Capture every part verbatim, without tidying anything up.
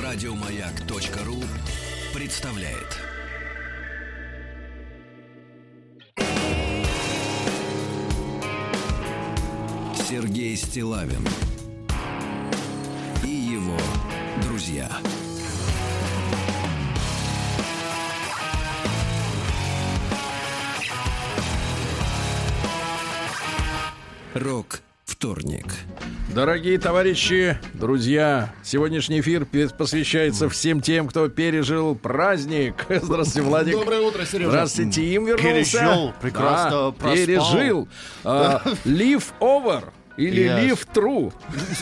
Радиомаяк.ру представляет. Сергей Стиллавин и его друзья. Рок-вторник. Дорогие товарищи, друзья, сегодняшний эфир посвящается всем тем, кто пережил праздник. Здравствуйте, Владик. Доброе утро, Сережа. Здравствуйте, Тим вернулся. Пережил, прекрасно да, проспал. Пережил. А, live over. Или Yes. live true.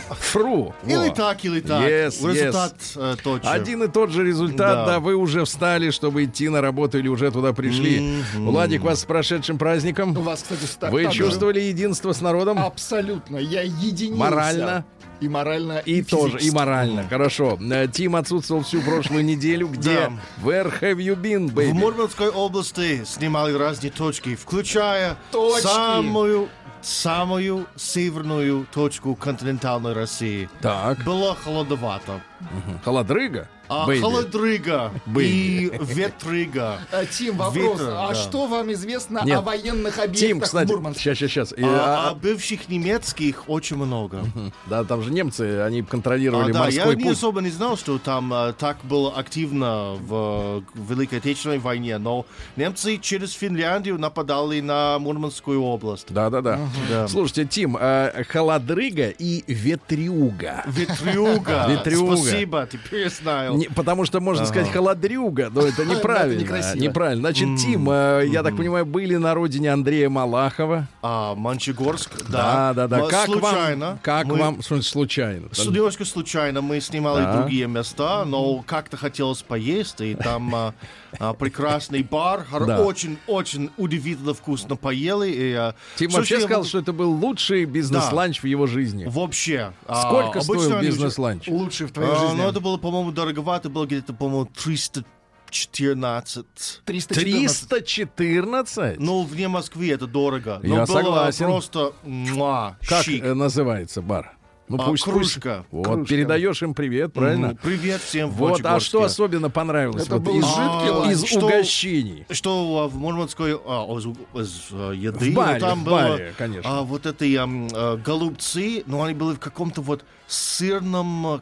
Фру. Или Во. так, или так. Yes, Результат yes. э, тот же. Один и тот же результат, да. Да. Вы уже встали, чтобы идти на работу, или уже туда пришли. Mm-hmm. Владик, вас с прошедшим праздником. У вас, кстати, так, Вы так же. чувствовали единство с народом? Абсолютно. Я единился. Морально? И морально, И, и тоже, и физически. морально. Хорошо. Э, Тим отсутствовал всю прошлую неделю. Где? Да. Where have you been, baby? В Мурманской области снимали разные точки, включая Точки. самую самую северную точку континентальной России. Так. Было холодновато. Мгм. Холодрыга? А Baby. холодрыга и Baby. ветрыга. А, Тим, вопрос. Ветер, а да. что вам известно Нет. о военных объектах Тим, кстати, в Мурманске? сейчас, сейчас, сейчас. А, а бывших немецких очень много. Да, там же немцы, они А, контролировали да, я морской не путь. особо не знал, что там а, так было активно в, в Великой Отечественной войне, но немцы через Финляндию нападали на Мурманскую область. Да, да, да. Да. Слушайте, Тим, э, холодрыга и ветрюга. Ветрюга. Ветрюга. Спасибо, теперь я знаю. Не, потому что можно Ага. сказать холодрюга, но это неправильно. некрасиво. неправильно. Значит, М. Тим, э, я так понимаю, были на родине Андрея Малахова. А, Мончегорск, Да, да. да, да. Мы Как случайно. вам? Как мы- вам? Что значит случайно? с- Немножко случайно мы снимали Да. другие места, но как-то хотелось поесть, и там а, а, прекрасный бар, Да. очень-очень удивительно вкусно поели. И, а, Тим слушайте, вообще я сказал, вот- что это был лучший бизнес-ланч в его жизни. Вообще. а, Сколько обычно стоил они бизнес-ланч? Лучший в твоей А, жизни. ну, это было, по-моему, дороговато, было где-то, по-моему, триста четырнадцать. триста четырнадцать. триста четырнадцать? Ну, вне Москвы это дорого. Я Но было согласен. просто муа, Как щик. э, называется бар? Ну, А, пусть, кружка. пусть. Вот, Кружка. передаешь им привет, правильно? Мгм. Привет всем в Вот, а Мончегорске. что особенно понравилось Это вот был из, жидкий ланч. из Что- угощений? Что а, в Мурманской а, из, из, а, еды, В баре, ну, там в было баре, конечно. а, вот эти ам, а, голубцы, но они были в каком-то вот сырном а,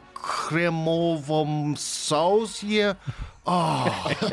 кремовом соусе. А,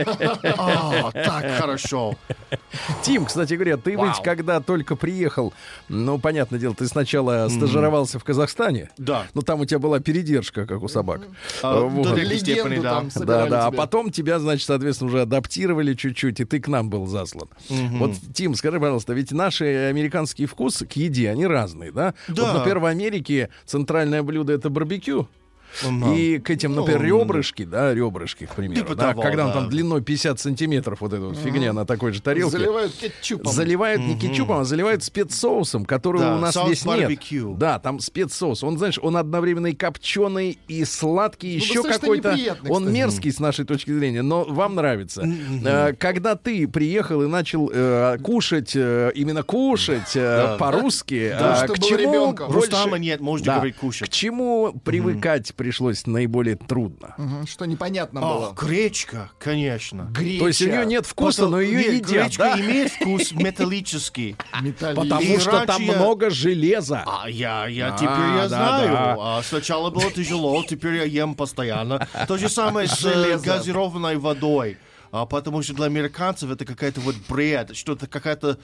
а, так хорошо. Тим, кстати говоря, ты Вау. ведь когда только приехал, ну, понятное дело, ты сначала стажировался в Казахстане, Да. но там у тебя была передержка, как у собак. А, Вот. до Легенду степени, да. там Да, собирали да, а тебе. потом тебя, значит, соответственно, уже адаптировали чуть-чуть, и ты к нам был заслан. Вот, Тим, скажи, пожалуйста, ведь наши американские вкусы к еде, они разные, да? Да. Вот, например, в Америке центральное блюдо — это барбекю. Мгм. И к этим, например, Ну, ребрышки, да, ребрышки, к примеру, Типа да, того, когда он да. там длиной пятьдесят сантиметров, вот эта вот фигня на такой же тарелке. Заливают кетчупом. Заливают не кетчупом, а заливают спецсоусом, которого Да, у нас соус здесь нет. барбекю. Да, там спецсоус. Он, знаешь, он одновременно и копченый, и сладкий, еще достаточно какой-то. неприятный, Он кстати. мерзкий с нашей точки зрения, но вам нравится. Э, Когда ты приехал и начал э, кушать, э, именно кушать э, Да. по-русски, Да, э, что к был чему ребенком. больше- Рустама нет, можете Да. говорить К кушать. чему привыкать пришлось наиболее трудно? Мгм, что непонятно А, было. гречка, конечно. Греча. То есть у нее нет вкуса, но ее Нет, едят, гречка да? имеет вкус металлический. Металлический. Потому И что раньше там я- много железа. А я, я А, теперь я да, знаю. да. А сначала было тяжело, теперь я ем постоянно. То же самое с э, Железо. газированной водой. А, потому что для американцев это какая-то вот бред, что-то какая-то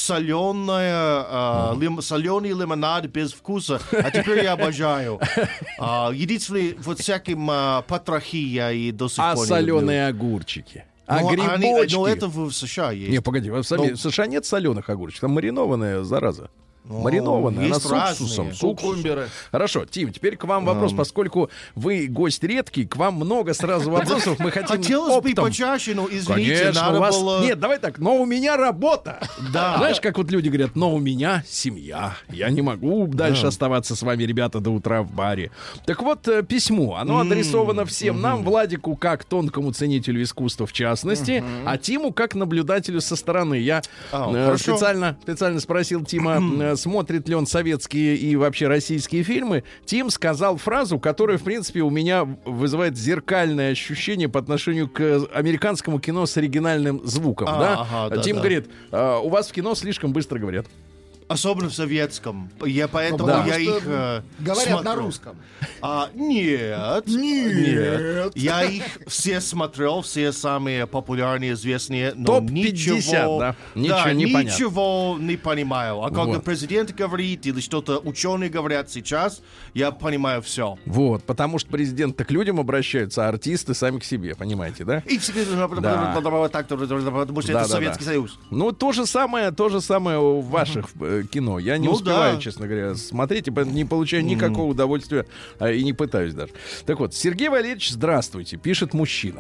соленая, лим, соленый лимонад без вкуса. А теперь я обожаю. А, единственное, вот всяким а, потрохи я и до сих А пор не люблю. соленые огурчики. А Ну, они- грибочки. но это в США есть. Не, погоди, в сами- Ну. в США нет соленых огурчиков, там маринованная зараза. Ну, Маринованная, она есть с уксусом. разные. с уксусом. Кукумберы. Хорошо, Тим, теперь к вам вопрос, поскольку вы гость редкий, к вам много сразу вопросов, мы хотим Хотелось бы оптом. почаще, но извините, Конечно, надо у вас... было... Нет, давай так, но у меня работа. Да. Знаешь, как вот люди говорят, но у меня семья. Я не могу дальше оставаться с вами, ребята, до утра в баре. Так вот, э, письмо. Оно адресовано всем нам, Владику, как тонкому ценителю искусства в частности, а Тиму как наблюдателю со стороны. Я А, э, хорошо. специально, специально спросил Тима, э, э, смотрит ли он советские и вообще российские фильмы, Тим сказал фразу, которая, в принципе, у меня вызывает зеркальное ощущение по отношению к американскому кино с оригинальным звуком. А, да? ага, да, Тим да. говорит, э, у вас в кино слишком быстро говорят. Особенно в советском. Я поэтому Да. я Потому что их э, говорят смотрю. на русском. А, нет, нет. Я их все смотрел, все самые популярные, известные, но топ пятьдесят, ничего, да? Ничего не ничего не понимаю. А когда Вот. президент говорит или что-то ученые говорят сейчас, я понимаю все. Вот, потому что президент к людям обращаются, а артисты сами к себе, понимаете, да? И все Да. так, потому что Да, это да, Советский да. Союз. Ну, то же самое, то же самое в ваших э, кино. Я не Ну успеваю, да. честно говоря, смотреть, и поэтому не получаю никакого удовольствия а, и не пытаюсь даже. Так вот, Сергей Валерьевич, здравствуйте, пишет мужчина.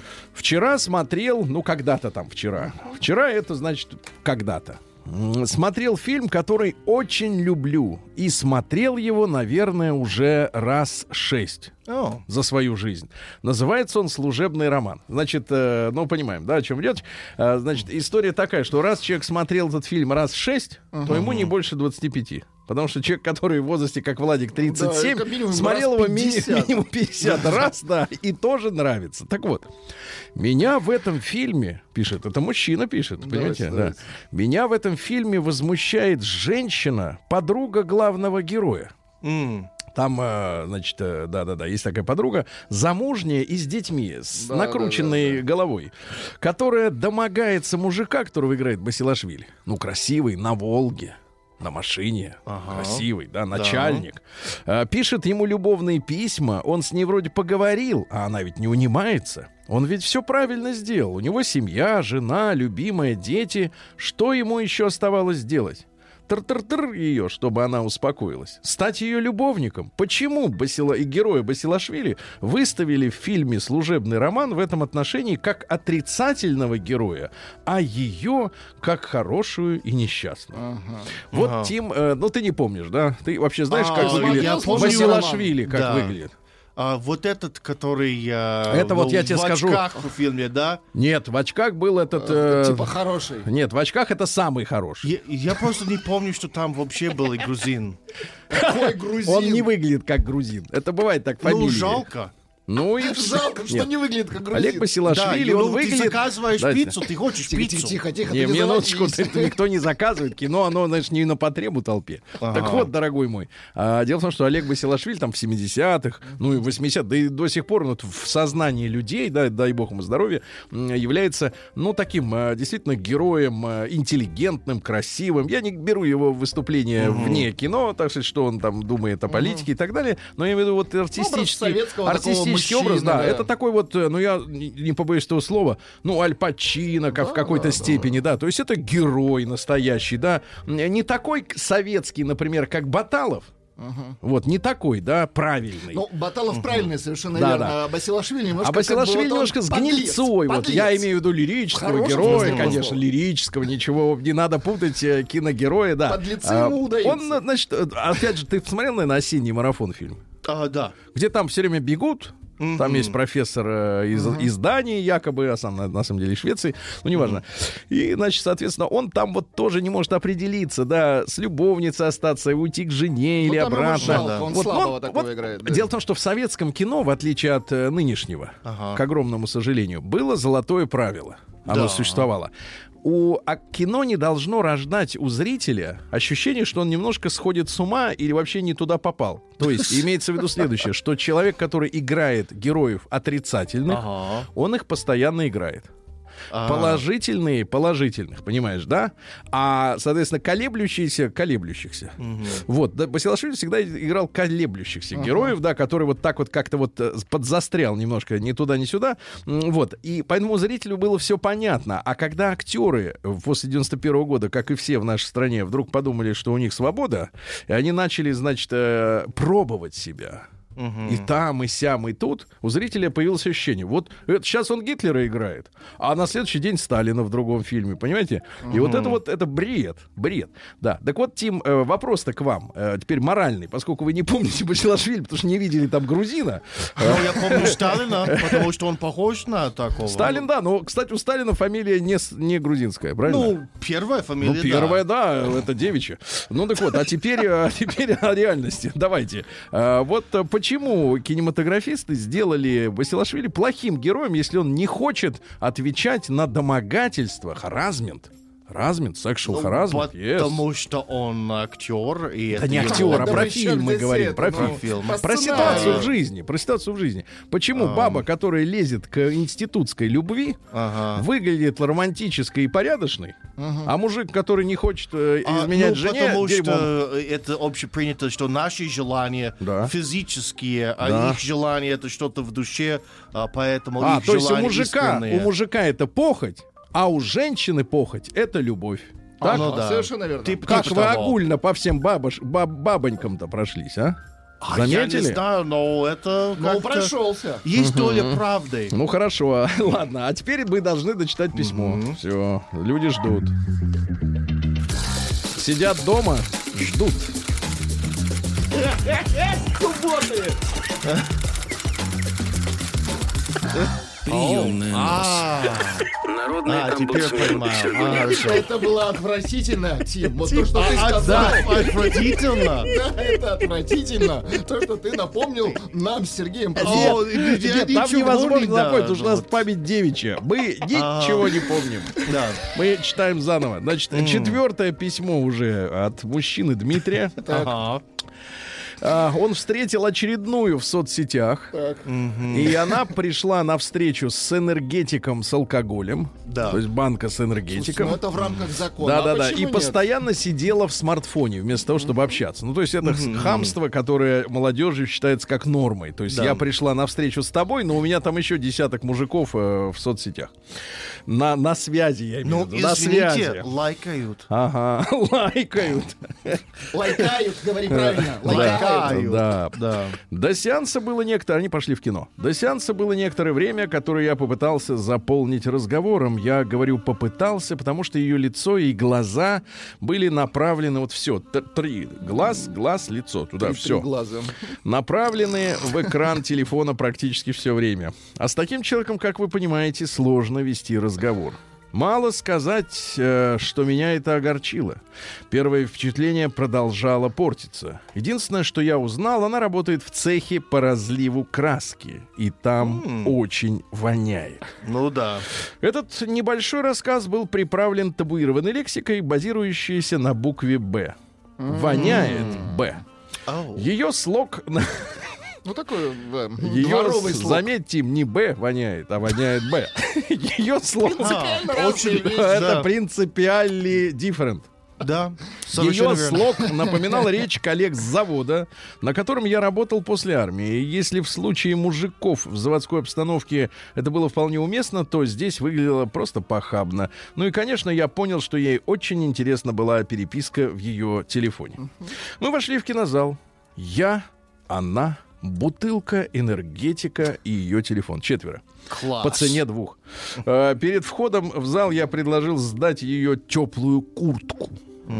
Вчера смотрел, ну, когда-то там вчера. Вчера это значит когда-то. М, Смотрел фильм, который очень люблю. И смотрел его, наверное, уже раз шесть О. за свою жизнь. Называется он «Служебный роман». Значит, э, ну, понимаем, да, о чем идет. Э, значит, история такая, что раз человек смотрел этот фильм раз шесть, то ему не больше двадцати пяти. Потому что человек, который в возрасте, как Владик, тридцать семь, Да, это минимум смотрел раз его ми- пятьдесят. минимум пятьдесят раз, да, и тоже нравится. Так вот, меня в этом фильме, пишет, это мужчина пишет, понимаете, да. давайте. Меня в этом фильме возмущает женщина, подруга главного героя. М. Там, э, значит, э, да-да-да, есть такая подруга, замужняя и с детьми, с Да, накрученной да, да, головой, которая домогается мужика, которого играет Басилашвили. Ну, красивый, на Волге, на машине, Ага. красивый, да, начальник. Э, пишет ему любовные письма, он с ней вроде поговорил, а она ведь не унимается. Он ведь все правильно сделал. У него семья, жена, любимая, дети. Что ему еще оставалось делать? Тр-тр-тр ее, чтобы она успокоилась. Стать ее любовником. Почему Басила и героя Басилашвили выставили в фильме «Служебный роман» в этом отношении как отрицательного героя, а ее как хорошую и несчастную? Вот, Ага. Тим, э, ну ты не помнишь, да? Ты вообще знаешь, А, как выглядит я помню Басилашвили, как роман. Да. выглядит? А, вот этот, который... а, Это вот был я тебе в скажу. очках в фильме, да? Нет, в очках был этот... э, Типа хороший. Нет, в очках это самый хороший. Я, я просто не помню, что там вообще был и грузин. Какой грузин. Он не выглядит как грузин. Это бывает так фамилии. Ну, жалко. Ну и Жалко, что Нет. не выглядит как грузин. Олег Да, Басилашвили, и, он ну, выглядит... ты заказываешь Дайте. пиццу, ты хочешь Тихо, пиццу. тихо, тихо, тихо. Не, ты не минуточку, заводись. это никто не заказывает. Кино, оно, значит, не на потребу толпе. Ага. Так вот, дорогой мой, а, дело в том, что Олег Басилашвили там в семидесятых, ну и в восьмидесятых, да и до сих пор ну, в сознании людей, да, дай бог ему здоровья, м, является, ну, таким а, действительно героем, а, интеллигентным, красивым. Я не беру его выступления вне кино, так сказать, что он там думает о политике и так далее, но я имею в виду вот артистический, советского такого артистический мужчины, образ, да, да. это такой вот, э, ну, я не не побоюсь этого слова, ну, Аль Пачино, как в какой-то степени, да. То есть это герой настоящий, да. Не такой советский, например, как Баталов. Вот, не такой, да, правильный. Ну, Баталов правильный совершенно Да, верно. да. А Басилашвили немножко... А Басилашвили как бы, вот он немножко с подлец, гнильцой. Вот, подлец. я имею в виду лирического В хорошем героя, смысле конечно, слова. лирического, ничего не надо путать, э, киногероя, да. Подлецы А, ему удаются. Он, значит, э, опять же, ты посмотрел, наверное, «Осенний марафон» фильм? А, да. Где там все время бегут. Там есть профессор э, из, из Дании, якобы, а сам на, на самом деле из Швеции, ну, неважно. И, значит, соответственно, он там вот тоже не может определиться, да, с любовницей остаться, уйти к жене или Ну, там ему обратно. жалко, он Вот, слабого ну, такого вот играет, да. Дело в том, что в советском кино, в отличие от э, нынешнего, Ага. к огромному сожалению, было золотое правило. Оно Да. существовало. У а кино не должно рождать у зрителя ощущение, что он немножко сходит с ума или вообще не туда попал. То есть имеется в виду следующее, что человек, который играет героев отрицательных, Ага. он их постоянно играет. А. Положительные, положительных, понимаешь, да? А, соответственно, колеблющиеся, колеблющихся. Вот, да, Басилашвили всегда играл колеблющихся героев, да, который вот так вот как-то вот э, подзастрял немножко ни туда, ни сюда. М, Вот, и поэтому зрителю было все понятно. А когда актеры после девяносто первого года, как и все в нашей стране, вдруг подумали, что у них свобода, и они начали, значит, э, пробовать себя. И там, и сям, и тут у зрителя появилось ощущение. Вот это, сейчас он Гитлера играет, а на следующий день Сталина в другом фильме, понимаете? И uh-huh. вот это вот, это бред, бред. Да, так вот, Тим, э, вопрос-то к вам, э, теперь моральный, поскольку вы не помните Басилашвили, потому что не видели там грузина. Ну, я помню Сталина, потому что он похож на такого. Сталин, да, но, кстати, у Сталина фамилия не, не грузинская, правильно? Ну, первая фамилия, Ну, первая, да, да это девичья. Ну, так вот, а теперь, а теперь о реальности. Давайте. А, вот почему кинематографисты сделали Басилашвили плохим героем, если он не хочет отвечать на домогательство, харассмент? Харассмент, sexual harassment, yes. Потому что он актер. И это это не его- актер, а Да про при чем фильм мы здесь говорим. это? Про Ну, фильм. фильм. по Про сценарию. ситуацию в жизни. Про ситуацию в жизни. Почему баба, которая лезет к институтской любви, Ага. выглядит романтической и порядочной, а мужик, который не хочет э, А, изменять ну, жене, потому дерьмом. что это общепринято, что наши желания Да. физические, а Да. их желание это что-то в душе, а, поэтому А, их то есть у желания мужика, искренние. у мужика это похоть, а у женщины похоть это любовь. А, Так? ну да. Совершенно верно. Типа Как типа вы того. огульно по всем бабош, баб- бабонькам-то прошлись, а? А, Я не Заметили? знаю, но это Ну, как-то- прошелся. Есть доля правды. Ну хорошо, ладно. А теперь мы должны дочитать письмо. Все, люди ждут. Сидят дома, ждут. Приемная нос. А, Народный а, теперь омбудсмен. понимаю. А, хорошо. Это было отвратительно, Тим. Вот то, что ты А, сказал. да, отвратительно. Да, это отвратительно. То, что ты напомнил нам с Сергеем. О, я Нет, там ничего невозможно не запомнить, знаю. потому что у нас память девичья. Мы ничего не помним. Да. Мы читаем заново. Значит, четвертое письмо уже от мужчины Дмитрия. Ага. А, он встретил очередную в соцсетях. И она пришла на встречу с энергетиком с алкоголем. Да. То есть банка с Ну, энергетиком. это в рамках закона. Да, А да, да. почему И нет? постоянно сидела в смартфоне вместо того, чтобы общаться. Ну, то есть это хамство, которое молодежью считается как нормой. То есть Да. я пришла на встречу с тобой, но у меня там еще десяток мужиков э, в соцсетях. На, на связи, я имею Ну, в виду. На извините, связи. лайкают. Ага, лайкают. Лайкают, говори правильно. Лайкают. Да. Да. До сеанса было некоторое... Они пошли в кино. До сеанса было некоторое время, которое я попытался заполнить разговором. Я говорю «попытался», потому что ее лицо и глаза были направлены... Вот все, т- три. Глаз, глаз, лицо. Туда Три все. глаза. Направлены в экран телефона практически все время. А с таким человеком, как вы понимаете, сложно вести разговор. Мало сказать, э, что меня это огорчило. Первое впечатление продолжало портиться. Единственное, что я узнал, она работает в цехе по разливу краски. И там очень воняет. Ну да. Этот небольшой рассказ был приправлен табуированной лексикой, базирующейся на букве «Б». Воняет «Б». Ау. Ее слог... Ну, такой да, Ее, дворовый слог. заметьте, не «Б» воняет, а воняет «Б». Ее слог... Принципиально А, разные очень- вещи. Это Да. принципиально different. Да. Совершенно Ее верно. слог напоминал речь коллег с завода, на котором я работал после армии. И если в случае мужиков в заводской обстановке это было вполне уместно, то здесь выглядело просто похабно. Ну и, конечно, я понял, что ей очень интересна была переписка в ее телефоне. Мы вошли в кинозал. Я, она, бутылка, энергетика и ее телефон. Четверо. Класс. По цене двух. Э, Перед входом в зал я предложил сдать ее теплую куртку.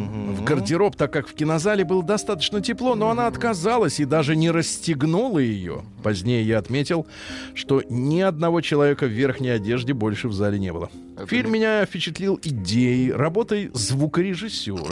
В гардероб, так как в кинозале было достаточно тепло, но она отказалась и даже не расстегнула ее. Позднее я отметил, что ни одного человека в верхней одежде больше в зале не было. Фильм меня впечатлил идеей, работой звукорежиссера.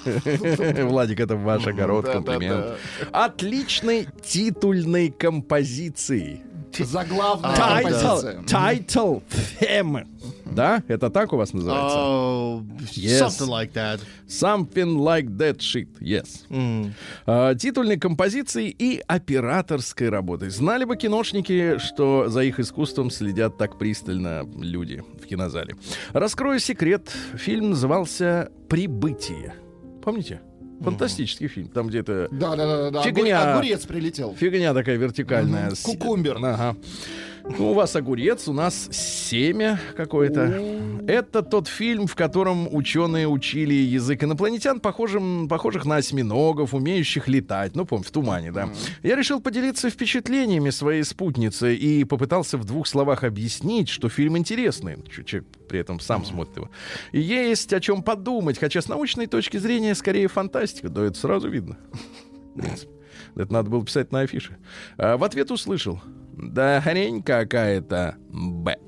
Владик, это ваш огород, Да, да, комплимент. Отличной титульной композицией. Заглавная А, композиция. Title theme. Да? Это так у вас называется? Oh, Yes. something like that. Something like that shit. Yes. М. А, титульной композицией и операторской работой. Знали бы киношники, что за их искусством следят так пристально люди в кинозале. Раскрою секрет. Фильм назывался «Прибытие». Помните? Фантастический фильм. Там где-то Да, да, да, да. Фигня. Огурец прилетел. фигня такая вертикальная. Мгм. С- Кукумбер. Ага. Ну, у вас огурец, у нас семя какое-то. Это тот фильм, в котором ученые учили язык инопланетян, похожим, похожих на осьминогов, умеющих летать. Ну, помню, в тумане, да. Я решил поделиться впечатлениями своей спутницы и попытался в двух словах объяснить, что фильм интересный. Человек при этом сам смотрит его. И есть о чем подумать, хотя с научной точки зрения скорее фантастика. Да, это сразу видно. В принципе. Это надо было писать на афише. А в ответ услышал: да хрень какая-то, Б.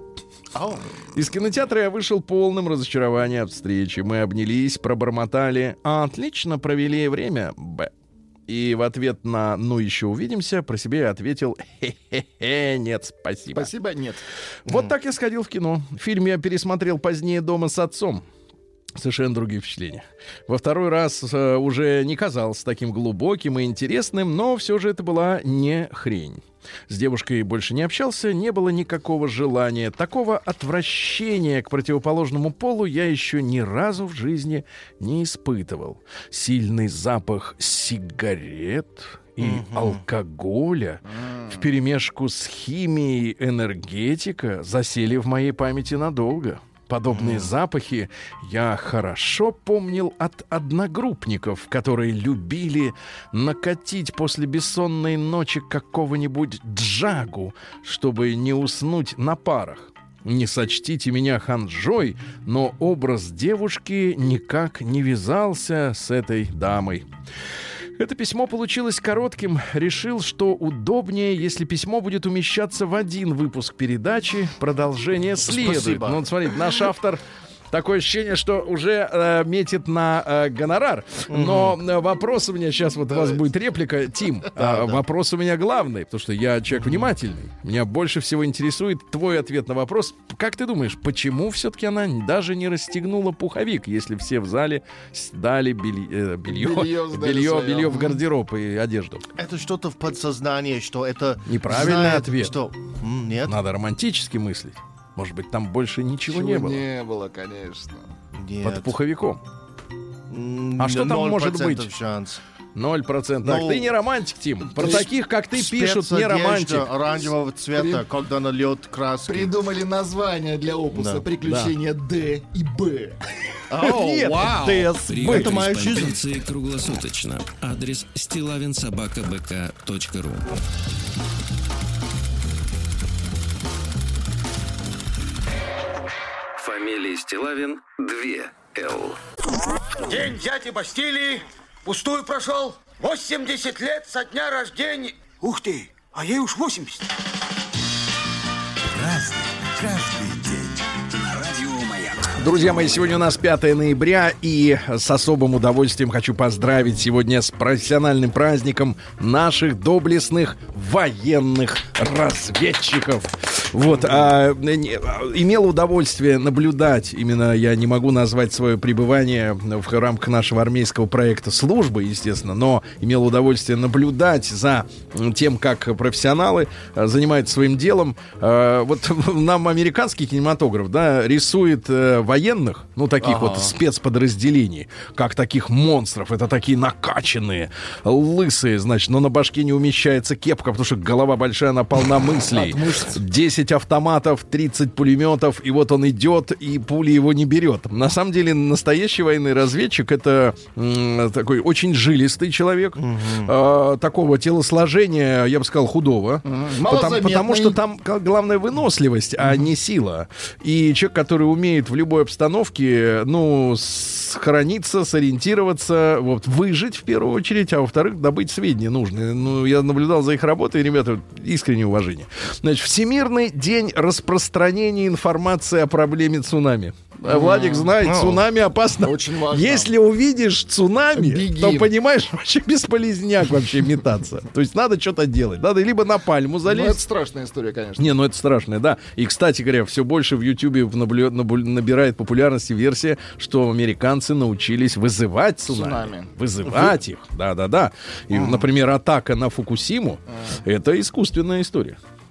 Oh. Из кинотеатра я вышел полным разочарования от встречи. Мы обнялись, пробормотали: отлично провели время, Б. И в ответ на «ну еще увидимся» про себя я ответил: хе-хе-хе, нет, спасибо. Спасибо, нет. Вот так я сходил в кино. Фильм я пересмотрел позднее дома с отцом. Совершенно другие впечатления. Во второй раз э, уже не казался таким глубоким и интересным, но все же это была не хрень. С девушкой больше не общался, не было никакого желания. Такого отвращения к противоположному полу я еще ни разу в жизни не испытывал. Сильный запах сигарет и mm-hmm. алкоголя mm. вперемешку с химией энергетика засели в моей памяти надолго. Подобные mm. запахи я хорошо помнил от одногруппников, которые любили накатить после бессонной ночи какого-нибудь джагу, чтобы не уснуть на парах. Не сочтите меня ханжой, но образ девушки никак не вязался с этой дамой. Это письмо получилось коротким. Решил, что удобнее, если письмо будет умещаться в один выпуск передачи. Продолжение следует. Спасибо. Ну, вот смотрите, наш автор... Такое ощущение, что уже э, метит на э, гонорар. Но э, вопрос у меня сейчас, вот у вас будет реплика, Тим. Да, э, да. Вопрос у меня главный, потому что я человек внимательный. Меня больше всего интересует твой ответ на вопрос. Как ты думаешь, почему все-таки она даже не расстегнула пуховик, если все в зале дали белье, э, белье, Белье сдали белье, своё. белье в гардероб и одежду? Это что-то в подсознании, что это... Неправильный знает, ответ. Что... М, Нет. Надо романтически мыслить. Может быть, там больше ничего Чего не было. не было, конечно. Нет. Под пуховиком. М, А что там ноль может быть? процентов шанс. Ноль процентов. Так, Ну, ты не романтик, Тим. Про ты- таких, как ты, пишут, не Спецодежда романтик. оранжевого цвета, При- когда налет краски. Придумали название для опуса Да. «Приключения Д и Б». О, Нет, вау. ТС. Прием Это моя жизнь. корреспонденции круглосуточно. Адрес стилавин собака бэ ка точка ру. Фамилия Стилавин два Л. День дяди Бастилии пустую прошел. восемьдесят лет со дня рождения. Ух ты, а ей уж восемьдесят. Разный, каждый день. На радио Маяк. Друзья мои, сегодня у нас пятое ноября, и с особым удовольствием хочу поздравить сегодня с профессиональным праздником наших доблестных военных разведчиков. Вот, а, не, имел удовольствие наблюдать, именно я не могу назвать свое пребывание в рамках нашего армейского проекта службы, естественно, но имел удовольствие наблюдать за тем, как профессионалы а, занимаются своим делом. А, вот нам американский кинематограф, да, рисует а, военных, ну, таких Ага. вот спецподразделений, как таких монстров. Это такие накачанные, лысые, значит, но на башке не умещается кепка, потому что голова большая, она полна мыслей. десять автоматов, тридцать пулеметов, и вот он идет, и пули его не берет. На самом деле, настоящий военный разведчик — это м, такой очень жилистый человек, э, такого телосложения, я бы сказал, худого. Потому, Малозаметный. потому что там г- главная выносливость, а не сила. И человек, который умеет в любой обстановке, ну, сохраниться, сориентироваться, вот, выжить в первую очередь, а во-вторых, добыть сведения нужные. Ну, я наблюдал за их работой, ребята, искреннее уважение. Значит, Всемирный день распространения информации о проблеме цунами. А Владик знает, Ну, цунами опасно. очень важно. Если увидишь цунами, Беги. то, понимаешь, вообще бесполезняк вообще метаться. То есть надо что-то делать. Надо либо на пальму Ну, это залезть. страшная история, конечно. Не, ну это страшное, да. И, кстати говоря, все больше в Ютьюбе наблю- набу- набирает популярности версия, что американцы научились вызывать цунами. Цунами. Вызывать их, да-да-да. И, например, атака на Фукусиму — это искусственная история.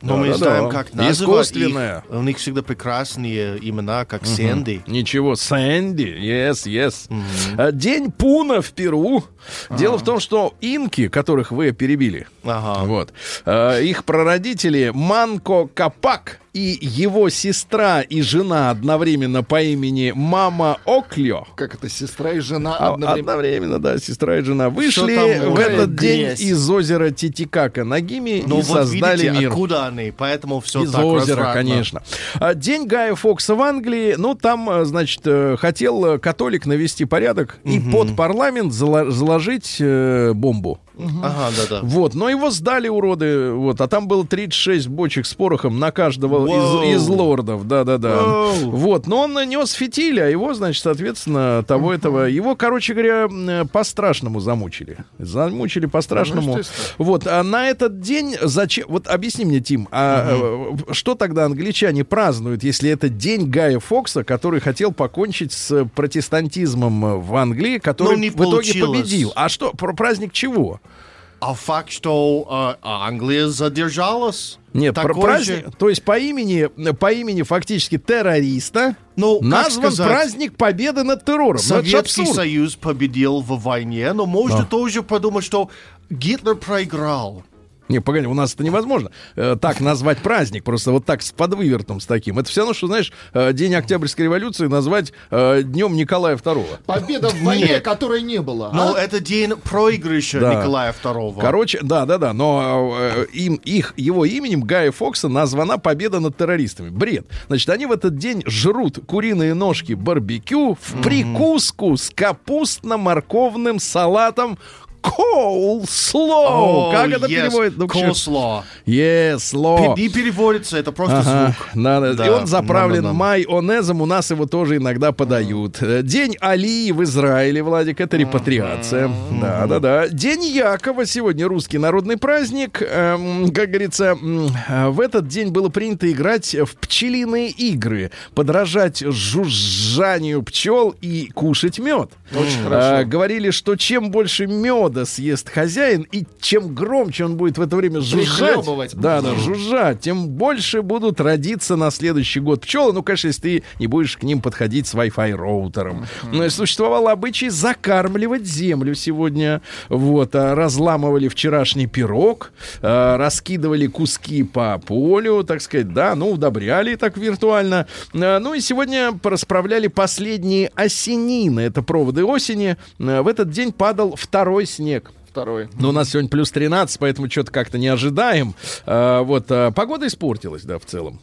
Но Да, мы да, знаем, да. как называть их. Искусственное. У них всегда прекрасные имена, как Сэнди. Ничего, Сэнди, yes, yes. А, День Пуна в Перу. Дело в том, что инки, которых вы перебили, Ага. вот, а, их прародители Манко Капак и его сестра и жена одновременно по имени Мама Оклё. Как это, сестра и жена А, одновременно? Одновременно, да, сестра и жена вышли там в уже этот день грязь? из озера Титикака Нагими Но и вот создали видите, мир. откуда они, поэтому все Из так озера, развратно. конечно. А, День Гая Фокса в Англии. Ну, там, а, значит, э, хотел э, католик навести порядок и под парламент зала- заложить э, бомбу. Ага, да-да. Вот, но его сдали, уроды. Вот, а там было тридцать шесть бочек с порохом на каждого Воу. из, из лордов. Да-да-да. Воу. Вот, но он нес фитиль, а его, значит, соответственно, того этого. Его, короче говоря, м, по-страшному замучили. Замучили по-страшному. Ну, естественно. Вот, а на этот день зачем... Вот объясни мне, Тим, а э, что тогда англичане празднуют, если это день Гая Фокса, который хотел покончить с протестантизмом в Англии, который Ну, не в итоге получилось. победил? А что, пр- праздник чего? А факт, что э, Англия задержалась? Нет, пр- такой праздник, же. то есть по имени, по имени фактически террориста Ну, как назван сказать, праздник победы над террором. Ну, это ж Советский абсурд. Союз победил в войне, но можно тоже подумать, что Гитлер проиграл. Не, погоди, у нас это невозможно э, так назвать праздник, просто вот так с подвывертом с таким. Это все равно, что, знаешь, э, День Октябрьской революции назвать э, Днем Николая второго. Победа в войне, Нет. которой не было. Но а? это день проигрыша Да. Николая второго. Короче, да, да, да, но э, им, их, его именем Гая Фокса названа победа над террористами. Бред. Значит, они в этот день жрут куриные ножки барбекю в прикуску с капустно-морковным салатом coleslaw. О, Как это yes, переводит? Ну, coleslaw. Yes, law. Не переводится, это просто Ага, звук. надо. Да, И он заправлен да-да-да. майонезом, у нас его тоже иногда подают. Э, День Алии в Израиле, Владик, это репатриация. Да-да-да. День Якова сегодня русский народный праздник. Эм, как говорится, м, э, в этот день было принято играть в пчелиные игры, подражать жужжанию пчел и кушать мед. Очень Э, хорошо. Говорили, что чем больше меда съест хозяин, и чем громче он будет в это время жужжать, Прихлебывать. да, да, жужжать, тем больше будут родиться на следующий год пчелы. Ну, конечно, если ты не будешь к ним подходить с Wi-Fi роутером. Но и существовал обычай закармливать землю сегодня. Вот, а, разламывали вчерашний пирог, а, раскидывали куски по полю, так сказать, да, ну, удобряли так виртуально. А, Ну и сегодня расправляли последние осенины. Это проводы осени. А, В этот день падал второй снег. Второй. Но у нас сегодня плюс тринадцать, поэтому что-то как-то не ожидаем. А, вот, а, погода испортилась, да, в целом.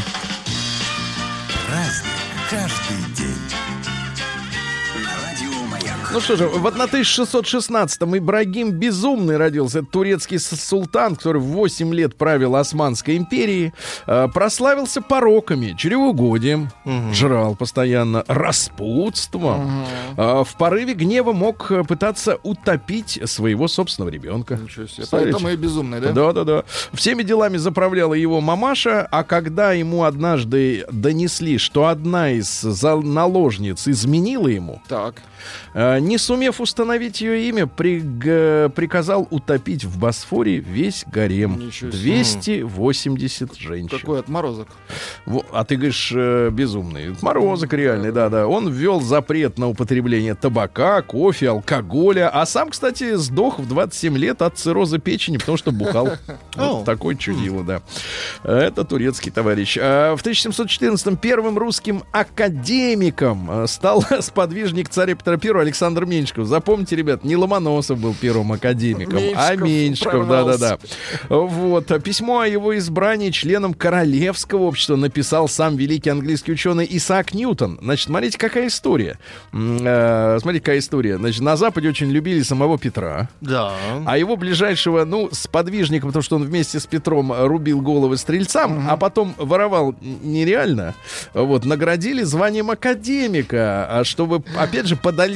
Праздник каждый день. На радио Маяк. Ну что же, в тысяча шестьсот шестнадцатом Ибрагим Безумный родился. Это турецкий с- султан, который в восемь лет правил Османской империей. Э, прославился пороками, чревоугодием, жрал постоянно, распутством. Э, в порыве гнева мог э, пытаться утопить своего собственного ребенка. Ничего себе. Смотрите. Поэтому и безумный, да? Да, да, да. Всеми делами заправляла его мамаша, а когда ему однажды донесли, что одна из за- наложниц изменила ему, Так. э, не сумев установить ее имя, приг- приказал утопить в Босфоре весь гарем. Ничего себе. двести восемьдесят женщин. Какой отморозок. Во- А ты говоришь, э, безумный. Морозок реальный, да-да. Он ввел запрет на употребление табака, кофе, алкоголя. А сам, кстати, сдох в двадцать семь лет от цирроза печени, потому что бухал. Вот такой чудило, да. Это турецкий товарищ. А В тысяча семьсот четырнадцатом первым русским академиком э, стал сподвижник царя Петра Первого Александр Меньшиков. Запомните, ребят, не Ломоносов был первым академиком, а Меньшиков Меньшиков, прорвался. да-да-да. Вот. А Письмо о его избрании членом Королевского общества написал сам великий английский ученый Исаак Ньютон. Значит, смотрите, какая история. М, э, Смотрите, какая история. Значит, на Западе очень любили самого Петра. Да. А его ближайшего, ну, сподвижника, потому что он вместе с Петром рубил головы стрельцам, а потом воровал нереально, вот, наградили званием академика, а чтобы, опять же, подольститься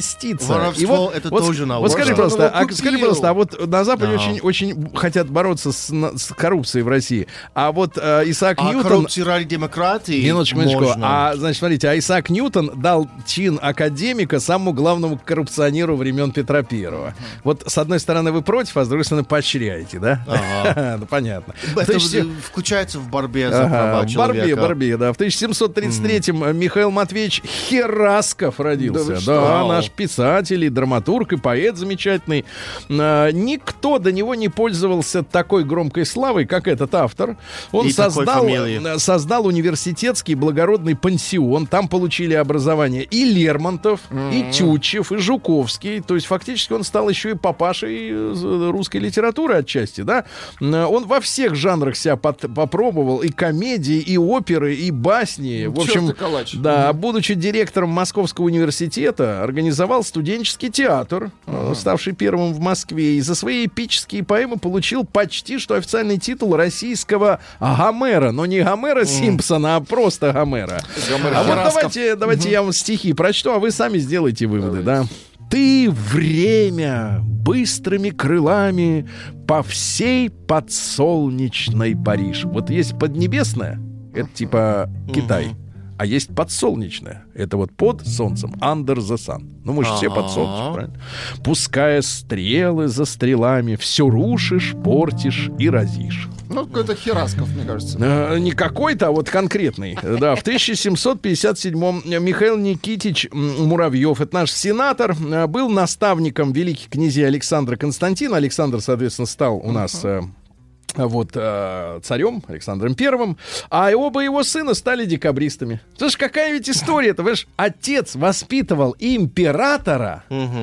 бороться. Воровство И вот, это вот, тоже наука. вот скажи, Может, просто, он его а, скажи, купил. просто, а вот на Западе Да. очень, очень хотят бороться с, на- с коррупцией в России. А вот э, Исаак А Ньютон... коррупция ради демократии Минуточку, минуточку. можно. А, значит, смотрите, а Исаак Ньютон дал чин академика самому главному коррупционеру времен Петра Первого. Вот, с одной стороны, вы против, а с другой стороны, поощряете, да? Ага. Ну, понятно. Это То есть, включается в борьбе за ага, права в борьбе, человека. борьбе, да. В тысяча семьсот тридцать третьем Михаил Матвеевич Херасков родился. Да вы Да, что? наш писатель, и драматург, и поэт замечательный. А, никто до него не пользовался такой громкой славой, как этот автор. Он И такой создал, фамилией. создал университетский благородный пансион. Там получили образование и Лермонтов, и Тютчев, и Жуковский. То есть фактически он стал еще и папашей э, русской литературы отчасти, да. Э, Он во всех жанрах себя под- попробовал. И комедии, и оперы, и басни. В общем, Чёртый калач. да, будучи директором Московского университета, организовал студенческий театр, э, ставший первым в Москве. И за свои эпические поэмы получил почти что официальный титул российского Гомера. Но не Гомера Симпсона, а просто Гомера. Гомер А вот Херасков. давайте, давайте я вам стихи прочту, а вы сами сделайте выводы, да? Ты, время, быстрыми крылами по всей подсолнечной Париж. Вот есть поднебесная, это типа Китай. А есть подсолнечная. Это вот под солнцем. Under the sun. Ну, мы же все под солнцем, правильно? Пуская стрелы за стрелами, все рушишь, портишь и разишь. Ну, какой-то Херасков, мне кажется. Э, Не какой-то, а вот конкретный. Да, в тысяча семьсот пятьдесят седьмом Михаил Никитич м, Муравьев, это наш сенатор, э, был наставником великих князей Александра Константина. Александр, соответственно, стал у нас... э, вот э, царем Александром Первым, а оба его сына стали декабристами. Слушай, какая ведь история-то, понимаешь? Отец воспитывал императора,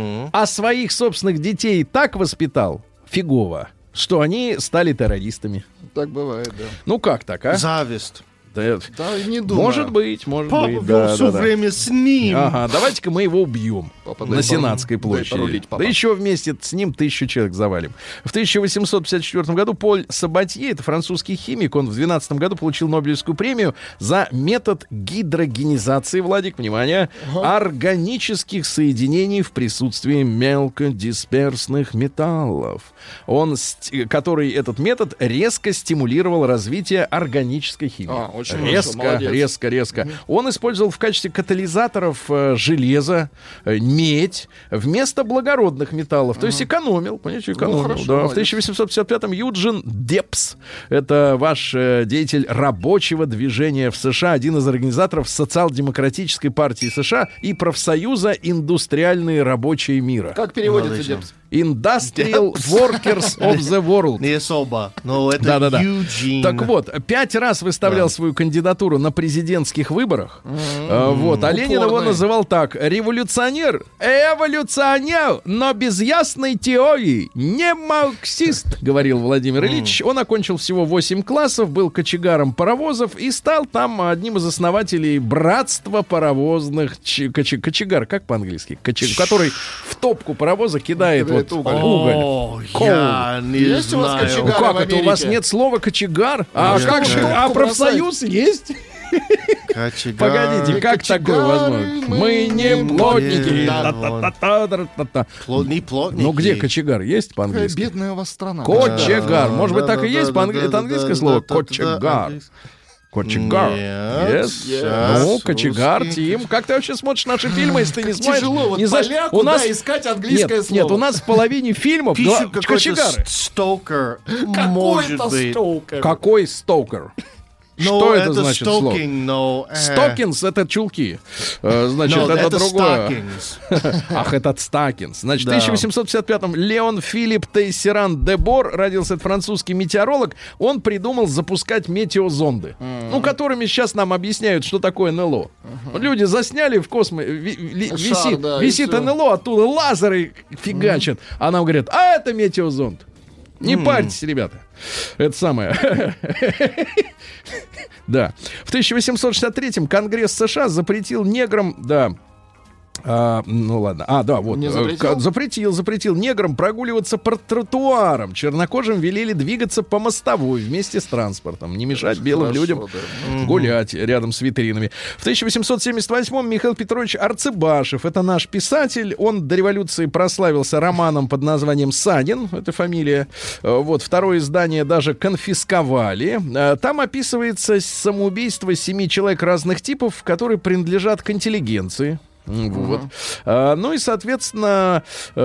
а своих собственных детей так воспитал фигово, что они стали террористами. Так бывает, да. Ну как так, а? Зависть. Да, Да, не думаю. может быть, может Папа быть. был Да, все да, да. время с ним. Ага, давайте-ка мы его убьем Папа, на дай Сенатской пору- дай площади. порулить, папа. Да еще вместе с ним тысячу человек завалим. В тысяча восемьсот пятьдесят четвёртом году Поль Сабатье, это французский химик, он в двенадцатом году получил Нобелевскую премию за метод гидрогенизации, Владик, внимание, органических соединений в присутствии мелкодисперсных металлов. Он, ст- который этот метод резко стимулировал развитие органической химии. А, очень хорошо, резко, молодец. резко, резко. Он использовал в качестве катализаторов э, железо, э, медь вместо благородных металлов. То есть экономил, понимаете, экономил. хорошо, да. В молодец. тысяча восемьсот пятьдесят пятом Юджин Депс, это ваш э, деятель рабочего движения в США, один из организаторов социал-демократической партии США и профсоюза «Индустриальные рабочие мира». Как переводится, Отлично. Депс? Industrial Workers of the World. Не особо, но это Да-да-да. Юджин. Так вот, пять раз выставлял свою кандидатуру на президентских выборах. А, вот, а Ленин его Упорный. называл так: революционер, эволюционер, но без ясной теории, не марксист, говорил Владимир Ильич. Он окончил всего восемь классов, был кочегаром паровозов и стал там одним из основателей братства паровозных ч- коче- кочегар, как по-английски? Коче- который в топку паровоза кидает Кидает вот уголь. уголь. О, Коул. я не Есть у вас знаю. кочегар? Ну как в это? У вас Америке. нет слова кочегар? А Ну, как что же? вы А топку профсоюз есть? Кочегар. Погодите, как кочегары, такое возможно? мы Мы не не плотники. Да, Та-та-та-та-та-та. Плот- не плотники. Ну где кочегар? Есть Какая по-английски? бедная у вас страна. Кочегар. Может быть, Да, так и да, есть? да, по-англи- да, Это да, английское да, слово? да, да, да, Кочегар. английское. Кочегар. Нет. Yes. Yes. Ну, кочегар, Русский. Тим. Как ты вообще смотришь наши фильмы, если ты не смотришь? Тяжело вот не знаешь? поляку, У нас да, искать английское нет, слово. нет, у нас в половине фильмов Пишут гла- какой-то кочегары. ст- стокер. Может Какой-то быть. стокер. Какой стокер? Но Что это это значит слово? стокинг, но... э, Стокинс — это чулки. Э, Значит, но это, это другое. стокингс. Ах, этот Стакинс. Значит, в Да. тысяча восемьсот пятьдесят пятом Леон Филипп Тейссеран де Бор, родился этот французский метеоролог. Он придумал запускать метеозонды, ну, которыми сейчас нам объясняют, что такое эн эл о. Люди засняли в космосе, ви- ви- Шар, висит, да, и висит всё. эн эл о, оттуда лазеры фигачат. А нам говорят, а это метеозонд. Не парьтесь, ребята. Это самое. Да. В тысяча восемьсот шестьдесят третьем Конгресс США запретил неграм, да, А, ну ладно. А, да, вот. Не запретил? Запретил, запретил неграм прогуливаться по тротуарам. Чернокожим велели двигаться по мостовой вместе с транспортом. Не мешать белым Хорошо, людям да. гулять рядом с витринами. В тысяча восемьсот семьдесят восьмом Михаил Петрович Арцебашев, это наш писатель, он до революции прославился романом под названием «Санин», это фамилия. Вот, второе издание даже конфисковали. Там описывается самоубийство семи человек разных типов, которые принадлежат к интеллигенции. Вот. Uh-huh. А, ну и, соответственно,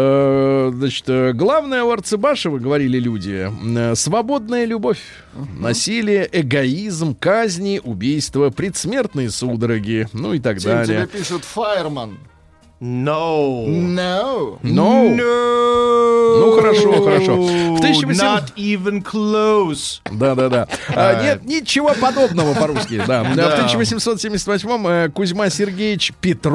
э, значит, главное у Арцебашева, говорили люди, э, свободная любовь, uh-huh. насилие, эгоизм, казни, убийства, предсмертные судороги, ну и так Тим, далее. тебе пишут «Fireman». No. No. No. No. Ну, хорошо, хорошо. В тысяча восемьсот... Not even close. Да-да-да. А, нет, ничего подобного по-русски. Да. Да. В тысяча восемьсот семьдесят восьмом э, Кузьма Сергеевич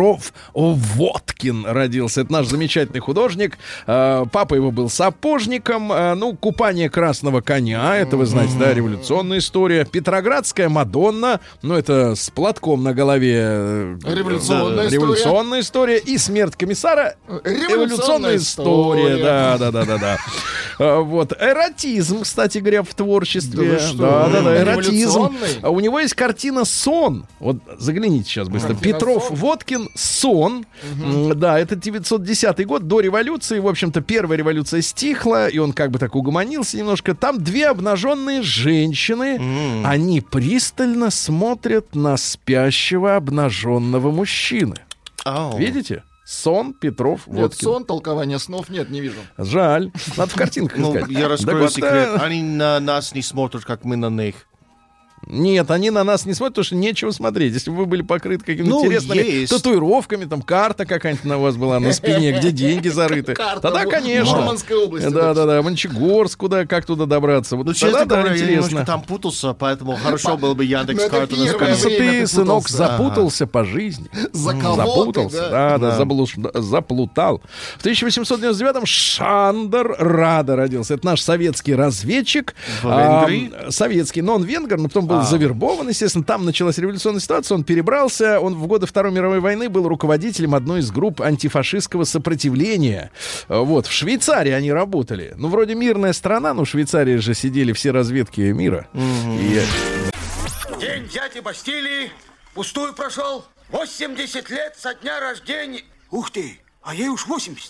Петров-Водкин родился. Это наш замечательный художник. Э, папа его был сапожником. Э, ну, «Купание красного коня». Это, вы знаете, да, революционная история. «Петроградская Мадонна». Ну, это с платком на голове. Э, Революционная история. Революционная история. И «Смерть комиссара». Революционная история. Да, да, да, да, да. А, вот. Эротизм, кстати говоря, в творчестве. Да, да, да, эротизм. А у него есть картина «Сон». Вот загляните сейчас быстро. Картина Петров, «Сон». Водкин, «Сон». Угу. Да, это девятьсот десятый год, до революции. В общем-то, первая революция стихла, и он как бы так угомонился немножко. Там две обнаженные женщины. Mm. Они пристально смотрят на спящего обнаженного мужчины. Oh. Видите? «Сон», Петров, Водкин. Водкин. «Сон», толкование снов нет, не вижу. Жаль. Надо в картинках Ну, искать. я раскрою Так вот, секрет. э, Они на нас не смотрят, как мы на них. Нет, они на нас не смотрят, потому что нечего смотреть. Если бы вы были покрыты какими-то Ну, интересными есть. татуировками, там карта какая-нибудь на вас была на спине, где деньги зарыты. Карта Тогда, в конечно. Мурманской области. Да-да-да, Мончегорск, куда, как туда добраться. Вот Ну, тогда, честно да, говоря, я интересно. немножко там путался, поэтому хорошо было бы Ну, это Яндекс.Карту первое Кажется, рассказать. время ты, ты сынок, путался. запутался по жизни. За кого Запутался, ты, да, да, Да. заблуш- заплутал. В тысяча восемьсот девяносто девятом Шандор Рада родился. Это наш советский разведчик. В Венгрии? А, советский, но он венгер, но потом был А. завербован, естественно. Там началась революционная ситуация, он перебрался. Он в годы Второй мировой войны был руководителем одной из групп антифашистского сопротивления. А, Вот, в Швейцарии они работали. Ну, вроде мирная страна, но в Швейцарии же сидели все разведки мира. И... День дяди Бастилии пустую прошел. восемьдесят лет со дня рождения. Ух ты, а ей уж восемьдесят.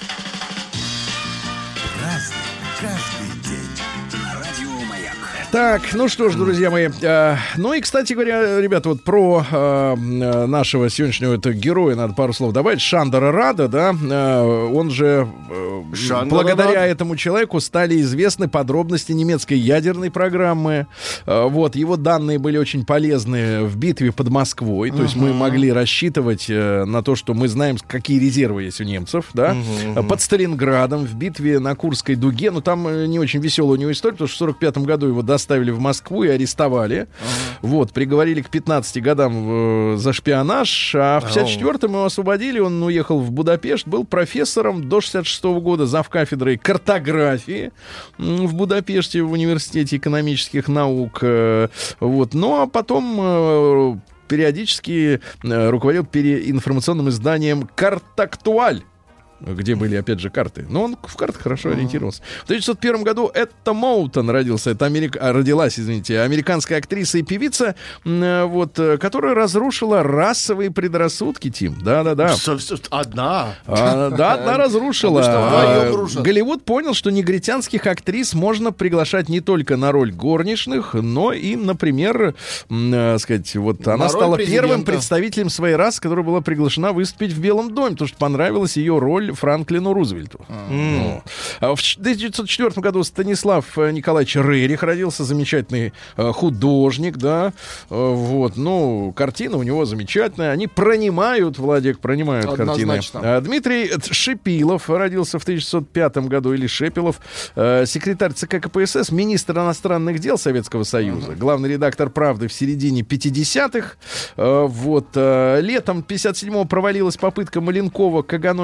Разный, каждый день. На радио «Маяк». Так, ну что ж, друзья мои. Э, ну и, кстати говоря, ребята, вот про э, нашего сегодняшнего это героя надо пару слов добавить. Шандора Рада, да, э, он же э, Шандора благодаря Рада. этому человеку стали известны подробности немецкой ядерной программы. Э, вот, его данные были очень полезны в битве под Москвой. То есть мы могли рассчитывать э, на то, что мы знаем, какие резервы есть у немцев, да. Э, Под Сталинградом, в битве на Курской дуге. Ну, там э, не очень веселая у него история, потому что в сорок пятом году его доставили в Москву и арестовали. Uh-huh. Вот, приговорили к пятнадцати годам э, за шпионаж. А в пятьдесят четвёртом его освободили, он уехал в Будапешт, был профессором до шестьдесят шестого года, завкафедрой картографии м, в Будапеште, в Университете экономических наук. Э, вот. Ну, а потом... Э, периодически э, руководил пере- информационным изданием «Картактуаль», где были, опять же, карты. Но он в картах хорошо ориентировался. В тысяча девятьсот первом году Этта Моутон родился. Это америк... а, родилась, извините, американская актриса и певица, м, вот, э, которая разрушила расовые предрассудки, Тим. Да-да-да. Со- со- Одна. А, да, одна разрушила. Обычно вдвоем А, рушат. Голливуд понял, что негритянских актрис можно приглашать не только на роль горничных, но и, например, м, э, сказать, вот На она роль стала президента. первым представителем своей расы, которая была приглашена выступить в Белом доме, потому что понравилась ее роль Франклину Рузвельту. Ну. А в тысяча девятьсот четвёртом году Станислав э, Николаевич Рерих родился, замечательный э, художник, да. Э, вот, ну, картина у него замечательная. Они пронимают, Владик, пронимают картины. Однозначно. А, Дмитрий Шипилов родился в тысяча девятьсот пятом году, или Шепилов, э, секретарь ЦК КПСС, министр иностранных дел Советского Союза, uh-huh. главный редактор «Правды» в середине пятидесятых. Э, вот, э, летом пятьдесят седьмого провалилась попытка Маленкова, Кагановича и Молотова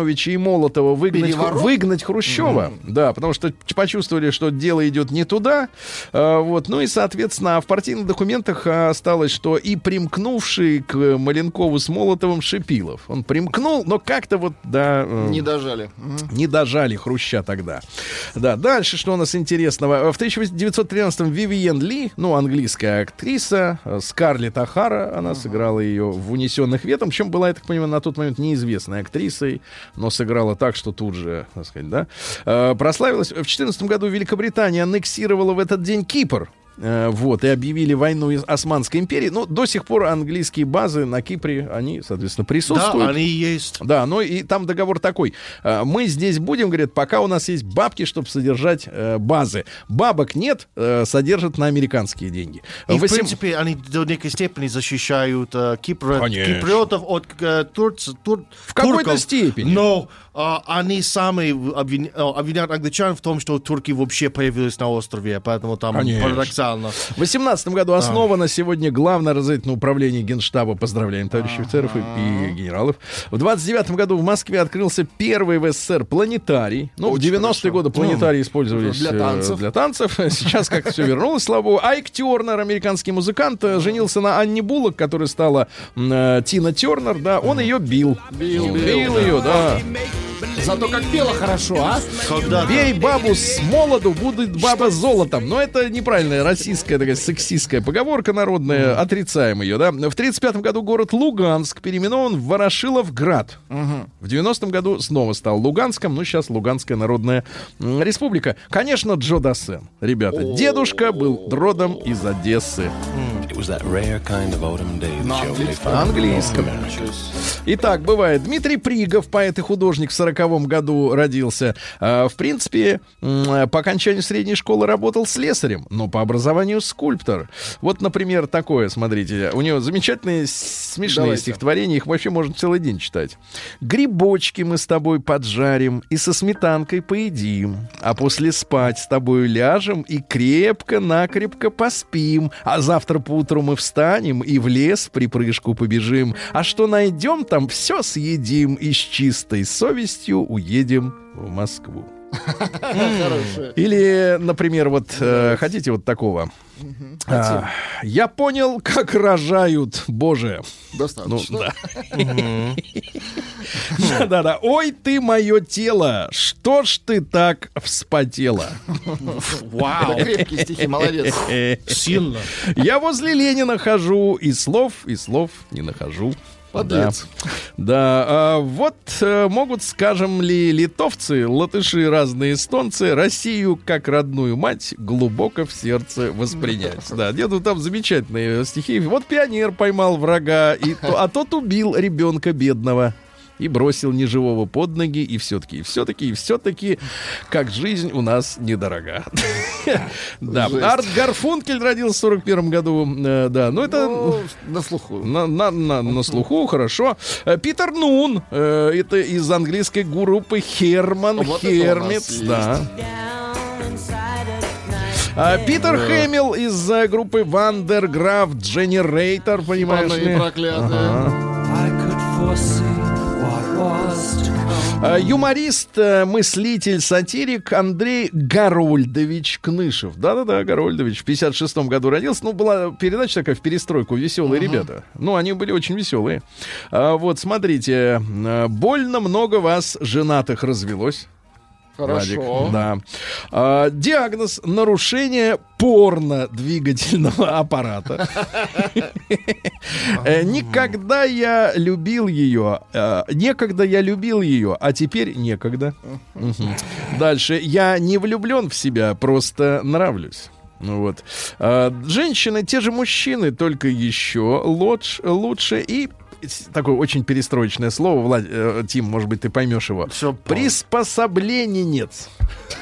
Молотова выгнать, Переворот? выгнать Хрущева. Mm-hmm. Да, потому что почувствовали, что дело идет не туда. А, вот. Ну и, соответственно, в партийных документах осталось, что и примкнувший к Маленкову с Молотовым Шипилов. Он примкнул, но как-то вот, да... Не дожали. Угу. Не дожали Хруща тогда. Да, дальше, что у нас интересного. В тысяча девятьсот тринадцатом Вивиен Ли, ну, английская актриса, Скарлетт О'Хара, она uh-huh. сыграла ее в «Унесенных ветром». Причем была, я так понимаю, на тот момент неизвестной актрисой, но сыграла так, что тут же, так сказать, да, прославилась. В две тысячи четырнадцатом году Великобритания аннексировала в этот день Кипр. Вот, и объявили войну Османской империи. Ну, до сих пор английские базы на Кипре, они, соответственно, присутствуют. Да, они есть. Да, ну и там договор такой. Мы здесь будем, говорят, пока у нас есть бабки, чтобы содержать э, базы. Бабок нет, э, содержат на американские деньги. И, Восемь... в принципе, они до некой степени защищают э, Кипр, киприотов от э, турц, тур, в какой-то турков, степени. Но э, они сами обвиня, обвиняют англичан в том, что турки вообще появились на острове, поэтому там Конечно. парадоксально. В восемнадцатом году основано а. сегодня Главное разведывательное управление Генштаба. Поздравляем товарищей офицеров и, и генералов. В двадцать девятом году в Москве открылся первый в СССР планетарий. Ну, очень в девяностые годы планетарии ну, использовались для танцев. для танцев. Сейчас как все вернулось, слава богу. Айк Тернер, американский музыкант, женился на Анне Буллок, которая стала э, Тина Тернер. Да, он ее бил. Бил, бил, бил ее, да. Зато как пела хорошо, а? Когда бей бабу с молоду, будет баба с золотом. Но это неправильная российская такая сексистская поговорка народная. Mm. Отрицаем ее, да. В тридцать пятом году город Луганск переименован в Ворошиловград. Mm-hmm. В девяностом году снова стал Луганском, но сейчас Луганская народная республика. Конечно, Джо Дассен. Ребята, oh. дедушка был родом из Одессы. Kind of на английском. Итак, бывает. Дмитрий Пригов, поэт и художник, в сороковом году родился. В принципе, по окончанию средней школы работал слесарем, но по образованию скульптор. Вот, например, такое, смотрите. У него замечательные, смешные Давайте. стихотворения. Их вообще можно целый день читать. «Грибочки мы с тобой поджарим и со сметанкой поедим, а после спать с тобой ляжем и крепко-накрепко поспим, а завтра поутру мы встанем и в лес в припрыжку побежим, а что найдем, там все съедим и с чистой совестью уедем в Москву». Или, например, вот э, хотите вот такого? А, я понял, как рожают, Боже. Достаточно. Да-да. Ой, ты мое тело, что ж ты так вспотела? Вау, крепкие стихи, молодец. Сильно. Я возле Ленина хожу, и слов, и слов не нахожу. Подлец. Да, да. А, вот а, могут, скажем ли, литовцы, латыши, разные эстонцы Россию как родную мать глубоко в сердце воспринять. Да, где-то там замечательные стихи. Вот пионер поймал врага, и то, а тот убил ребенка бедного. И бросил неживого под ноги, и все-таки, и все-таки, и все-таки, как жизнь у нас недорога. Да, Арт Гарфункель родился в сорок первом году, да, ну это... На слуху. На слуху, хорошо. Питер Нун, это из английской группы Херман Хермитс, да. Питер Хэмилл из группы Вандерграфт Generator, понимаешь ли? Проклятые. Юморист, мыслитель, сатирик Андрей Гарольдович Кнышев. Да-да-да, Гарольдович в пятьдесят шестом году родился. Ну, была передача такая в перестройку «Веселые uh-huh. ребята». Ну, они были очень веселые. А, вот, смотрите. Больно много вас, женатых, развелось. Хорошо. Владик, да. А, диагноз: нарушение порно-двигательного аппарата. Никогда я любил ее. Некогда я любил ее, а теперь некогда. Дальше. Я не влюблен в себя, просто нравлюсь. Ну вот. Женщины, те же мужчины, только еще лучше. И такое очень перестроечное слово, Влад, э, Тим, может быть, ты поймешь его. Приспособлененец.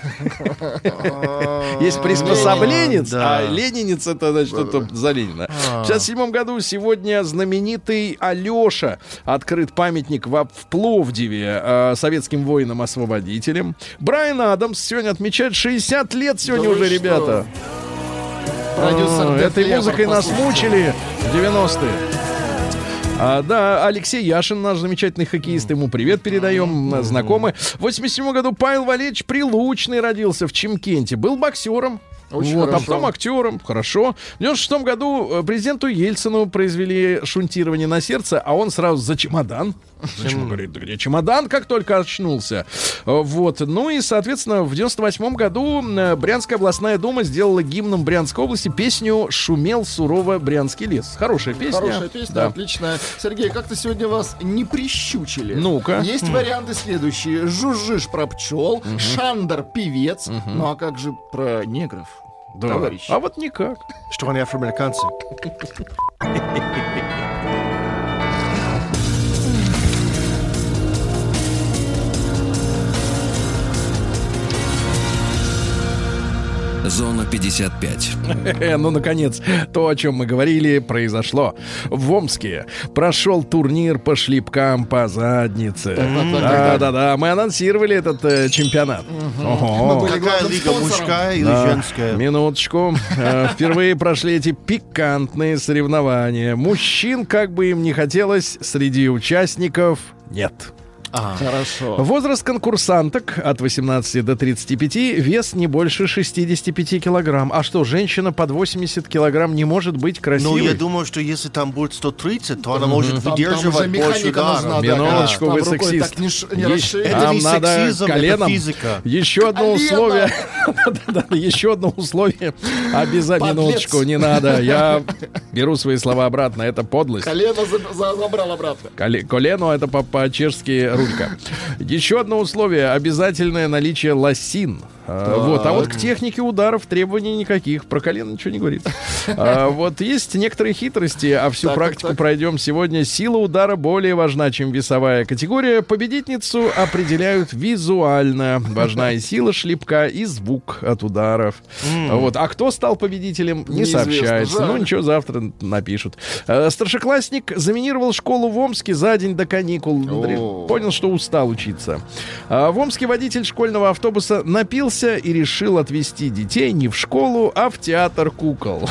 Есть приспособленец, а ленинец — это, значит, что-то за Ленина. В шестьдесят седьмом году сегодня знаменитый Алеша. Открыт памятник в Пловдиве советским воинам-освободителям. Брайан Адамс сегодня отмечает шестьдесят лет сегодня уже, ребята. Этой музыкой нас мучили в девяностые. А, да, Алексей Яшин, наш замечательный хоккеист, ему привет передаем, знакомый. В восемьдесят седьмом году Павел Валерьевич Прилучный родился в Чимкенте, был боксером. Очень вот, а хорошо. потом актером, хорошо. В девяносто шестом году президенту Ельцину произвели шунтирование на сердце, а он сразу за чемодан. Зачем, говорит, да где чемодан, как только очнулся. Вот. Ну и, соответственно, в девяносто восьмом году Брянская областная дума сделала гимном Брянской области песню «Шумел сурово Брянский лес». Хорошая песня. Хорошая песня, Да. отличная. Сергей, как-то сегодня вас не прищучили. Ну-ка. Есть варианты следующие. Жужжишь про пчел, Шандер певец. Ну а как же про негров? Да. Товарищи. А вот никак. Что они афроамериканцы? Зона пятьдесят пять. Ну, наконец, то, о чем мы говорили, произошло. В Омске прошел турнир по шлепкам по заднице. Да-да-да, мы анонсировали этот э, чемпионат. Ого. были Какая главным лига, спонсором. мужская или Да, женская? минуточку. Э, Впервые прошли эти пикантные соревнования. Мужчин, как бы им ни хотелось, среди участников нет. Хорошо. Возраст конкурсанток от восемнадцати до тридцати пяти, вес не больше шестидесяти пяти килограмм. А что, женщина под восемьдесят килограмм не может быть красивой? Ну, я думаю, что если там будет сто тридцать, то она может Там- там выдерживать уже больше механика ударов. нужна, да, Минуточку, да. вы Там рукой сексист. так не ш- не Ещё- расширить. Это Нам не надо сексизм, это коленом. физика. Еще одно Колено! условие. Да-да-да, еще одно условие. Обязательно. Подлец. Минуточку, не надо. Я беру свои слова обратно. Это подлость. Колено за- за- забрал обратно. Коле- Колено — это по- по-чешски рулька. Еще одно условие — обязательное наличие лосин. А, вот. А вот к технике ударов требований никаких. Про колено ничего не говорится. А, вот есть некоторые хитрости, а всю Так, практику так, так. пройдем сегодня. Сила удара более важна, чем весовая категория. Победительницу определяют визуально. Важна и сила шлепка, и звук от ударов. Вот. А кто стал победителем, не Неизвестно. сообщается. Жаль. Ну ничего, завтра напишут. А, старшеклассник заминировал школу в Омске за день до каникул. О. Понял, что устал учиться. А в Омске водитель школьного автобуса напился и решил отвезти детей не в школу, а в театр кукол.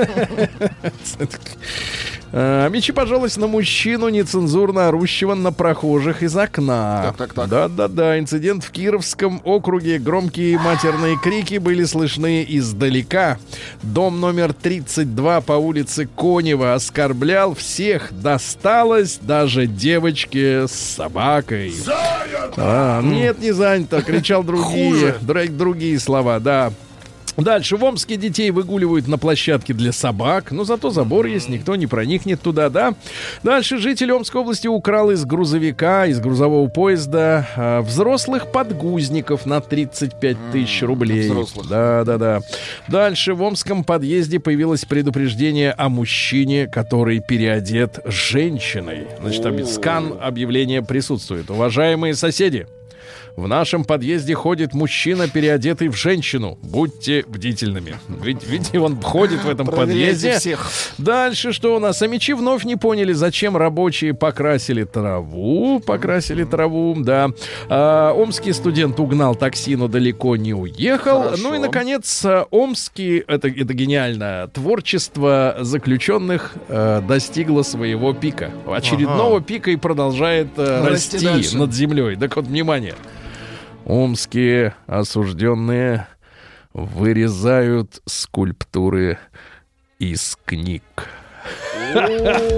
А, Мечи пожаловались на мужчину, нецензурно орущего на прохожих из окна. Так, так, так. Да-да-да, инцидент в Кировском округе. Громкие матерные крики были слышны издалека. Дом номер тридцать два по улице Конева оскорблял всех. Досталось даже девочке с собакой. А, нет, не занято, кричал другие, др- другие слова, да. Дальше. В Омске детей выгуливают на площадке для собак. Но зато забор есть, никто не проникнет туда, да. Дальше. Житель Омской области украл из грузовика, из грузового поезда а, взрослых подгузников на тридцать пять тысяч рублей. взрослых. Да, да, да. Дальше. В омском подъезде появилось предупреждение о мужчине, который переодет женщиной. Значит, там скан объявления присутствует. Уважаемые соседи, в нашем подъезде ходит мужчина, переодетый в женщину. Будьте бдительными. Ведь, ведь он ходит в этом Проверяйте подъезде. всех. Дальше что у нас? А мечи вновь не поняли, зачем рабочие покрасили траву. Покрасили траву, да. А, омский студент угнал такси, но далеко не уехал. Хорошо. Ну и, наконец, а, омский, это, это гениально, творчество заключенных э, достигло своего пика. Очередного пика и продолжает э, Расти расти дальше. над землей. Так вот, внимание. Омские осужденные вырезают скульптуры из книг. Вот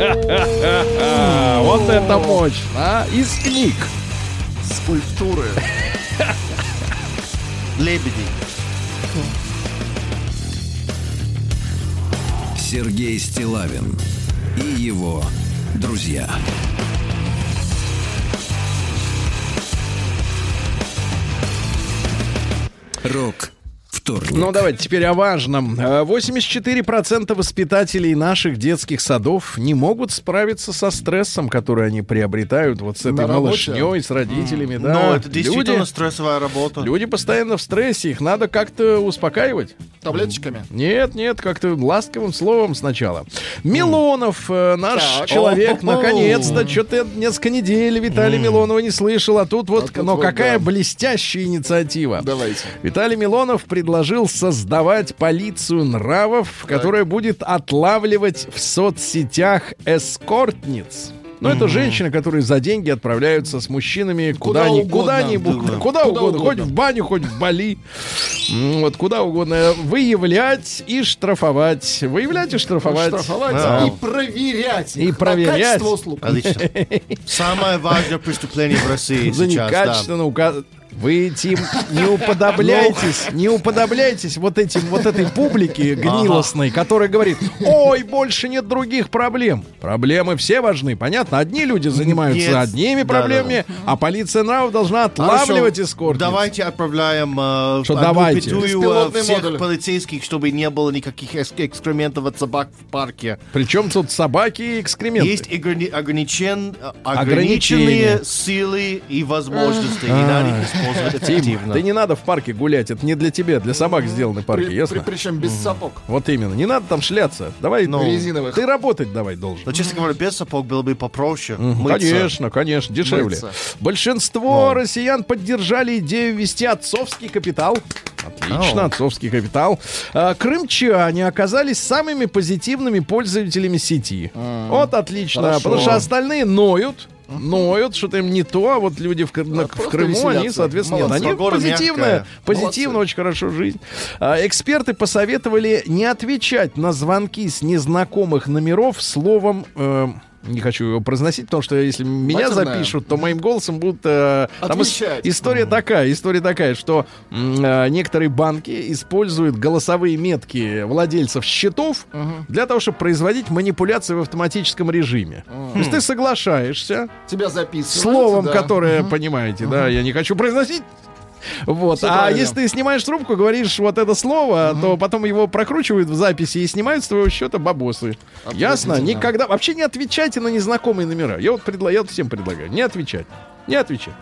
это мощь, а? Из книг. Скульптуры. Лебеди. Сергей Стиллавин и его друзья. Рок вторник. Ну, давайте теперь о важном. Э, восемьдесят четыре процента воспитателей наших детских садов не могут справиться со стрессом, который они приобретают вот с этой На работе? малышней, с родителями. Да. Но это действительно Люди, стрессовая работа. люди постоянно в стрессе, их надо как-то успокаивать. Таблеточками. Нет, нет, как-то ласковым словом сначала. Милонов, э, наш Так. человек, О-хо-хо. наконец-то, что-то я несколько недель Виталия Милонова не слышал, а тут вот, А тут но вот, какая да. блестящая инициатива. Давайте. Виталий Милонов предложил предложил создавать полицию нравов, которая будет отлавливать в соцсетях эскортниц. Ну, это женщины, которые за деньги отправляются с мужчинами куда, Куда ни, угодно. куда, ни, Да. куда, Куда угодно, угодно. хоть в баню, хоть в Бали, М, вот куда угодно, выявлять и штрафовать, выявлять и штрафовать. Штрафовать Да. и проверять. И их на проверять. качество услуг. Отлично. Самое важное преступление в России За сейчас. да. некачественно указано. Вы, Тим, не уподобляйтесь, не уподобляйтесь вот этим, вот этой публике гнилостной, которая говорит: ой, больше нет других проблем. Проблемы все важны, понятно? Одни люди занимаются Нет. одними Да, проблемами, а полиция нравов должна отлавливать Хорошо, эскортниц. Давайте отправляем э, Что одну давайте? петую, э, Беспилотный всех модуль. полицейских, чтобы не было никаких экс- экскрементов от собак в парке. Причем тут собаки и экскременты. Есть ограни- ограничен- э, Ограничения. ограниченные силы и возможности. Не надо их использовать Тим, эффективно. да не надо в парке гулять, это не для тебя, для собак сделаны парки, При- ясно? при- Причем без сапог. Вот именно, не надо там шляться. Давай, Ну, резиновых. ты работать давай должен. Но, честно говоря, без сапог было бы попроще. Мыться. Конечно, конечно, дешевле. Мыться. Большинство Ну. россиян поддержали идею ввести отцовский капитал. Отлично, Ау. отцовский капитал. А, крымчане оказались самыми позитивными пользователями сети. Вот отлично, Хорошо. потому что остальные ноют. Ноют, что-то им не то, а вот люди в, Кр- на- в просто Крыму, они, веселятся. соответственно, нет, Молодцы. они Погода позитивно, мягкая. позитивно, Молодцы. очень хорошо жизнь. А, эксперты посоветовали не отвечать на звонки с незнакомых номеров словом... э, не хочу его произносить, потому что если меня Матерное. запишут, то моим голосом будут... э, там ис- Отвечать. история такая, история такая, что м, э, некоторые банки используют голосовые метки владельцев счетов для того, чтобы производить манипуляции в автоматическом режиме. То есть ты соглашаешься Тебя записывают. словом, да. которое, понимаете, да, я не хочу произносить. Вот. Всё А правильно. если ты снимаешь трубку, говоришь вот это слово, то потом его прокручивают в записи и снимают с твоего счета бабосы. Ясно? Отвратительно. Никогда. Вообще не отвечайте на незнакомые номера. Я вот, предла... я вот всем предлагаю. Не отвечать. Не отвечать.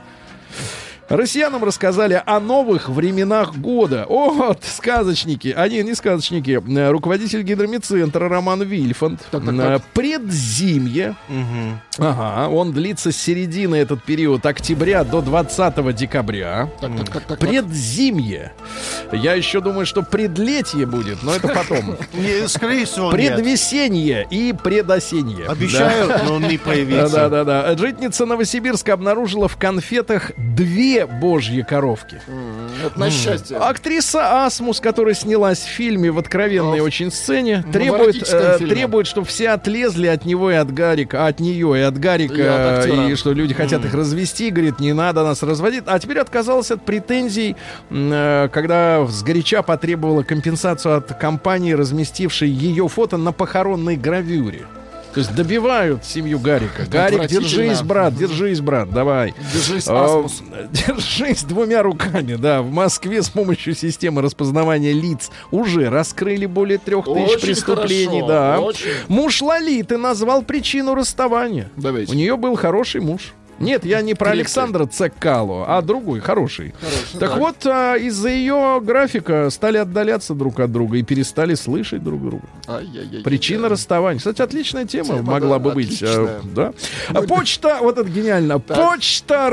Россиянам рассказали о новых временах года. О, вот, сказочники. Они не сказочники. Э, Руководитель гидромедцентра Роман Вильфанд. Так, так, Э, так. Предзимье. Мгм. Ага, он длится с середины, этот период, октября до двадцатого декабря. Так, так, так, так, так. Предзимье. Я еще думаю, что предлетье будет, но это потом. Не, скорее всего, нет. Предвесенье и предосенье. Обещаю, но не Да, появится. да, да, да. Житница Новосибирска обнаружила в конфетах две божьи коровки. М, Это на счастье. Актриса Асмус, которая снялась в фильме в откровенной О, очень сцене, в требует, эротическом э, фильме. требует, чтобы все отлезли от него и от Гарика, от нее и от Гарика, И от актера. и что люди хотят их развести, говорит, не надо нас разводить. А теперь отказалась от претензий, м, э, когда сгоряча потребовала компенсацию от компании, разместившей ее фото на похоронной гравюре. То есть добивают семью Гарика. Гарик, отвратительно. держись, брат, держись, брат, давай. Держись, А, Асмус. Держись двумя руками, да. В Москве с помощью системы распознавания лиц уже раскрыли более трех тысяч Очень преступлений, хорошо, да. очень. Муж Лолиты назвал причину расставания. Давайте. У нее был хороший муж. Нет, я не про Крепкий. Александра Цеккало, а другой, хороший. Хороший, Так так. вот, а, из-за ее графика стали отдаляться друг от друга и перестали слышать друг друга. Ай-яй-яй. Причина расставания. Кстати, отличная тема, Тема, могла да, бы быть. отличная. э, да. А почта, вот это гениально. Так. Почта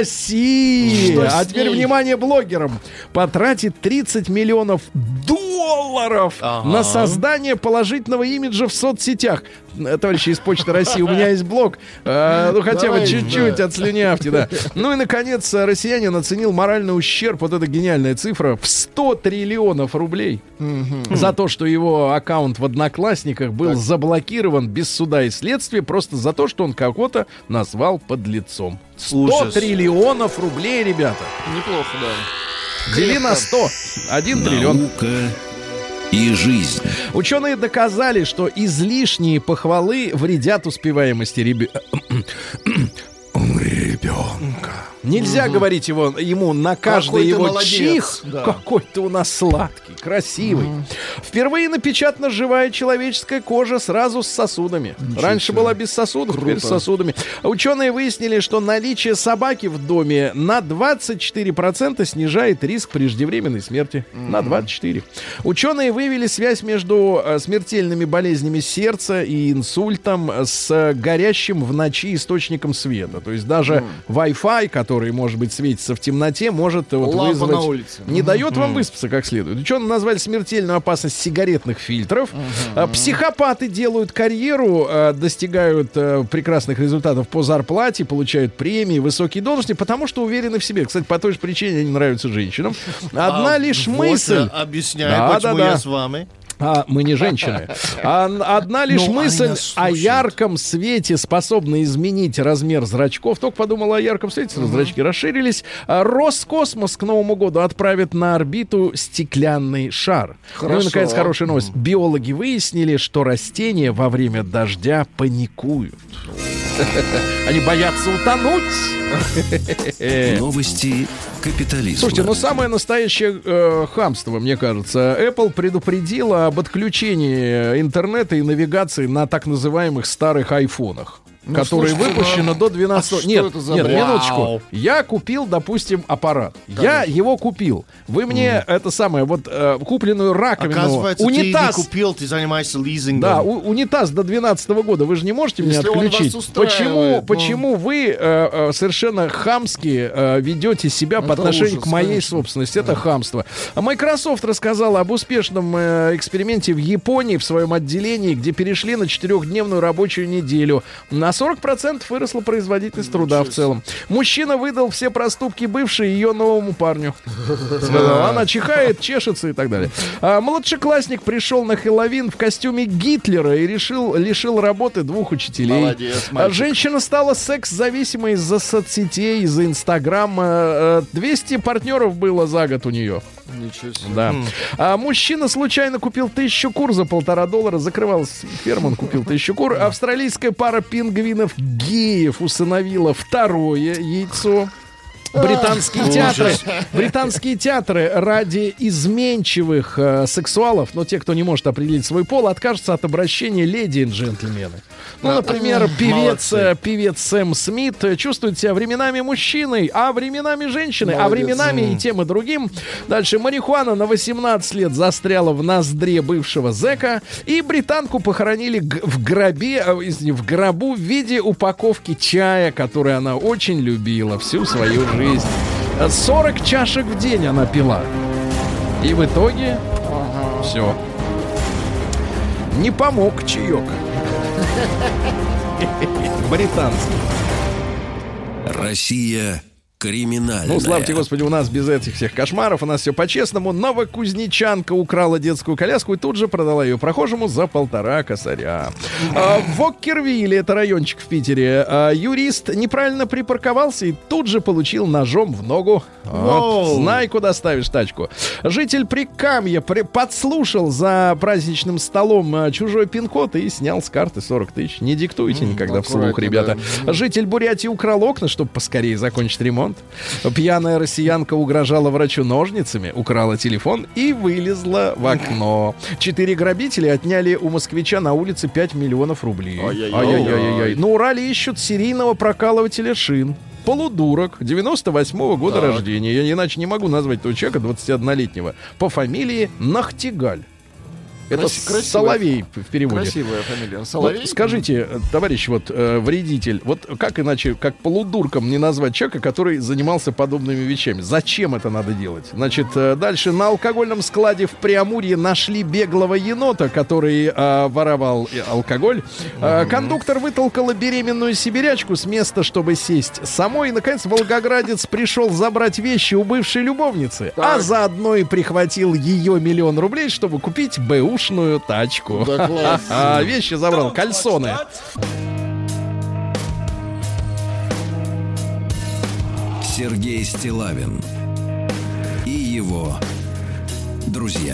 России. Что с А теперь ней? внимание блогерам. Потратит тридцать миллионов долларов Ага. на создание положительного имиджа в соцсетях. Э, Товарищи из Почты России, у меня есть блог. Э, Ну, хотя бы Давай, чуть-чуть да. отслюнявьте, да. Ну и, наконец, э, россиянин оценил моральный ущерб, вот эта гениальная цифра, в сто триллионов рублей за то, что его аккаунт в Одноклассниках был заблокирован без суда и следствия, просто за то, что он кого-то назвал подлецом. сто Ужас. триллионов рублей, ребята. Неплохо, да. Дели на сто. Один триллион. Наука и жизнь. Ученые доказали, что излишние похвалы вредят успеваемости ребе- ребенка. Нельзя говорить его, ему на каждый Какой ты его молодец, чих, да. какой ты у нас сладкий, красивый. Впервые напечатана живая человеческая кожа сразу с сосудами. Раньше была без сосудов, теперь с сосудами. Ученые выяснили, что наличие собаки в доме на двадцать четыре процента снижает риск преждевременной смерти. На двадцать четыре. Ученые выявили связь между э, смертельными болезнями сердца и инсультом с горящим в ночи источником света. То есть даже Wi-Fi, который, может быть, светится в темноте, может вот, Лампа вызвать... на улице. Не дает вам выспаться как следует. Ученые назвали смертельную опасность сигаретных фильтров. А, психопаты делают карьеру, а, достигают а, прекрасных результатов по зарплате, получают премии, высокие должности, потому что уверены в себе. Кстати, по той же причине они нравятся женщинам. Одна А лишь вот мысль... объясняет, Да, почему да, да. я с вами. А, мы не женщины. А, одна лишь Ну, мысль они нас о слушают. ярком свете способна изменить размер зрачков. Только подумала о ярком свете, uh-huh. зрачки расширились. А, Роскосмос к Новому году отправит на орбиту стеклянный шар. Хорошо. Ну и, наконец, хорошая новость. Биологи выяснили, что растения во время дождя паникуют. Они боятся утонуть. Новости капитализма. Слушайте, ну самое настоящее э, хамство, мне кажется. Apple предупредила об отключении интернета и навигации на так называемых старых айфонах. Ну, которые слушайте, выпущены ну, до двенадцатого... а что Нет, это за нет, бред? минуточку. Вау. Я купил, допустим, аппарат. Я его купил. Вы мне это самое, вот э, купленную раковину, Оказывается, унитаз... ты не купил, ты занимаешься лизингом. Да, у- унитаз до двенадцатого года вы же не можете меня Если он отключить. вас устраивает, Почему, ну. почему вы э, э, совершенно хамски э, ведете себя по Это отношению ужас, к моей конечно. собственности? Это хамство. А Microsoft рассказала об успешном э, эксперименте в Японии в своем отделении, где перешли на четырехдневную рабочую неделю. На сорок процентов выросла производительность труда в целом. Мужчина выдал все проступки бывшей ее новому парню. Сказал, она чихает, чешется и так далее. А, младшеклассник пришел на Хэллоуин в костюме Гитлера и решил, лишил работы двух учителей. Молодец, А, мальчик. женщина стала секс-зависимой из-за соцсетей, из-за Инстаграма. двести партнеров было за год у нее. Ничего себе. Да. А мужчина случайно купил тысячу кур за полтора доллара. Закрывалась ферма, он купил тысячу кур. Австралийская пара пингвинов геев усыновила второе яйцо. Британские театры, британские театры ради изменчивых э, сексуалов, но те, кто не может определить свой пол, откажутся от обращения леди и джентльмены. Ну, например, певец, э, певец Сэм Смит э, чувствует себя временами мужчиной, а временами женщиной, а Молодец. временами и тем, и другим. Дальше марихуана на восемнадцать лет застряла в ноздре бывшего зэка, и британку похоронили г- в гробе, э, извини, в гробу в виде упаковки чая, который она очень любила всю свою жизнь. сорок чашек в день она пила. И в итоге все. Не помог чаек. Британский. Россия криминальная. Ну, славьте, Господи, у нас без этих всех кошмаров, у нас все по-честному. Новокузнечанка украла детскую коляску и тут же продала ее прохожему за полтора косаря. А, в Оккервилле, это райончик в Питере, а, юрист неправильно припарковался и тут же получил ножом в ногу. Вот, знай, куда ставишь тачку. Житель Прикамья при- подслушал за праздничным столом а, чужой пин-код и снял с карты сорок тысяч. Не диктуйте никогда вслух, аккуратнее, ребята. да. Житель Бурятии украл окна, чтобы поскорее закончить ремонт. Пьяная россиянка угрожала врачу ножницами, украла телефон и вылезла в окно. Четыре грабителя отняли у москвича на улице пять миллионов рублей. Ай-яй-яй. Ай-яй-яй-яй. На Урале ищут серийного прокалывателя шин. Полудурок, девяносто восьмого года Так. рождения. Я иначе не могу назвать этого человека, двадцатиоднолетнего, по фамилии Нахтигаль. Это Краси- красивая- Соловей в переводе. Красивая фамилия. Вот Соловей? скажите, товарищ вот э, вредитель, вот как иначе, как полудурком не назвать человека, который занимался подобными вещами? Зачем это надо делать? Значит, э, дальше на алкогольном складе в Преамурье нашли беглого енота, который э, воровал э, алкоголь. Э, кондуктор вытолкала беременную сибирячку с места, чтобы сесть самой. И, наконец, волгоградец пришел забрать вещи у бывшей любовницы, а заодно и прихватил ее миллион рублей, чтобы купить бэушную тачку. Да класс. А, вещи забрал, кальсоны. Сергей Стиллавин и его друзья.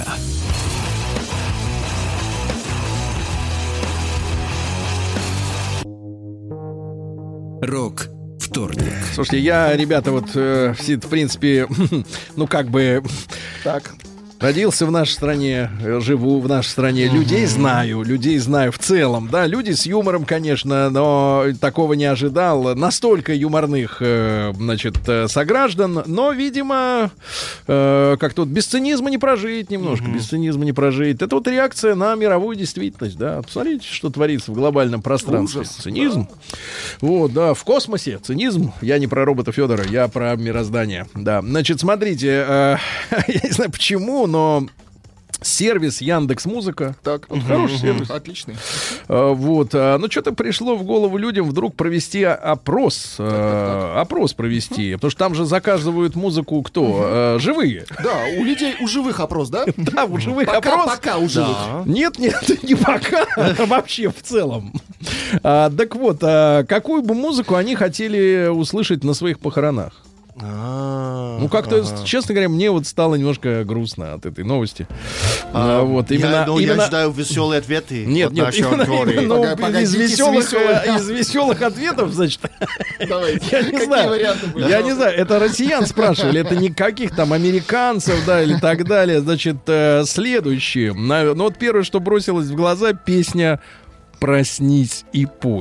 Рок вторник. Слушайте, я, ребята, вот, э, все, в принципе, ну, как бы, Так. Родился в нашей стране, живу в нашей стране, людей знаю, людей знаю в целом, да, люди с юмором, конечно, но такого не ожидал, настолько юморных, э, значит, э, сограждан, но, видимо, э, как-то вот без цинизма не прожить немножко, mm-hmm. без цинизма не прожить. Это вот реакция на мировую действительность, да, посмотрите, что творится в глобальном пространстве. Ужас. Цинизм. Вот, да, в космосе цинизм. Я не про робота Федора, я про мироздание, да. Значит, смотрите, э, я не знаю почему, но сервис Яндекс.Музыка. Так, вот хороший сервис. Отличный. А, вот, а, ну что-то пришло в голову людям вдруг провести опрос, а, опрос провести, потому что там же заказывают музыку кто? А, живые. Да, у людей, у живых опрос, да? Да, у живых пока, опрос. Пока у живых. Нет, нет, не пока, вообще в целом. А, так вот, а, какую бы музыку они хотели услышать на своих похоронах? А, Ну, как-то, ага. честно говоря, мне вот стало немножко грустно от этой новости. А, А, вот, именно, я, ну, именно... я ждаю веселые ответы. Нет, от нет, нашей именно, аудитории. именно, ну, Пога- погодите из, с веселых, веселых, э, из веселых ответов, значит, Давайте. я не Какие знаю, варианты были? я не знаю, это россиян спрашивали, это не каких там американцев, да, или так далее. Значит, э, следующее, На- ну вот первое, что бросилось в глаза, песня «Проснись и пой».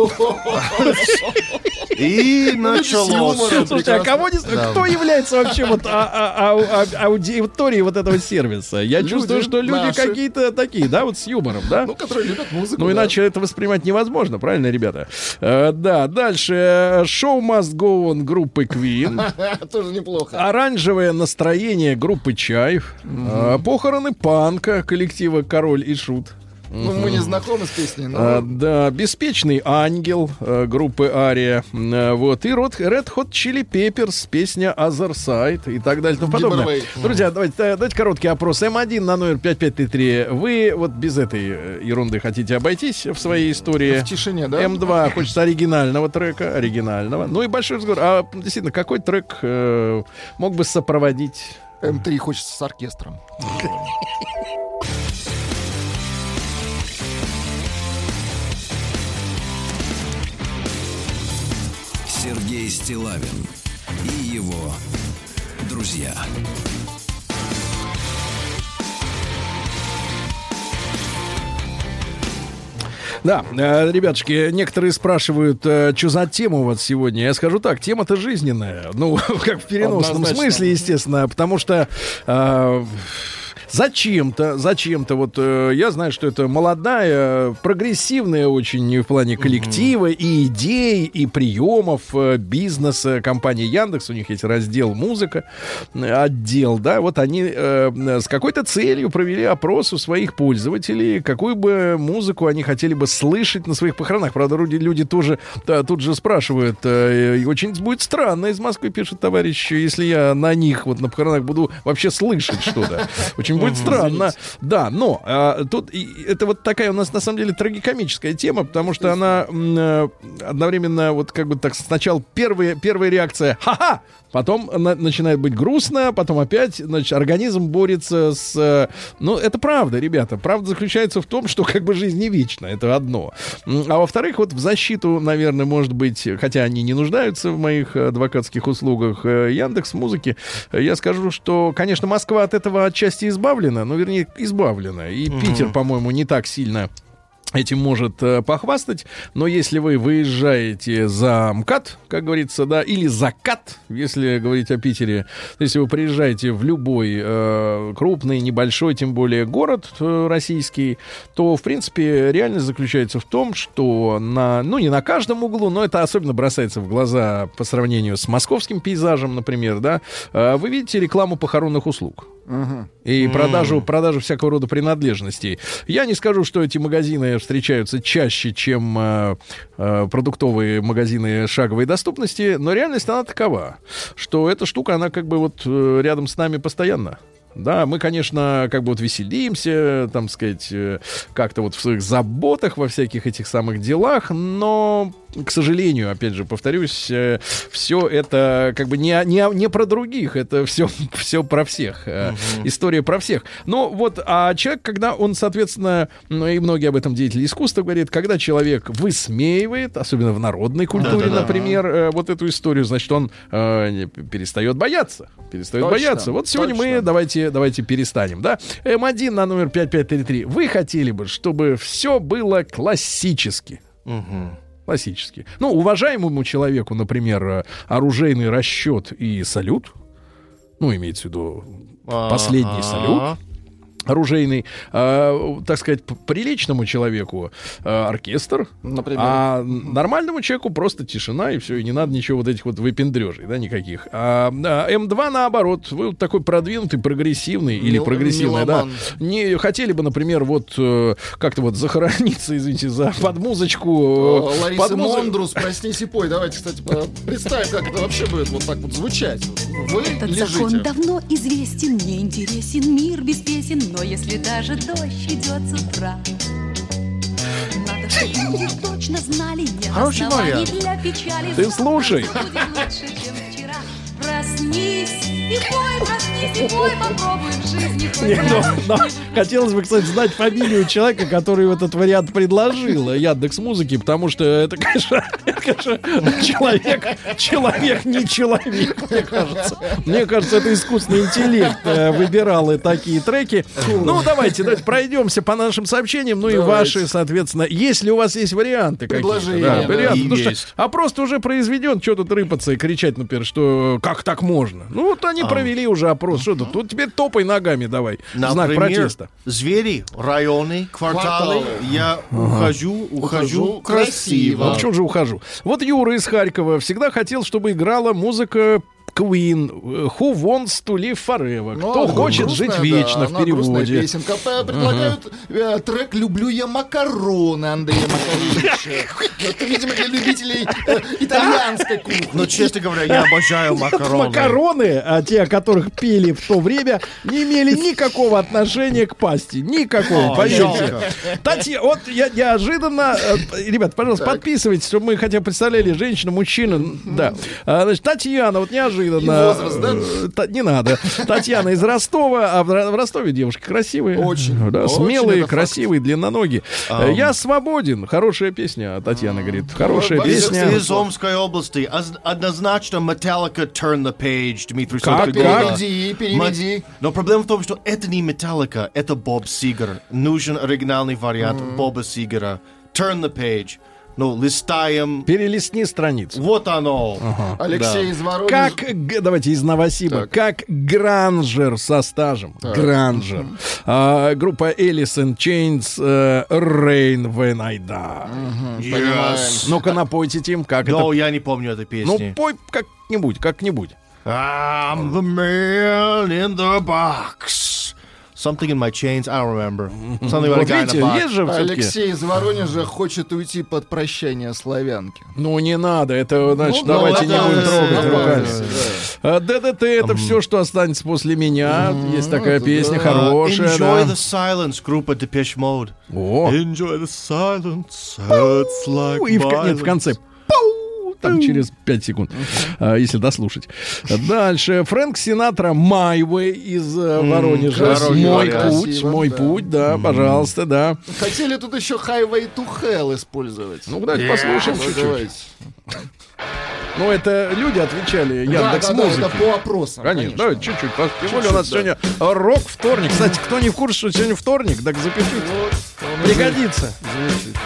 И началось. Слушайте, а кого не... кто является вообще вот а- а- а- а- аудиторией вот этого сервиса? Я Люди чувствую, что люди наши. какие-то такие, да, вот с юмором, да? Ну, которые любят музыку. Ну, да. иначе это воспринимать невозможно, правильно, ребята? Э, да, дальше. Show Must Go On группы Queen. Тоже неплохо. Оранжевое настроение группы Чайф. Э, Похороны панка коллектива Король и Шут. Ну, мы не знакомы с песней, но... А, да, «Беспечный ангел» э, группы Ария, э, вот, и Red Red Hot Chili Peppers, песня Other Side и так далее и тому подобное. Giveaway. Друзья, давайте, э, давайте короткий опрос. эм один на номер пять пять три три. Вы вот без этой э, ерунды хотите обойтись в своей истории? В тишине, да? эм два хочется оригинального трека, оригинального. Ну и большой разговор. А действительно, какой трек э, мог бы сопроводить? эм три хочется с оркестром. Сергей Стиллавин и его друзья. Да, э, ребятушки, некоторые спрашивают, э, что за тема у вас сегодня. Я скажу так, тема-то жизненная. Ну, как в переносном Однозначно. смысле, естественно, потому что... э, Зачем-то, зачем-то, вот э, я знаю, что это молодая, прогрессивная очень в плане коллектива, mm-hmm. и идей, и приемов э, бизнеса компании Яндекс. У них есть раздел музыка, э, отдел, да, вот они э, с какой-то целью провели опрос у своих пользователей, какую бы музыку они хотели бы слышать на своих похоронах. Правда, люди, люди тоже да, тут же спрашивают, э, и очень будет странно, из Москвы пишет товарищ, если я на них вот на похоронах буду вообще слышать что-то. Очень будет странно. Да, но а, тут и, это вот такая у нас на самом деле трагикомическая тема, потому что она м, одновременно вот как бы так сначала первая, первая реакция «ха-ха!», потом на, начинает быть грустно, потом опять, значит, организм борется с... Ну, это правда, ребята. Правда заключается в том, что как бы жизнь не вечна. Это одно. А во-вторых, вот в защиту, наверное, может быть, хотя они не нуждаются в моих адвокатских услугах Яндекс.Музыки, я скажу, что, конечно, Москва от этого отчасти избавлена, ну, вернее, избавлена. И угу. Питер, по-моему, не так сильно этим может э, похвастать, но если вы выезжаете за МКАД, как говорится, да, или за КАТ, если говорить о Питере, если вы приезжаете в любой э, крупный, небольшой, тем более город э, российский, то, в принципе, реальность заключается в том, что на, ну, не на каждом углу, но это особенно бросается в глаза по сравнению с московским пейзажем, например, да, э, вы видите рекламу похоронных услуг. Uh-huh. И продажу, продажу всякого рода принадлежностей. Я не скажу, что эти магазины встречаются чаще, чем э, э, продуктовые магазины шаговой доступности, но реальность она такова, что эта штука, она как бы вот э, рядом с нами постоянно. Да, мы, конечно, как бы вот веселимся, там сказать, э, как-то вот в своих заботах, во всяких этих самых делах, но к сожалению, опять же, повторюсь, э, все это как бы не, не, не про других, это все, все про всех. Э, uh-huh. История про всех. Но вот, а человек, когда он, соответственно, ну и многие об этом деятели искусства говорят, когда человек высмеивает, особенно в народной культуре, да-да-да. например, э, вот эту историю, значит, он э, перестает бояться. Перестает точно, бояться. Вот сегодня точно. мы давайте, давайте перестанем, да? эм один на номер пять пять три три. Вы хотели бы, чтобы все было классически? Угу. Классически. Ну, уважаемому человеку, например, оружейный расчет и салют, ну, имеется в виду последний салют, оружейный, э, так сказать, приличному человеку э, оркестр, например. А нормальному человеку просто тишина, и все, и не надо ничего вот этих вот выпендрежей, да, никаких. А, а эм два, наоборот, вы вот такой продвинутый, прогрессивный Мил, или прогрессивный, да, не хотели бы, например, вот э, как-то вот захорониться, извините, за под музычку. Э, Лариса под музы... Мондрус, «Проснись и пой». Давайте, кстати, представим, как это вообще будет вот так вот звучать. Вы Этот лежите. Закон давно известен, мне интересен мир без песен. Но если даже дождь идет с утра, надо, чтобы люди точно знали, нет оснований для печали. Ты слушай. Будет лучше, чем вчера. Проснись и пой, проснись и пой, попробуй в жизни хоть Нет, но, но, хотелось бы, кстати, знать фамилию человека, который этот вариант предложил Яндекс.Музыки, потому что это, конечно, это, конечно человек, человек не человек, мне кажется. Мне кажется, это искусственный интеллект э, выбирал и такие треки. Ну, давайте, давайте пройдемся по нашим сообщениям, ну давайте. И ваши, соответственно, если у вас есть варианты какие-то. Да, да, варианты, что, а просто уже произведен, что тут рыпаться и кричать, например, что как так можно? Ну, вот они а. провели уже опрос. Что тут? Тут теперь топай ногами давай. Например, знак протеста. Звери, районы, кварталы. Кварталы. Я ага. ухожу, ухожу красиво. Ну, почему же ухожу? Вот Юра из Харькова всегда хотел, чтобы играла музыка Queen, Who Wants to Live Forever. Ну, Кто хочет грустная, жить вечно, да, в переводе. Песенка. Предлагают uh-huh. трек «Люблю я макароны» Андрея Макаревича. Это, видимо, для любителей итальянской кухни. Но, честно говоря, я обожаю макароны. Макароны, а те, о которых пели в то время, не имели никакого отношения к пасти. Никакого, поверьте. Татьяна, вот я неожиданно... Ребят, пожалуйста, подписывайтесь, чтобы мы хотя бы представляли женщину, мужчину. Да. Значит, Татьяна, вот неожиданно возраст, да? Не надо. Татьяна из Ростова, а в Ростове девушки красивые. Очень. Да, очень смелые, красивые, факт. Длинноногие. Um, Я свободен. Хорошая песня, Татьяна говорит. Хорошая uh, песня. Из Омской области. Однозначно Metallica Turn the Page. Дмитрий, как? Переведи, переведи. Но проблема в том, что это не Metallica, это Боб Сигер. Нужен оригинальный вариант mm. Боба Сигера. Turn the Page. Ну, листаем. Перелистни страницу. Вот оно. Ага. Алексей да. из Воронежа. Как, давайте из Новосиба. Так. Как гранжер со стажем. Так. Гранжер. Mm-hmm. А, группа Alice in Chains, uh, Rain When I Die. Mm-hmm. Yes. Ну-ка напойте, Тим, как Но это. я не помню этой песни. Ну, пой как-нибудь, как-нибудь. I'm the man in the box. Something in my chains, I don't remember. Something about вот a guy видите, in a box. Есть же Алексей из Воронежа хочет уйти под прощание славянки. Ну, не надо, это, значит, ну, давайте ну, не будем трогать руками. Да. ДДТ — это um, все, что останется после меня. Mm, Есть такая песня, да. хорошая. Uh, Enjoy да. the silence, группа Depeche Mode. О. Enjoy the silence, hurts like И в, нет, в конце там через пять секунд, uh-huh. если дослушать. Дальше. Фрэнк Синатра «My Way» из mm, Воронежа. Мой красиво, путь, мой да. путь, да, mm. пожалуйста, да. Хотели тут еще Highway to Hell использовать. Ну, давайте yeah. послушаем ну, чуть-чуть. Давайте. Ну, это люди отвечали Яндекс.Музыки. Да, да, да, это по опросам. Конечно, конечно. Давайте чуть-чуть. Тем более у нас да. сегодня рок-вторник. Кстати, кто не в курсе, что сегодня вторник, так запишите. Вот, пригодится. Звучит.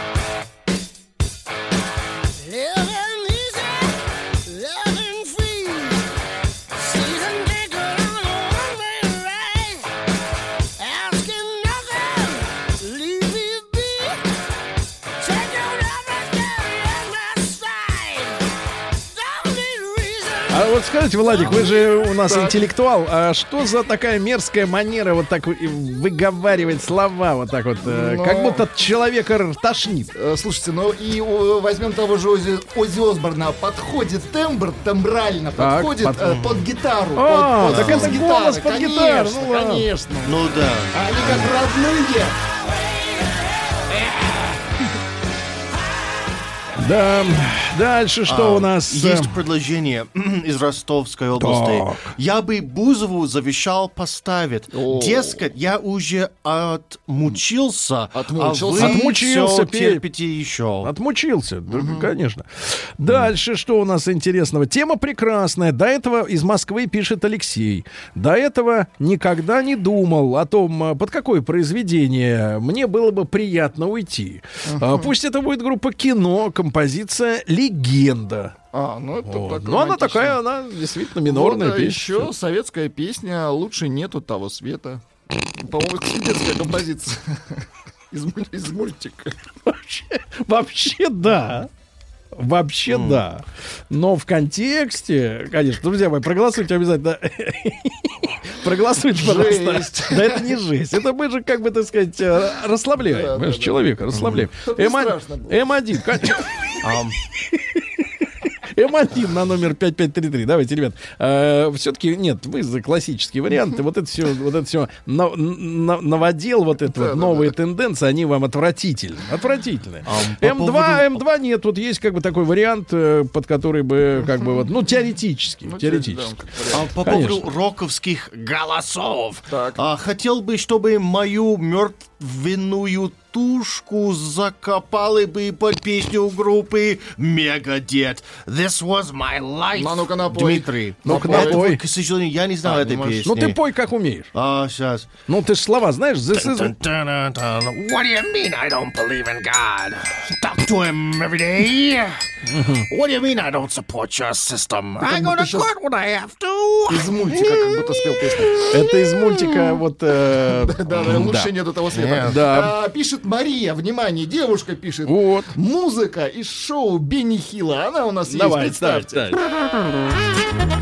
Вот скажите, Владик, вы же у нас так. интеллектуал, а что за такая мерзкая манера вот так выговаривать слова вот так вот, но... как будто человека тошнит? Слушайте, ну и возьмем того же Ози, Ози Осборна, подходит тембр, тембрально так, подходит под... Э, под гитару. А, под, так под это гитары. голос под конечно, гитару. Ну, конечно. Ну да. Они как родные. Да, дальше что А, у нас? Есть предложение из Ростовской области. Так. Я бы Бузову завещал поставить. О. Дескать, я уже отмучился, Отмучился. а вы Отмучился, всё пей. терпите еще. Отмучился, да, конечно. Дальше что у нас интересного? Тема прекрасная. До этого из Москвы пишет Алексей. До этого никогда не думал о том, под какое произведение мне было бы приятно уйти. А, Пусть это будет группа кино, композиция «Легенда». А, ну это Вот. так Но она романтично. такая, она действительно минорная Вот, а песня. еще советская песня «Лучше нету того света». По-моему, это советская композиция. Из, муль- из мультика. Вообще, вообще да. Вообще да. Но в контексте, конечно, друзья мои, проголосуйте обязательно. Проголосуйте, пожалуйста. Жесть. Да это не жесть. Это мы же, как бы, так сказать, э, расслабляем. Да, Мы да, же да. человека расслабляем. Чтобы не Эм один, страшно было. Эм один, конечно. Ам, эм один на номер пять пять три три. Давайте, ребят. Все-таки нет, вы за классические варианты. Вот это все, вот это все новодел, вот это вот новые тенденции, они вам отвратительны. Отвратительны. Ам, по эм два, поводу- эм два нет. Вот есть как бы такой вариант, э, под который бы как бы вот, ну теоретически, Ну, теоретически. да, как а по Конечно. поводу роковских голосов. Так. А, хотел бы, чтобы мою мертвенную тушку закопали бы под песню группы Мегадет. This was my life. Ну, а ну-ка напой. Дмитрий. Ну-ка Это напой. вот, к сожалению, я не знаю А, этой не можешь. песни. Ну ты пой как умеешь. А, сейчас. Ну ты ж слова знаешь. This is... Dun, dun, dun, dun. What do you mean I don't believe in God? Talk to him every day. What do you mean I don't support your system? I go to court when I have to. Из мультика как будто спел песню. Это из мультика вот... э, Да, да, лучше нету того света. Да. А, пишет Мария, внимание, девушка пишет. Вот. Музыка из шоу Бенни Хилла. Она у нас Давай, есть, ставь, представьте. ставь.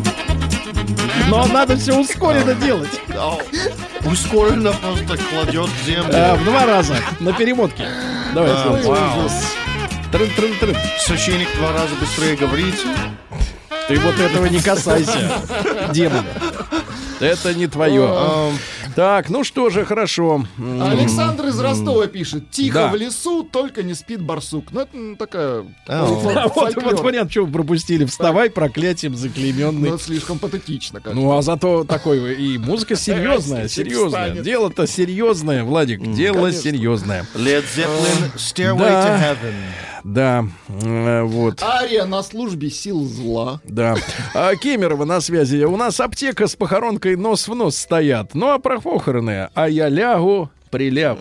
Но надо все ускоренно делать. Ускоренно просто кладет в землю. А, в два раза на перемотке. Давай, А, Слава. вау. Трын-трын-трын. Священник два раза быстрее говорит. Ты вот этого не касайся, демон. Это не твое. Ам, Так, ну что же, хорошо. М, Александр из Ростова пишет. Тихо Да. в лесу, только не спит барсук. Ну, это м, такая... А, фол- А вот, фольклор. вот вариант, что вы пропустили. Вставай, проклятием Ну, заклеменный. это слишком патетично. Как Ну, а зато такой и музыка серьезная, Если серьезная. встанет. Дело-то серьезное, Владик, дело Конечно. серьезное. Led Zeppelin, Stairway Да. to Heaven. Да, э, вот. Ария на службе сил зла. Да. А, Кемерово на связи. У нас аптека с похоронкой нос в нос стоят. Ну, а про похороны, а я лягу, прилягу.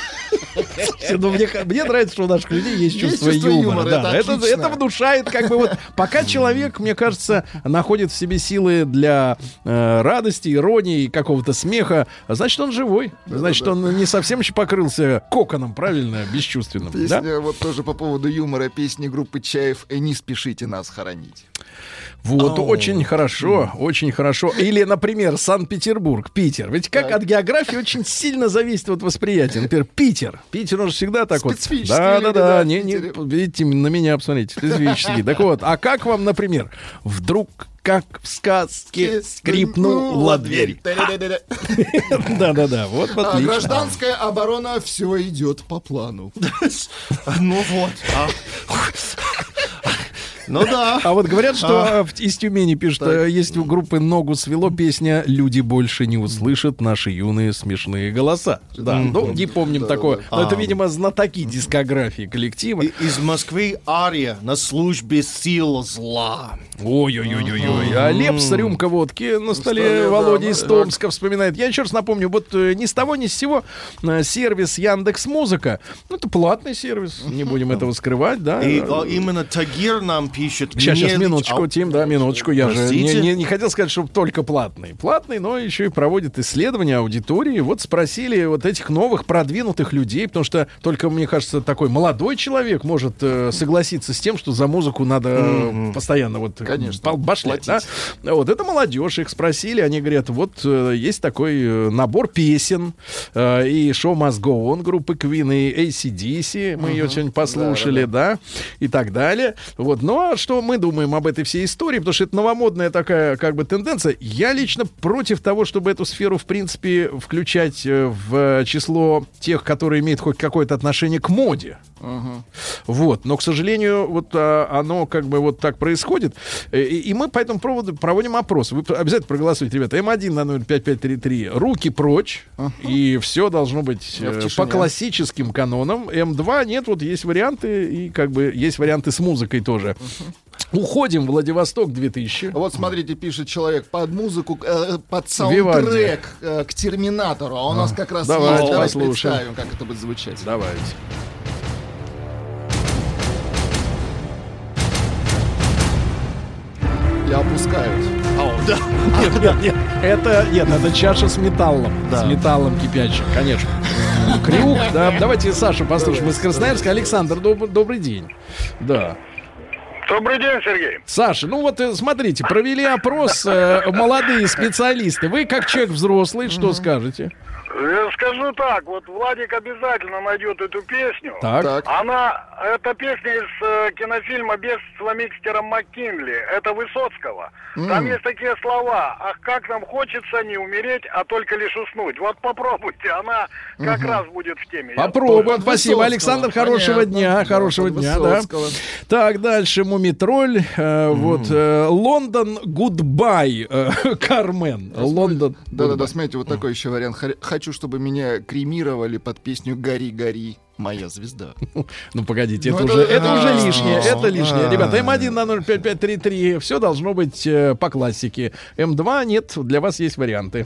Ну, мне, мне нравится, что у наших людей есть Есть чувство, чувство юмора. юмора, Да, это это, отлично. это внушает, как бы вот, пока человек, мне кажется, находит в себе силы для э, радости, иронии, какого-то смеха, значит, он живой. Значит, он не совсем еще покрылся коконом, правильно, бесчувственным. Песня Да? вот тоже по поводу юмора. Песни группы Чаев «Не спешите нас хоронить». Вот, Ау. очень хорошо, очень хорошо. Или, например, Санкт-Петербург, Питер. Ведь как от географии очень сильно зависит вот восприятие. Например, Питер. Питер, он же всегда так вот. Специфические Да, люди, да, да, да. в Не, не, Питере. видите, на меня посмотрите. Специфический. Так вот, а как вам, например, вдруг, как в сказке, скрипнула дверь? Та-да-да-да. Да-да-да, вот А отлично. гражданская оборона все идет по плану. Ну вот. а. Ну да. А вот говорят, что э, в- из Тюмени пишут, э, есть у группы «Ногу свело» песня «Люди больше не услышат наши юные смешные голоса». Да, ну, не помним такого. Но это, видимо, знатоки дискографии коллектива. И- Из Москвы Ария на службе сил зла. Ой-ой-ой-ой. А Лепс, рюмка водки на столе столе, да, Володя да, из да. Томска вспоминает. Я еще раз напомню, вот э, ни с того ни с сего э, сервис Яндекс.Музыка, ну, это платный сервис, не будем этого скрывать, да. И а, именно Тагир нам пишет. Сейчас, сейчас, мне лич- минуточку, а, Тим, да, минуточку. Я же не, Простите? не, не хотел сказать, что только платный. Платный, но еще и проводит исследования аудитории. Вот спросили вот этих новых продвинутых людей, потому что только, мне кажется, такой молодой человек может э, согласиться с тем, что за музыку надо э, постоянно вот Конечно, пол- башлять, да? Вот, это молодежь, их спросили, они говорят, вот э, есть такой э, набор песен, э, и Show Must Go On группы Queen, и эй си/ди си, мы ее сегодня послушали, да, и так далее. Вот, но но что мы думаем об этой всей истории, потому что это новомодная такая как бы тенденция. Я лично против того, чтобы эту сферу, в принципе, включать в число тех, которые имеют хоть какое-то отношение к моде. Uh-huh. Вот, но, к сожалению, вот а, оно как бы вот так происходит. И, и мы по этому поводу проводим опрос. Вы обязательно проголосуйте, ребята. эм один на номер пять пять три три. Руки прочь. Uh-huh. И все должно быть э, по классическим канонам. эм два нет, вот есть варианты. И как бы есть варианты с музыкой тоже. Uh-huh. Уходим в Владивосток две тысячи. Вот смотрите, пишет человек под музыку, э, под саундтрек э, к Терминатору. А у нас а, как раз давайте, есть. Давайте послушаем. представим, как это будет звучать. Давайте. И опускают. О, да. Нет, нет, нет. Это, нет, это чаша с металлом. Да. С металлом кипящим, конечно. Крюк, да. Давайте Сашу послушаем из Красноярска. Александр, доб- добрый день. Да. Добрый день, Сергей. Саша, ну вот смотрите, провели опрос, э, молодые специалисты. Вы, как человек взрослый, что скажете? Я скажу так, вот Владик обязательно найдет эту песню. Так. Так. Она, эта песня из э, кинофильма «Бегство мистером МакКинли». Это Высоцкого. Mm. Там есть такие слова: «Ах, как нам хочется не умереть, а только лишь уснуть». Вот попробуйте, она как uh-huh. раз будет в теме. Попробуем, спасибо. Александр, хорошего Понятно. дня, хорошего дня, да. Так, дальше Мумитроль. Э, mm. Вот э, Лондон Гудбай, э, Кармен. Лондон. Да-да-да, смотрите, вот такой еще вариант. Хочу, чтобы меня кремировали под песню «Гори, гори, моя звезда». Ну, погодите, Ну, это, это- уже, это уже А, лишнее, это а. лишнее. Ребята, эм один на ноль пять пять три три, все должно быть э, по классике. эм два нет, для вас есть варианты.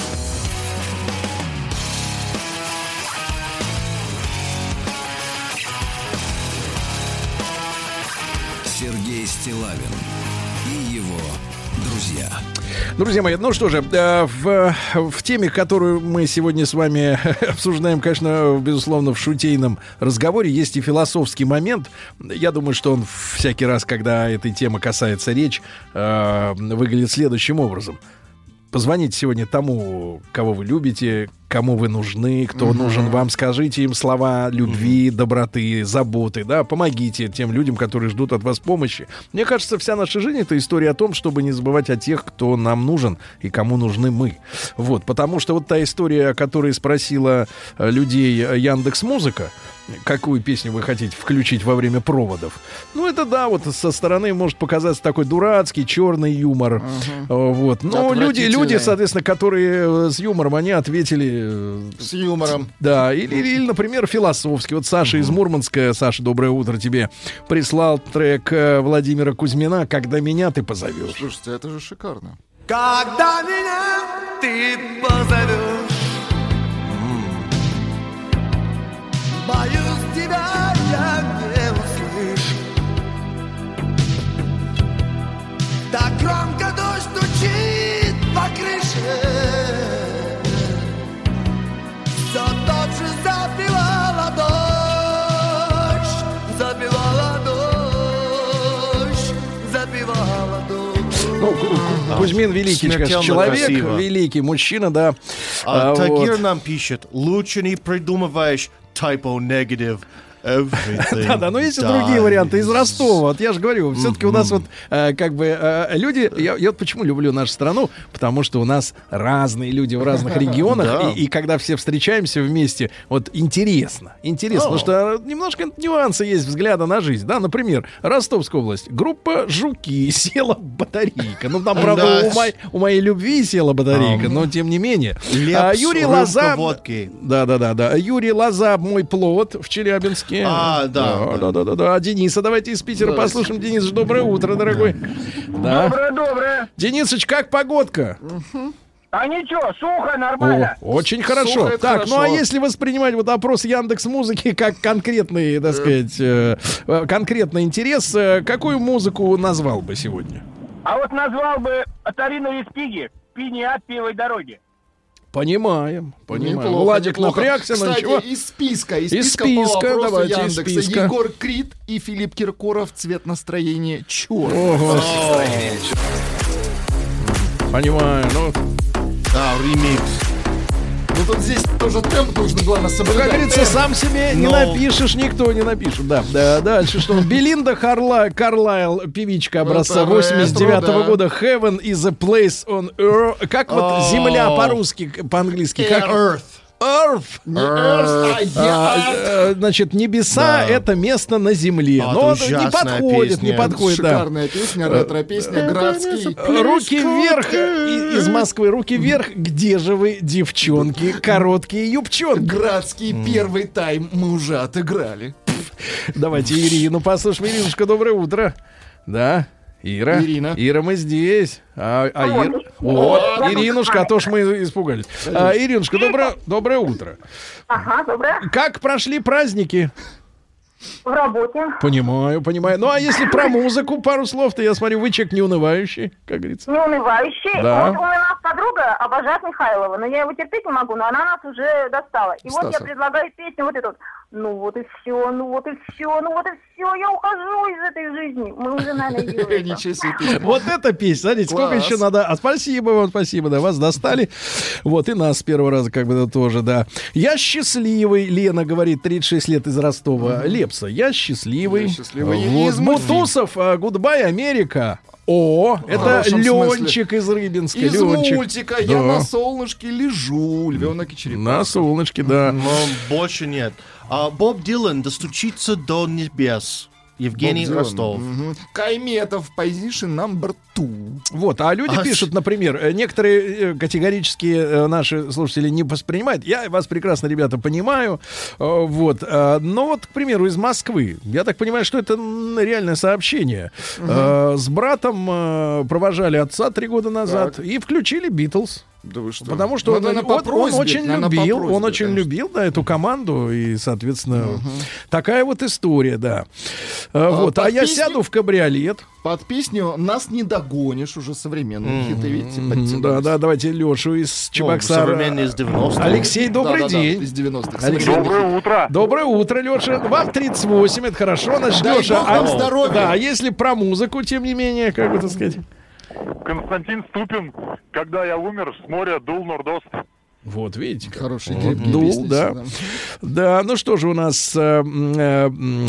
Сергей Стиллавин и его друзья. Друзья мои, ну что же, э, в, в теме, которую мы сегодня с вами обсуждаем, конечно, безусловно, в шутейном разговоре, есть и философский момент. Я думаю, что он всякий раз, когда этой темы касается речь, э, выглядит следующим образом. Позвоните сегодня тому, кого вы любите, кому вы нужны, кто uh-huh. нужен вам, скажите им слова любви, uh-huh. доброты, заботы, да, помогите тем людям, которые ждут от вас помощи. Мне кажется, вся наша жизнь — это история о том, чтобы не забывать о тех, кто нам нужен и кому нужны мы. Вот, потому что вот та история, о которой спросила людей Яндекс.Музыка, какую песню вы хотите включить во время проводов. Ну, это да, вот со стороны может показаться такой дурацкий, черный юмор. Uh-huh. Вот. Но люди, люди, соответственно, которые с юмором, они ответили... С юмором. Да, или, или, например, философски. Вот Саша uh-huh. из Мурманска, Саша, доброе утро тебе, прислал трек Владимира Кузьмина «Когда меня ты позовешь». Слушайте, это же шикарно. Когда меня ты позовешь, боюсь, тебя я не услышу. Так громко дождь стучит по крыше, все тот же забивала дождь, забивала дождь, забивала дождь. Ну, Кузьмин великий, конечно, человек, красиво. великий мужчина, да. А, А, Тагир вот. нам пишет: лучше не придумываешь typo negative. Да-да, но есть и другие варианты из Ростова. Вот я же говорю, все-таки у нас вот э, как бы э, люди... Я, я вот почему люблю нашу страну, потому что у нас разные люди в разных регионах, Да. и, и когда все встречаемся вместе, вот интересно, интересно, потому что немножко нюансы есть взгляда на жизнь, да, например, Ростовская область, группа «Жуки», села батарейка, ну там, правда, Да. у, моей, у моей любви села батарейка, но тем не менее. Лепс, А, Юрий рюмка Лоза... водки. Да-да-да, Юрий Лоза, «Мой плод» в Челябинске. А, да. Да, да, да, да. А Дениса, давайте из Питера послушаем. Денис, доброе утро, дорогой. Да. Доброе, доброе. Денисыч, как погодка? А ничего, сухо, нормально. О, очень хорошо. Сухо, это Так, ну а хорошо. если воспринимать вот опрос Яндекс.Музыки как конкретный, так сказать, э, э, конкретный интерес, э, какую музыку назвал бы сегодня? А вот назвал бы Атарина Респиги «Пини от пивой дороги». Понимаем, понимаем. Неплохо, Владик неплохо. напрягся, но Кстати, ничего. из списка, из, Из списка, списка, по вопросу давайте, из Яндекса. списка. Егор Крид и Филипп Киркоров, «Цвет настроения черный». Ого. Понимаю, ну... Да, ремикс. Ну, тут здесь тоже темп нужно, главное, соблюдать. Как говорится, сам себе не Но- напишешь, никто не напишет. Да, да, дальше что? Белинда Харла- Карлайл, певичка образца Это восемьдесят девятого ретро, да. года. Heaven is a place on earth. Как вот О. земля по-русски, по-английски? Как? Earth. Earth. Не Earth, а А, Earth. э, значит, небеса Да. это место на земле. А, Но это не ужасная подходит, песня. не подходит, да. Шикарная песня, ретро-песня, Градский. Руки вверх и- из Москвы. Руки вверх. Где же вы, девчонки? Короткие юбчонки. Градский первый тайм мы уже отыграли. Давайте Ирину послушаем. Иринушка, доброе утро. Да, Ира. Ирина. Ира, мы здесь. А, а Ир... Вот, Иринушка, а то ж мы испугались. А, Иринушка, доброе, доброе утро. Ага, доброе. Как прошли праздники? В работе. Понимаю, понимаю. Ну, а если про музыку пару слов-то, я смотрю, вы человек неунывающий, как говорится. Неунывающий. Да. Вот у нас подруга обожает Михайлова, но я его терпеть не могу, но она нас уже достала. И вот я Стаса. предлагаю песню вот эту вот. Ну вот и все, ну вот и все, ну вот и все, я ухожу из этой жизни. Мы уже, наверное, ее это. Ничего себе песня. Вот эта песня, смотрите, сколько Класс. еще надо. А спасибо вам, спасибо, да, вас достали. Вот, и нас с первого раза как бы да, тоже, да. Я счастливый, Лена говорит, тридцать шесть лет из Ростова. Лепса, я счастливый. Я счастливый. Я Вот. из мультфильма. Бутусов, а, Гудбай, Америка. О, это хорошем Ленчик из Рыбинска. Из Ленчик. мультика Да. «Я на солнышке лежу», Львенок и черепаха. На солнышке, да. Но больше нет. А, Боб Дилан «Достучиться до небес». Евгений Боб Дилан. Ростов. Мгм. Кайметов, position number two. Вот, а люди А пишут, с- например, э, некоторые э, категорически э, наши слушатели не воспринимают. Я вас прекрасно, ребята, понимаю. Э, Вот, э, но вот, к примеру, из Москвы. Я так понимаю, что это м, реальное сообщение. Э, С братом э, провожали отца три года назад и включили Битлз. Да вы что? Потому что Ну, он, наверное, вот по он просьбе, очень наверное, по любил, просьбе, он очень конечно. любил, да, эту команду, и, соответственно, такая вот история, да. А, вот, а под я песню- сяду в кабриолет. Под песню «Нас не догонишь», уже современные хиты, видите, Мгм, подтянулись. Да, да, давайте Лешу из Ну, Чебоксара. современный из девяностых. Алексей, добрый Да-да-да, день. из девяностых. Алексей, Современные Доброе утро. Доброе утро, Леша. Вам тридцать восемь, это хорошо. Значит, Дай Леша, бог вам а- здоровья. да, а если про музыку, тем не менее, как бы так сказать. Константин Ступин, когда я умер, с моря дул Нордост. Вот, видите. как. Хорошие, Вот, крепкие дул, песни да. всегда. Да, ну что же у нас... э, м, э, м,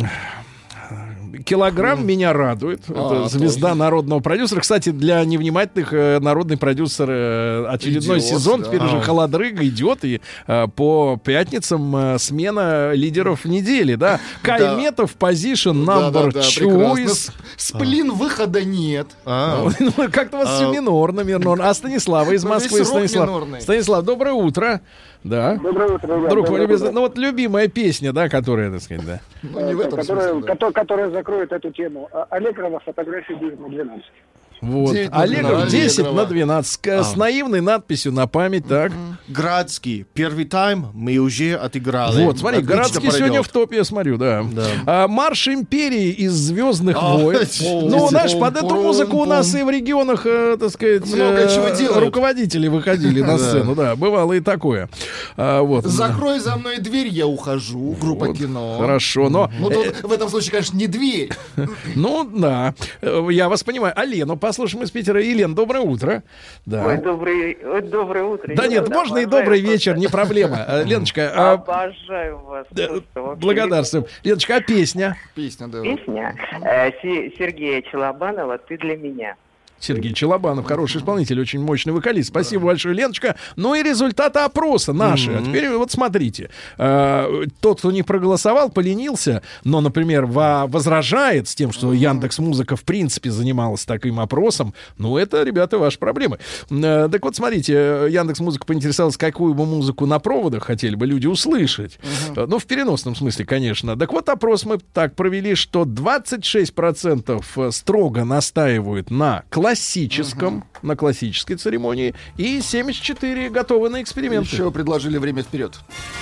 Килограмм меня радует. А, Это звезда тоже. народного продюсера. Кстати, для невнимательных э, народный продюсер э, очередной Идет, сезон. да. Теперь уже А. холодрыга идет. И э, по пятницам э, смена лидеров недели. Да? Кайметов, позишн, number Да-да-да, прекрасно. choice. С- Сплин выхода нет. А, Ну, как-то у вас все А. минорно, минорно. А Станислава из Ну, Москвы. весь рок Станислав, минорный. Станислав, доброе утро. Да. Доброе утро, ребят. Друг мой Доброе любезный, утро. ну вот любимая песня, да, которая, так сказать, да. Ну, не в этом которая, смысле, да. кото- которая закроет эту тему. А- Аллегрова фотографии будет на двенадцать. Вот. девять на Олег двенадцать. десять на Аллегрова. двенадцать. С, с наивной надписью на память, так. Градский. Первый тайм мы уже отыграли. Вот, смотри, Отлично городский пройдет. сегодня в топе, я смотрю, да. Да. А, Марш империи из Звездных А, войн. пол- Ну, знаешь, пол- под эту пол- музыку у пол- нас и в регионах, э, так сказать, Много э, чего делают. руководители выходили на сцену, да, бывало и такое. А, вот. Закрой за мной дверь, я ухожу. Группа Вот, кино. Хорошо, но... Ну, тут в этом случае, конечно, не дверь. Ну, да, Э, я вас понимаю. А Лену послушаем из Питера. Елена, доброе утро. Да. Ой, добрый, ой, доброе утро. Да нет, ребята, можно и обожаю добрый вас. вечер, не проблема. Э, Леночка, а, Обожаю вас. э, просто вообще. благодарствуем. Леночка, а песня? Песня, да. Песня э, Се- Сергея Челобанова «Ты для меня». Сергей Челобанов, хороший исполнитель, очень мощный вокалист. Спасибо большое, Леночка. Ну и результаты опроса наши. А теперь вот смотрите. Э, тот, кто не проголосовал, поленился, но, например, во- возражает с тем, что Яндекс.Музыка в принципе занималась таким опросом. Ну, это, ребята, ваши проблемы. Э, так вот, смотрите, Яндекс.Музыка поинтересовалась, какую бы музыку на проводах хотели бы люди услышать. Э, Ну, в переносном смысле, конечно. Так вот, опрос мы так провели, что двадцать шесть процентов строго настаивают на классическом, на классической церемонии, и семьдесят четыре готовы на эксперименты. Еще предложили время вперед.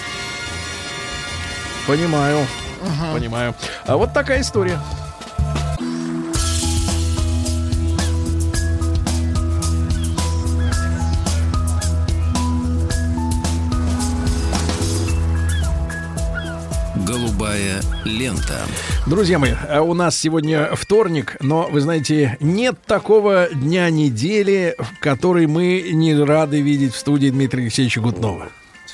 Понимаю, понимаю. А вот такая история. Голубая лента. Друзья мои, а у нас сегодня вторник, но, вы знаете, нет такого дня недели, в который мы не рады видеть в студии Дмитрия Алексеевича Гутнова.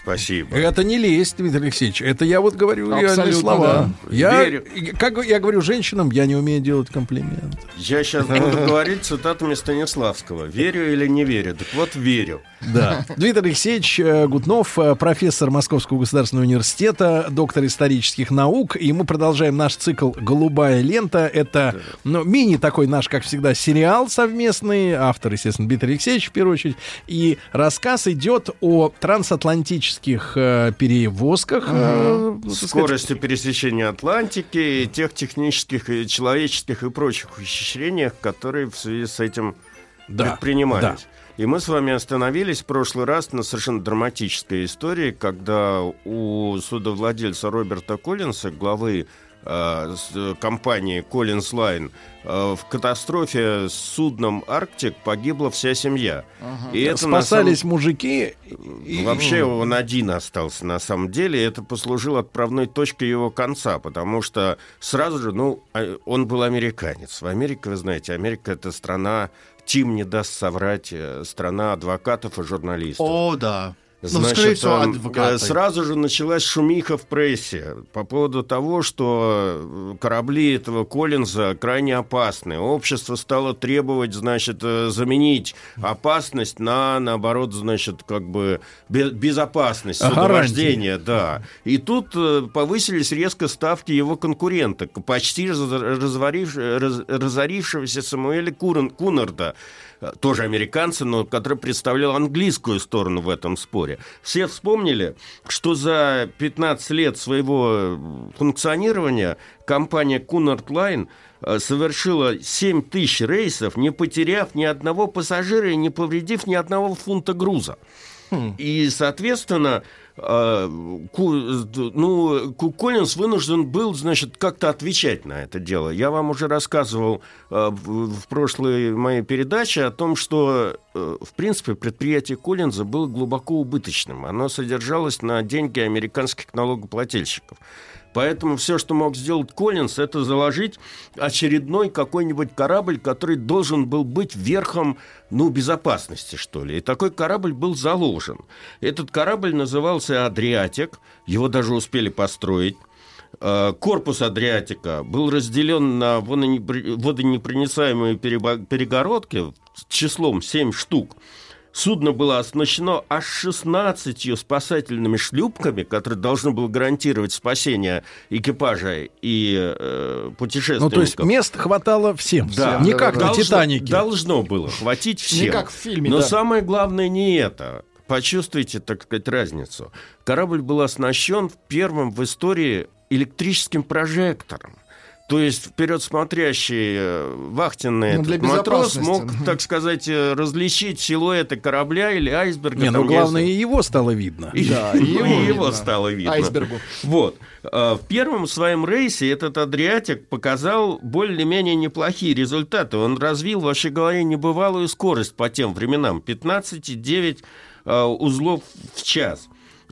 Спасибо. Это не лесть, Дмитрий Алексеевич. Это я вот говорю Абсолютно, реальные слова. да. Я, Верю. как я говорю женщинам, я не умею делать комплименты. Я сейчас буду говорить цитатами Станиславского. Верю или не верю? Так вот, верю. Да. Дмитрий Алексеевич э, Гутнов, э, профессор Московского государственного университета, доктор исторических наук. И мы продолжаем наш цикл «Голубая лента». Это ну, мини такой наш, как всегда, сериал совместный. Автор, естественно, Дмитрий Алексеевич в первую очередь. И рассказ идет о трансатлантических э, перевозках. Э, Скорости пересечения Атлантики, и тех технических, и человеческих, и прочих ухищрениях, которые в связи с этим Да, предпринимались. да. И мы с вами остановились в прошлый раз на совершенно драматической истории, когда у судовладельца Роберта Коллинса, главы э, с, компании Collins Line, э, в катастрофе с судном «Арктик» погибла вся семья. Ага. И это Спасались на самом... мужики. И... Вообще он один остался на самом деле. Это послужило отправной точкой его конца, потому что сразу же, ну, он был американец. В Америке, вы знаете, Америка — это страна, Тим не даст соврать, страна адвокатов и журналистов. О, да. Ну, Значит, скорее всего, э, адвокаты. сразу же началась шумиха в прессе по поводу того, что корабли этого Коллинза крайне опасны. Общество стало требовать, значит, э, заменить опасность на, наоборот, значит, как бы бе- безопасность судовождения. Да. И тут э, повысились резко ставки его конкурента, почти раз- разорив- раз- разорившегося Самуэля Курен- Кунарда, тоже американца, но который представлял английскую сторону в этом споре. Все вспомнили, что за пятнадцать лет своего функционирования компания Cunard Line совершила семь тысяч рейсов, не потеряв ни одного пассажира и не повредив ни одного фунта груза. И, соответственно, ну, Коллинз вынужден был, значит, как-то отвечать на это дело. Я вам уже рассказывал в прошлой моей передаче о том, что, в принципе, предприятие Коллинза было глубоко убыточным. Оно содержалось на деньги американских налогоплательщиков. Поэтому все, что мог сделать Коллинз, это заложить очередной какой-нибудь корабль, который должен был быть верхом, ну, безопасности, что ли. И такой корабль был заложен. Этот корабль назывался «Адриатик». Его даже успели построить. Корпус «Адриатика» был разделен на водонепроницаемые перегородки числом семь штук. Судно было оснащено аж шестнадцатью спасательными шлюпками, которые должны были гарантировать спасение экипажа и э, путешественников. Ну, то есть мест хватало всем. Да. Не как на должно, «Титанике». Должно было хватить всем. Не как в фильме, Но да. самое главное не это. Почувствуйте, так сказать, разницу. Корабль был оснащен первым в истории электрическим прожектором. То есть вперед смотрящий вахтенный ну, этот матрос мог, так сказать, различить силуэты корабля или айсберга. Не, ну главное, и его стало видно. И, да, и его, его, его да. стало видно. Айсбергу. Вот. В первом своем рейсе этот «Адриатик» показал более-менее неплохие результаты. Он развил, вообще говоря, небывалую скорость по тем временам. пятнадцать целых девять узлов в час.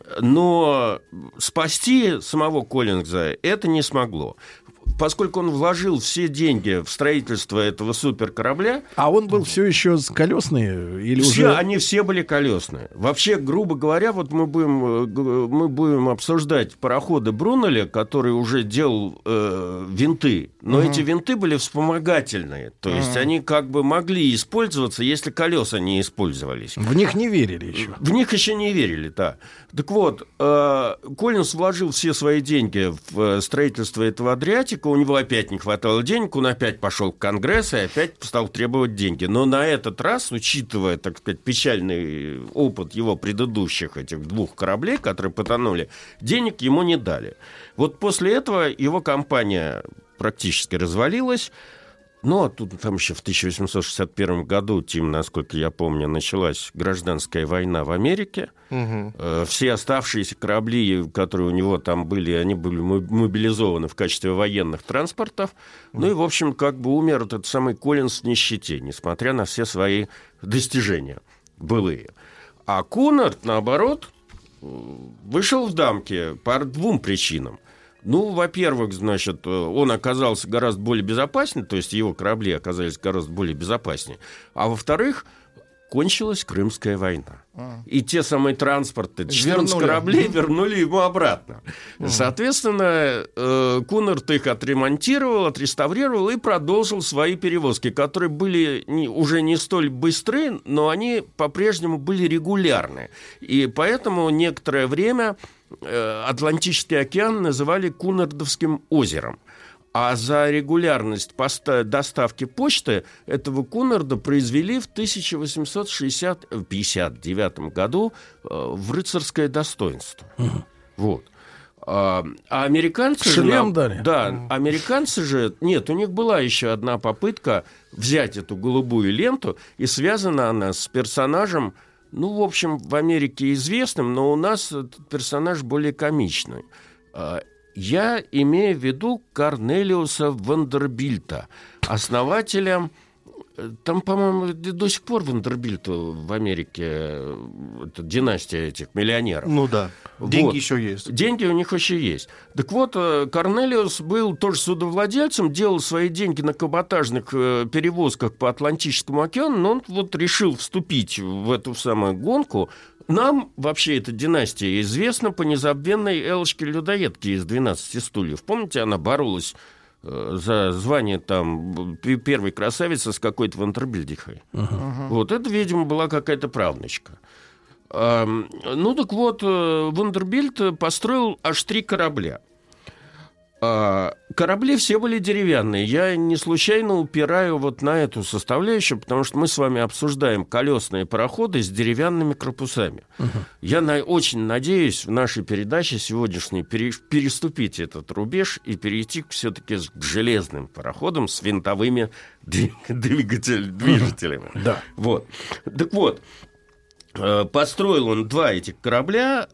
Но спасти самого Коллинза это не смогло. Поскольку он вложил все деньги в строительство этого суперкорабля... А он был все еще колесный? Или все, уже... Они все были колесные. Вообще, грубо говоря, вот мы будем, мы будем обсуждать пароходы Брунеля, который уже делал э, винты. Но uh-huh. эти винты были вспомогательные. То uh-huh. есть они как бы могли использоваться, если колеса не использовались. В них не верили еще. В них еще не верили, да. Так вот, э, Коллинз вложил все свои деньги в строительство этого «Адриатика». У него опять не хватало денег, он опять пошел в Конгресс и опять стал требовать деньги. Но на этот раз, учитывая, так сказать, печальный опыт его предыдущих этих двух кораблей, которые потонули, денег ему не дали. Вот после этого его компания практически развалилась. Ну, а тут там еще в тысяча восемьсот шестьдесят первом году, Тим, насколько я помню, началась гражданская война в Америке. Угу. Все оставшиеся корабли, которые у него там были, они были мобилизованы в качестве военных транспортов. Угу. Ну и, в общем, как бы умер этот самый Коллинз в нищете, несмотря на все свои достижения былые. А Кунард, наоборот, вышел в дамки по двум причинам. Ну, во-первых, значит, он оказался гораздо более безопасен, то есть его корабли оказались гораздо более безопаснее. А во-вторых, кончилась Крымская война. А. И те самые транспорты, четырнадцать Вернули. кораблей вернули ему обратно. Mm. Соответственно, Кунард их отремонтировал, отреставрировал и продолжил свои перевозки, которые были не, уже не столь быстры, но они по-прежнему были регулярны. И поэтому некоторое время Атлантический океан называли Кунардовским озером. А за регулярность поста- доставки почты этого Кунарда произвели в тысяча восемьсот пятьдесят девятом году э, в рыцарское достоинство. Uh-huh. Вот. А, а американцы Шлем же... дали? Да, uh-huh. американцы же... Нет, у них была еще одна попытка взять эту голубую ленту, и связана она с персонажем, ну, в общем, в Америке известным, но у нас этот персонаж более комичный. Я имею в виду Корнелиуса Вандербильта, основателя, там, по-моему, до сих пор Вандербильт в Америке, это династия этих миллионеров. Ну да, деньги вот. еще есть. Деньги у них еще есть. Так вот, Корнелиус был тоже судовладельцем, делал свои деньги на каботажных перевозках по Атлантическому океану, но он вот решил вступить в эту самую гонку. Нам вообще эта династия известна по незабвенной Элочке-людоедке из «двенадцати стульев». Помните, она боролась э, за звание там первой красавицы с какой-то Вандербильдихой? Uh-huh. Вот это, видимо, была какая-то правнучка. А, ну так вот, Вандербильт построил аж три корабля. А, корабли все были деревянные. Я не случайно упираю вот на эту составляющую, потому что мы с вами обсуждаем колесные пароходы с деревянными корпусами. Uh-huh. Я на, очень надеюсь в нашей передаче сегодняшней пере, переступить этот рубеж и перейти все-таки к железным пароходам с винтовыми двигатель, движителями. Uh-huh. Да. Вот. Так вот, построил он два этих корабля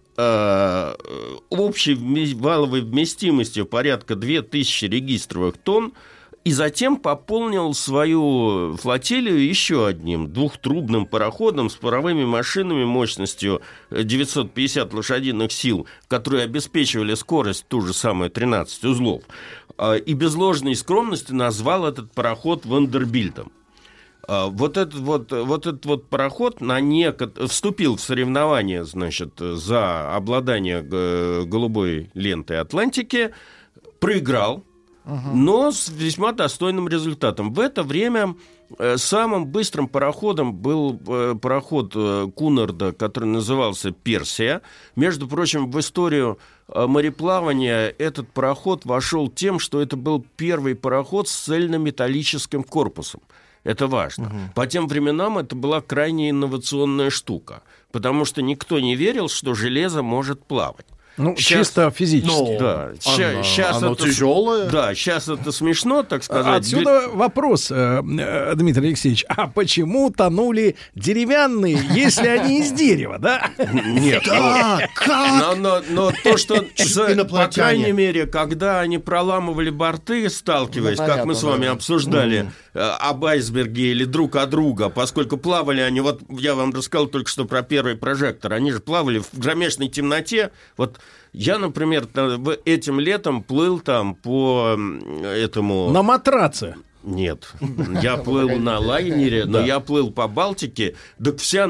общей валовой вместимостью порядка две тысячи регистровых тонн, и затем пополнил свою флотилию еще одним двухтрубным пароходом с паровыми машинами мощностью девятьсот пятьдесят лошадиных сил, которые обеспечивали скорость ту же самую тринадцать узлов. И без ложной скромности назвал этот пароход Вандербильтом. Вот этот вот, вот этот вот пароход на неко... вступил в соревнования, значит, за обладание голубой лентой Атлантики, проиграл, uh-huh. но с весьма достойным результатом. В это время самым быстрым пароходом был пароход Кунарда, который назывался «Персия». Между прочим, в историю мореплавания этот пароход вошел тем, что это был первый пароход с цельнометаллическим корпусом. Это важно. Угу. По тем временам это была крайне инновационная штука, потому что никто не верил, что железо может плавать. Ну, сейчас, чисто физически. Ну, да. Ща, сейчас оно это, тяжелое. Да, сейчас это смешно, так сказать. Отсюда вопрос, Дмитрий Алексеевич, а почему тонули деревянные, если они из дерева, да? Нет. Да, как? Но, но, но то, что, по крайней мере, когда они проламывали борты, сталкиваясь, ну, как мы с вами да. обсуждали, mm. об айсберге или друг от друга, поскольку плавали они, вот я вам рассказал только что про первый прожектор, они же плавали в громешной темноте, вот. Я, например, этим летом плыл там по этому... На матраце? Нет. Я плыл на лайнере, но я плыл по Балтике. Так вся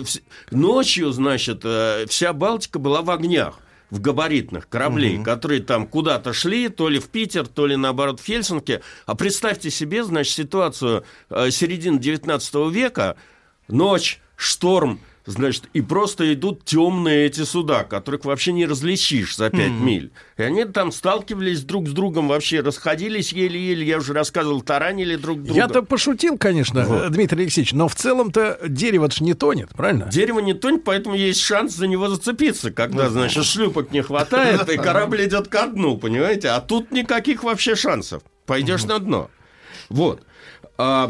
ночью, значит, вся Балтика была в огнях, в габаритных кораблей, которые там куда-то шли, то ли в Питер, то ли, наоборот, в Хельсинки. А представьте себе, значит, ситуацию середины девятнадцатого века, ночь, шторм, значит, и просто идут темные эти суда, которых вообще не различишь за пять mm-hmm. миль. И они там сталкивались друг с другом, вообще расходились еле-еле, я уже рассказывал, таранили друг друга. Я-то пошутил, конечно, вот. Дмитрий Алексеевич, но в целом-то дерево-то ж не тонет, правильно? Дерево не тонет, поэтому есть шанс за него зацепиться, когда, значит, шлюпок не хватает, и корабль идет ко дну, понимаете? А тут никаких вообще шансов. Пойдешь на дно. Вот. А,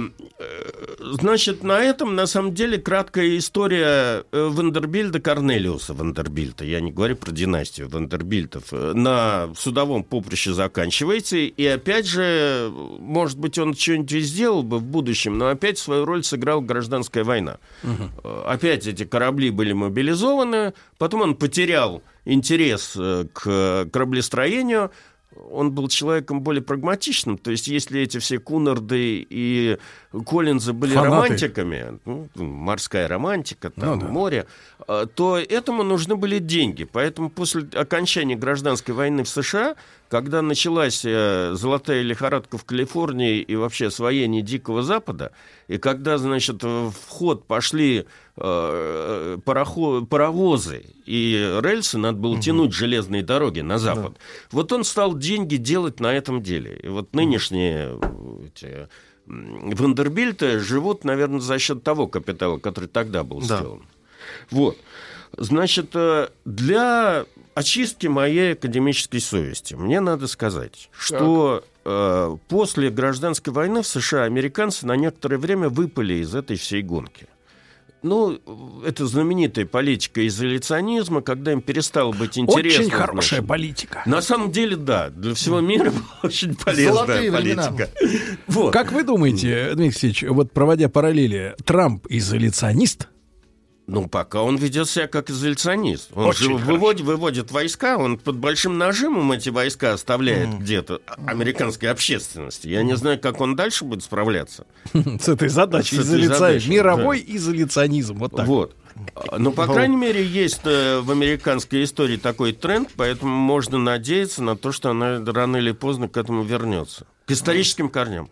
значит, на этом, на самом деле, краткая история Вандербильта, Корнелиуса Вандербильта, я не говорю про династию Вандербильтов, на судовом поприще заканчивается, и опять же, может быть, он что-нибудь и сделал бы в будущем, но опять свою роль сыграла гражданская война. Угу. Опять эти корабли были мобилизованы, потом он потерял интерес к кораблестроению, он был человеком более прагматичным. То есть, если эти все Кунарды и Коллинзы были Фанаты. романтиками, ну, морская романтика, там, Ну да. море, то этому нужны были деньги. Поэтому после окончания гражданской войны в США, когда началась золотая лихорадка в Калифорнии и вообще освоение Дикого Запада, и когда, значит, в ход пошли э, пароход, паровозы и рельсы, надо было угу. тянуть железные дороги на запад, да. вот он стал деньги делать на этом деле. И вот нынешние эти, Вандербильты живут, наверное, за счет того капитала, который тогда был да. сделан. Вот. Значит, для очистки моей академической совести мне надо сказать, что э, после гражданской войны в США американцы на некоторое время выпали из этой всей гонки. Ну, это знаменитая политика изоляционизма, когда им перестало быть интересно. Очень хорошая значит. политика. На самом деле, да, для всего мира была очень полезная Золотые политика. Вот. Как вы думаете, Дмитрий Алексеевич, вот проводя параллели, Трамп изоляционист? Ну, пока он ведет себя как изоляционист. Он Очень же хорошо. выводит, выводит войска, он под большим нажимом эти войска оставляет Mm. где-то американской общественности. Я не знаю, как он дальше будет справляться. С этой задачей. С этой изоляционизм. задачей, Мировой изоляционизм. Вот так. Вот. Ну, по крайней мере, есть э, в американской истории такой тренд, поэтому можно надеяться на то, что она рано или поздно к этому вернется. К историческим корням.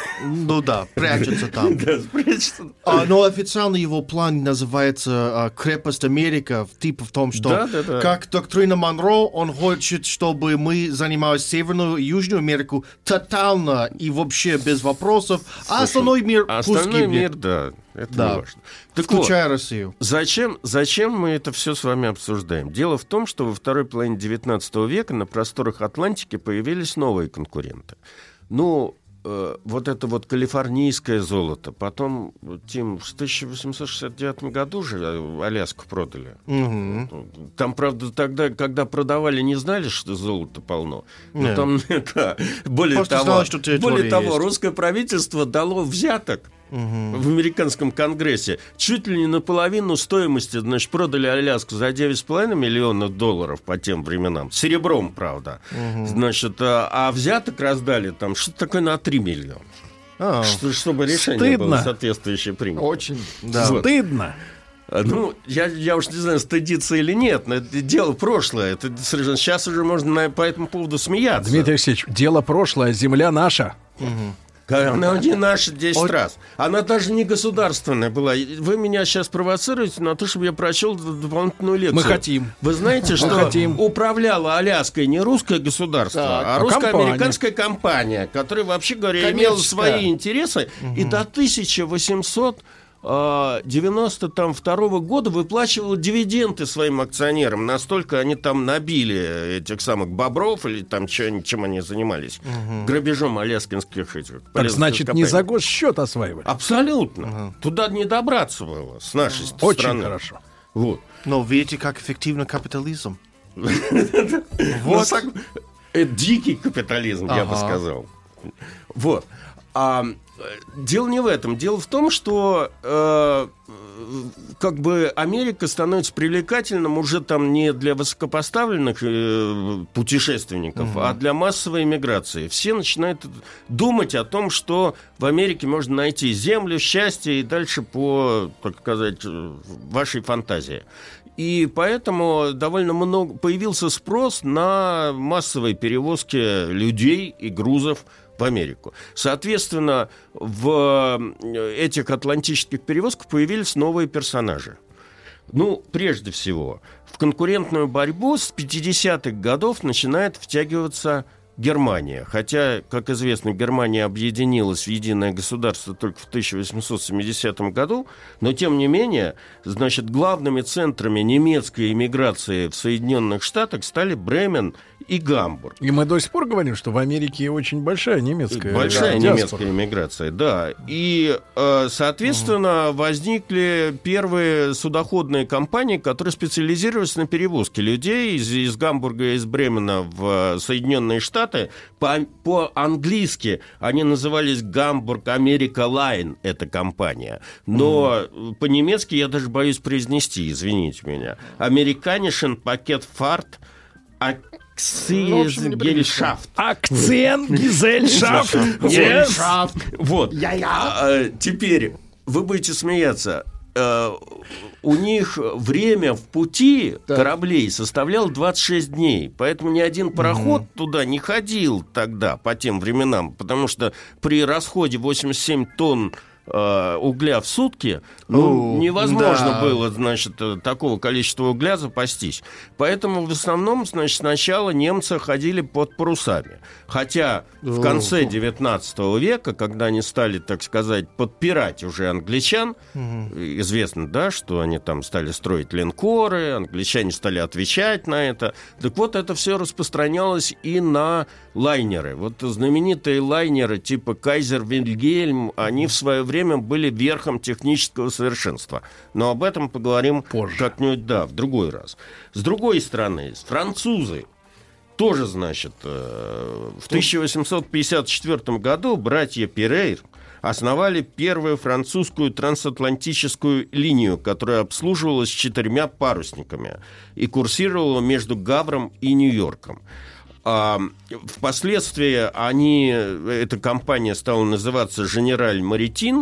Ну да, прячется там. Да, спрячется. А, но официально его план называется а, «Крепость Америка», типа в том, что Да, да, да. как доктрина Монро, он хочет, чтобы мы занимались Северную и Южную Америку тотально и вообще без вопросов, а остальной мир А пусть остальной гибнет. мир, да, это Да. не важно. Так Включая вот, Россию. Зачем, зачем мы это все с вами обсуждаем? Дело в том, что во второй половине девятнадцатого века на просторах Атлантики появились новые конкуренты. Ну, э, вот это вот калифорнийское золото. Потом, Тим, в тысяча восемьсот шестьдесят девятом году же Аляску продали. Угу. Там, правда, тогда, когда продавали, не знали, что золота полно. Но Нет. там, это, более Просто того, знали, что территория более того, есть. русское правительство дало взяток Угу. в американском конгрессе. Чуть ли не наполовину стоимости, значит, продали Аляску за девять с половиной миллионов долларов по тем временам. Серебром, правда. Угу. Значит, а, а взяток раздали там что-то такое на три миллиона. А. Что, чтобы решение Стыдно. было соответствующее принято. Очень. Да. Вот. Стыдно. А, Ну, я, я уж не знаю, стыдиться или нет, но это дело прошлое. Это совершенно... Сейчас уже можно на- по этому поводу смеяться. Дмитрий Алексеевич, дело прошлое, земля наша. Она не наша десять раз. Она даже не государственная была. Вы меня сейчас провоцируете на то, чтобы я прочел д- дополнительную лекцию. Мы хотим. Вы знаете, что хотим. управляла Аляской не русское государство, Так, а а русско-американская компания, которая, вообще говоря, имела Коммерческая. свои интересы. И до тысяча восемьсот девяносто второго года выплачивала дивиденды своим акционерам. Настолько они там набили этих самых бобров или там чё- чем они занимались. Грабежом аляскинских этих. Так полезных значит, не ископаемых. за госсчет осваивали. Абсолютно. Туда не добраться было с нашей Очень стороны. хорошо. Вот. Но видите, как эффективно капитализм. Вот. Это дикий капитализм, я бы Ага. сказал. Вот. А э, дело не в этом. Дело в том, что э, как бы Америка становится привлекательным уже там не для высокопоставленных э, путешественников, а для массовой эмиграции. Все начинают думать о том, что в Америке можно найти землю, счастье и дальше по, так сказать, э, вашей фантазии. И поэтому довольно много появился спрос на массовые перевозки людей и грузов в Америку. Соответственно, в этих атлантических перевозках появились новые персонажи. Ну, прежде всего, в конкурентную борьбу с пятидесятых годов начинает втягиваться Германия. Хотя, как известно, Германия объединилась в единое государство только в тысяча восемьсот семидесятом году, но, тем не менее, значит, главными центрами немецкой эмиграции в Соединенных Штатах стали Бремен и Гамбург. И мы до сих пор говорим, что в Америке очень большая немецкая Большая да, немецкая диаспора. эмиграция, да. И, э, соответственно, возникли первые судоходные компании, которые специализировались на перевозке людей из, из Гамбурга и из Бремена в Соединенные Штаты. По- По-английски они назывались Гамбург Америка Лайн, эта компания. Но по-немецки я даже боюсь произнести, извините меня. Американischen Пакет Фарт Ну, в общем, не Гельшафт. Акцент, Гизельшафт. Гельшафт. Вот. А, теперь вы будете смеяться. У них время в пути так. кораблей составляло двадцать шесть дней. Поэтому ни один пароход mm-hmm. туда не ходил тогда, по тем временам. Потому что при расходе восемьдесят семь тонн э, угля в сутки ну, uh, невозможно да. было, значит, такого количества угля запастись. Поэтому в основном, значит, сначала немцы ходили под парусами. Хотя в конце девятнадцатого века, когда они стали, так сказать, подпирать уже англичан, uh-huh. известно, да, что они там стали строить линкоры, англичане стали отвечать на это. Так вот, это все распространялось и на лайнеры. Вот знаменитые лайнеры типа «Кайзер Вильгельм», они в свое время были верхом технического совершенства. Но об этом поговорим позже. Как-нибудь, да, в другой раз. С другой стороны, французы тоже, значит, в тысяча восемьсот пятьдесят четвёртом году братья Пирейр основали первую французскую трансатлантическую линию, которая обслуживалась четырьмя парусниками и курсировала между Гавром и Нью-Йорком. А впоследствии они, эта компания стала называться «Женераль Маритин»,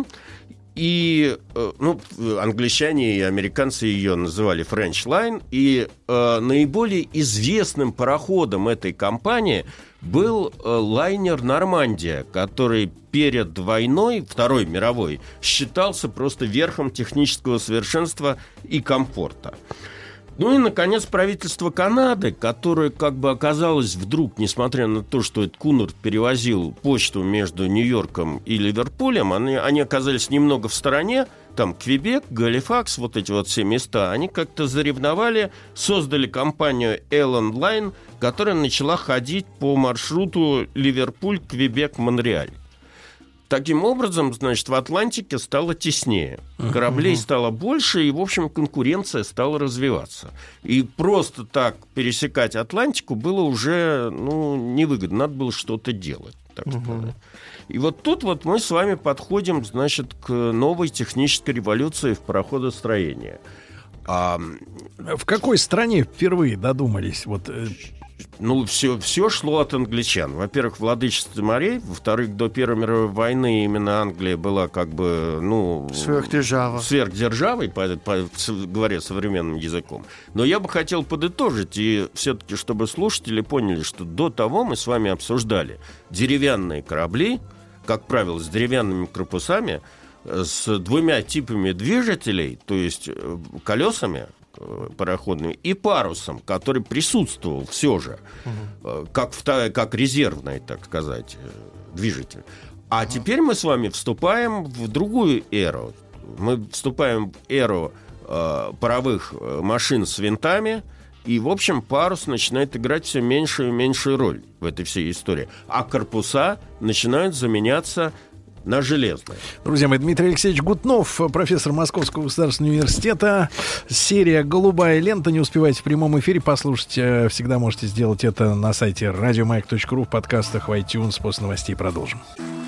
и ну, англичане и американцы ее называли French Line, и э, наиболее известным пароходом этой компании был э, лайнер «Нормандия», который перед войной, Второй мировой, считался просто верхом технического совершенства и комфорта. Ну и, наконец, правительство Канады, которое как бы оказалось вдруг, несмотря на то, что этот Кунард перевозил почту между Нью-Йорком и Ливерпулем, они, они оказались немного в стороне, там Квебек, Галифакс, вот эти вот все места, они как-то заревновали, создали компанию Эллен Лайн, которая начала ходить по маршруту Ливерпуль, Квебек, Монреаль. Таким образом, значит, в Атлантике стало теснее. Кораблей uh-huh. стало больше, и, в общем, конкуренция стала развиваться. И просто так пересекать Атлантику было уже ну, невыгодно. Надо было что-то делать, так uh-huh. сказать. И вот тут вот мы с вами подходим, значит, к новой технической революции в пароходостроении. А... В какой стране впервые додумались? Вот... Ну, все, все шло от англичан. Во-первых, владычество морей. Во-вторых, до Первой мировой войны именно Англия была как бы, ну... Сверхдержава. Сверхдержавой, по, по, говоря современным языком. Но я бы хотел подытожить, и все-таки, чтобы слушатели поняли, что до того мы с вами обсуждали деревянные корабли, как правило, с деревянными корпусами, с двумя типами движителей, то есть колесами пароходными и парусом, который присутствовал все же, угу. как, как резервный, так сказать, движитель. А ага. теперь мы с вами вступаем в другую эру. Мы вступаем в эру э, паровых машин с винтами, и, в общем, парус начинает играть все меньшую и меньшую роль в этой всей истории. А корпуса начинают заменяться на железное. Друзья мои, Дмитрий Алексеевич Гутнов, профессор Московского государственного университета. Серия «Голубая лента». Не успевайте в прямом эфире послушать. Всегда можете сделать это на сайте радиомаяк точка ру, в подкастах, в iTunes. После новостей продолжим.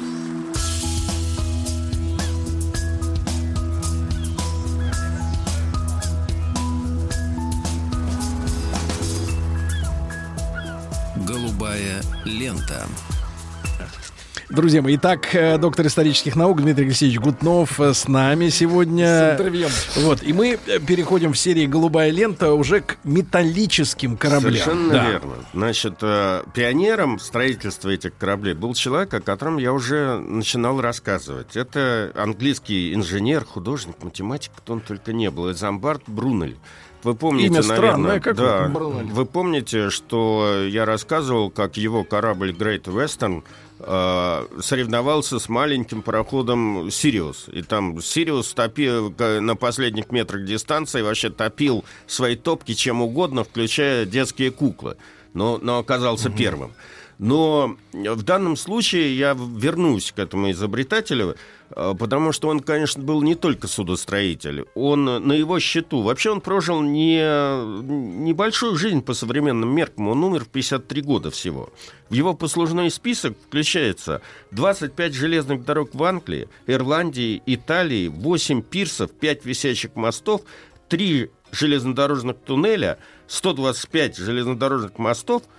«Голубая лента». Друзья мои, итак, доктор исторических наук Дмитрий Алексеевич Гутнов с нами сегодня. С интервьюем. Вот, и мы переходим в серии «Голубая лента» уже к металлическим кораблям. Совершенно да. верно. Значит, пионером строительства этих кораблей был человек, о котором я уже начинал рассказывать. Это английский инженер, художник, математик, кто он только не был, Изамбард Брунель. Вы помните, Имя наверное, странное, как да, вы помните, что я рассказывал, как его корабль Great Western э, соревновался с маленьким пароходом Сириус. И там Сириус топил на последних метрах дистанции, вообще топил свои топки чем угодно, включая детские куклы. Но, но оказался mm-hmm. первым. Но в данном случае я вернусь к этому изобретателю, потому что он, конечно, был не только судостроитель. Он на его счету... Вообще он прожил не, небольшую жизнь по современным меркам. Он умер в пятьдесят три года всего. В его послужной список включается двадцать пять железных дорог в Англии, Ирландии, Италии, восемь пирсов, пять висячих мостов, три железнодорожных туннеля, сто двадцать пять железнодорожных мостов,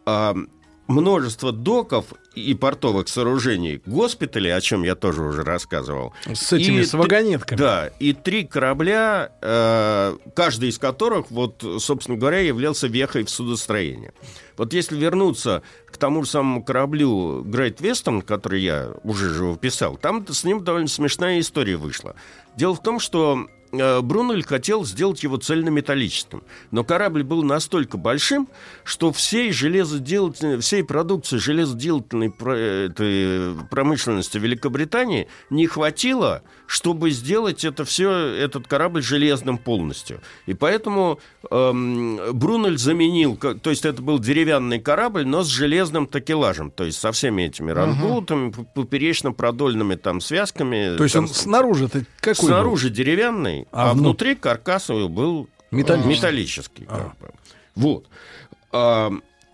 а, множество доков и портовых сооружений, госпиталей, о чем я тоже уже рассказывал. С этими, и, с вагонетками. Да, и три корабля, э, каждый из которых, вот, собственно говоря, являлся вехой в судостроении. Вот если вернуться к тому же самому кораблю Great Western, который я уже живописал, там с ним довольно смешная история вышла. Дело в том, что Брунель хотел сделать его цельнометаллическим. Но корабль был настолько большим, что всей железоделательной, всей продукции железоделательной промышленности Великобритании не хватило, чтобы сделать это все, этот корабль железным полностью. И поэтому эм, Брунель заменил, то есть это был деревянный корабль, но с железным такелажем, то есть со всеми этими рангоутами, uh-huh. поперечно-продольными там связками. То есть там, он снаружи-то какой Снаружи был? Деревянный, а, а внутри каркас был металлический. металлический а. как бы. Вот. А,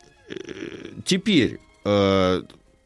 теперь а,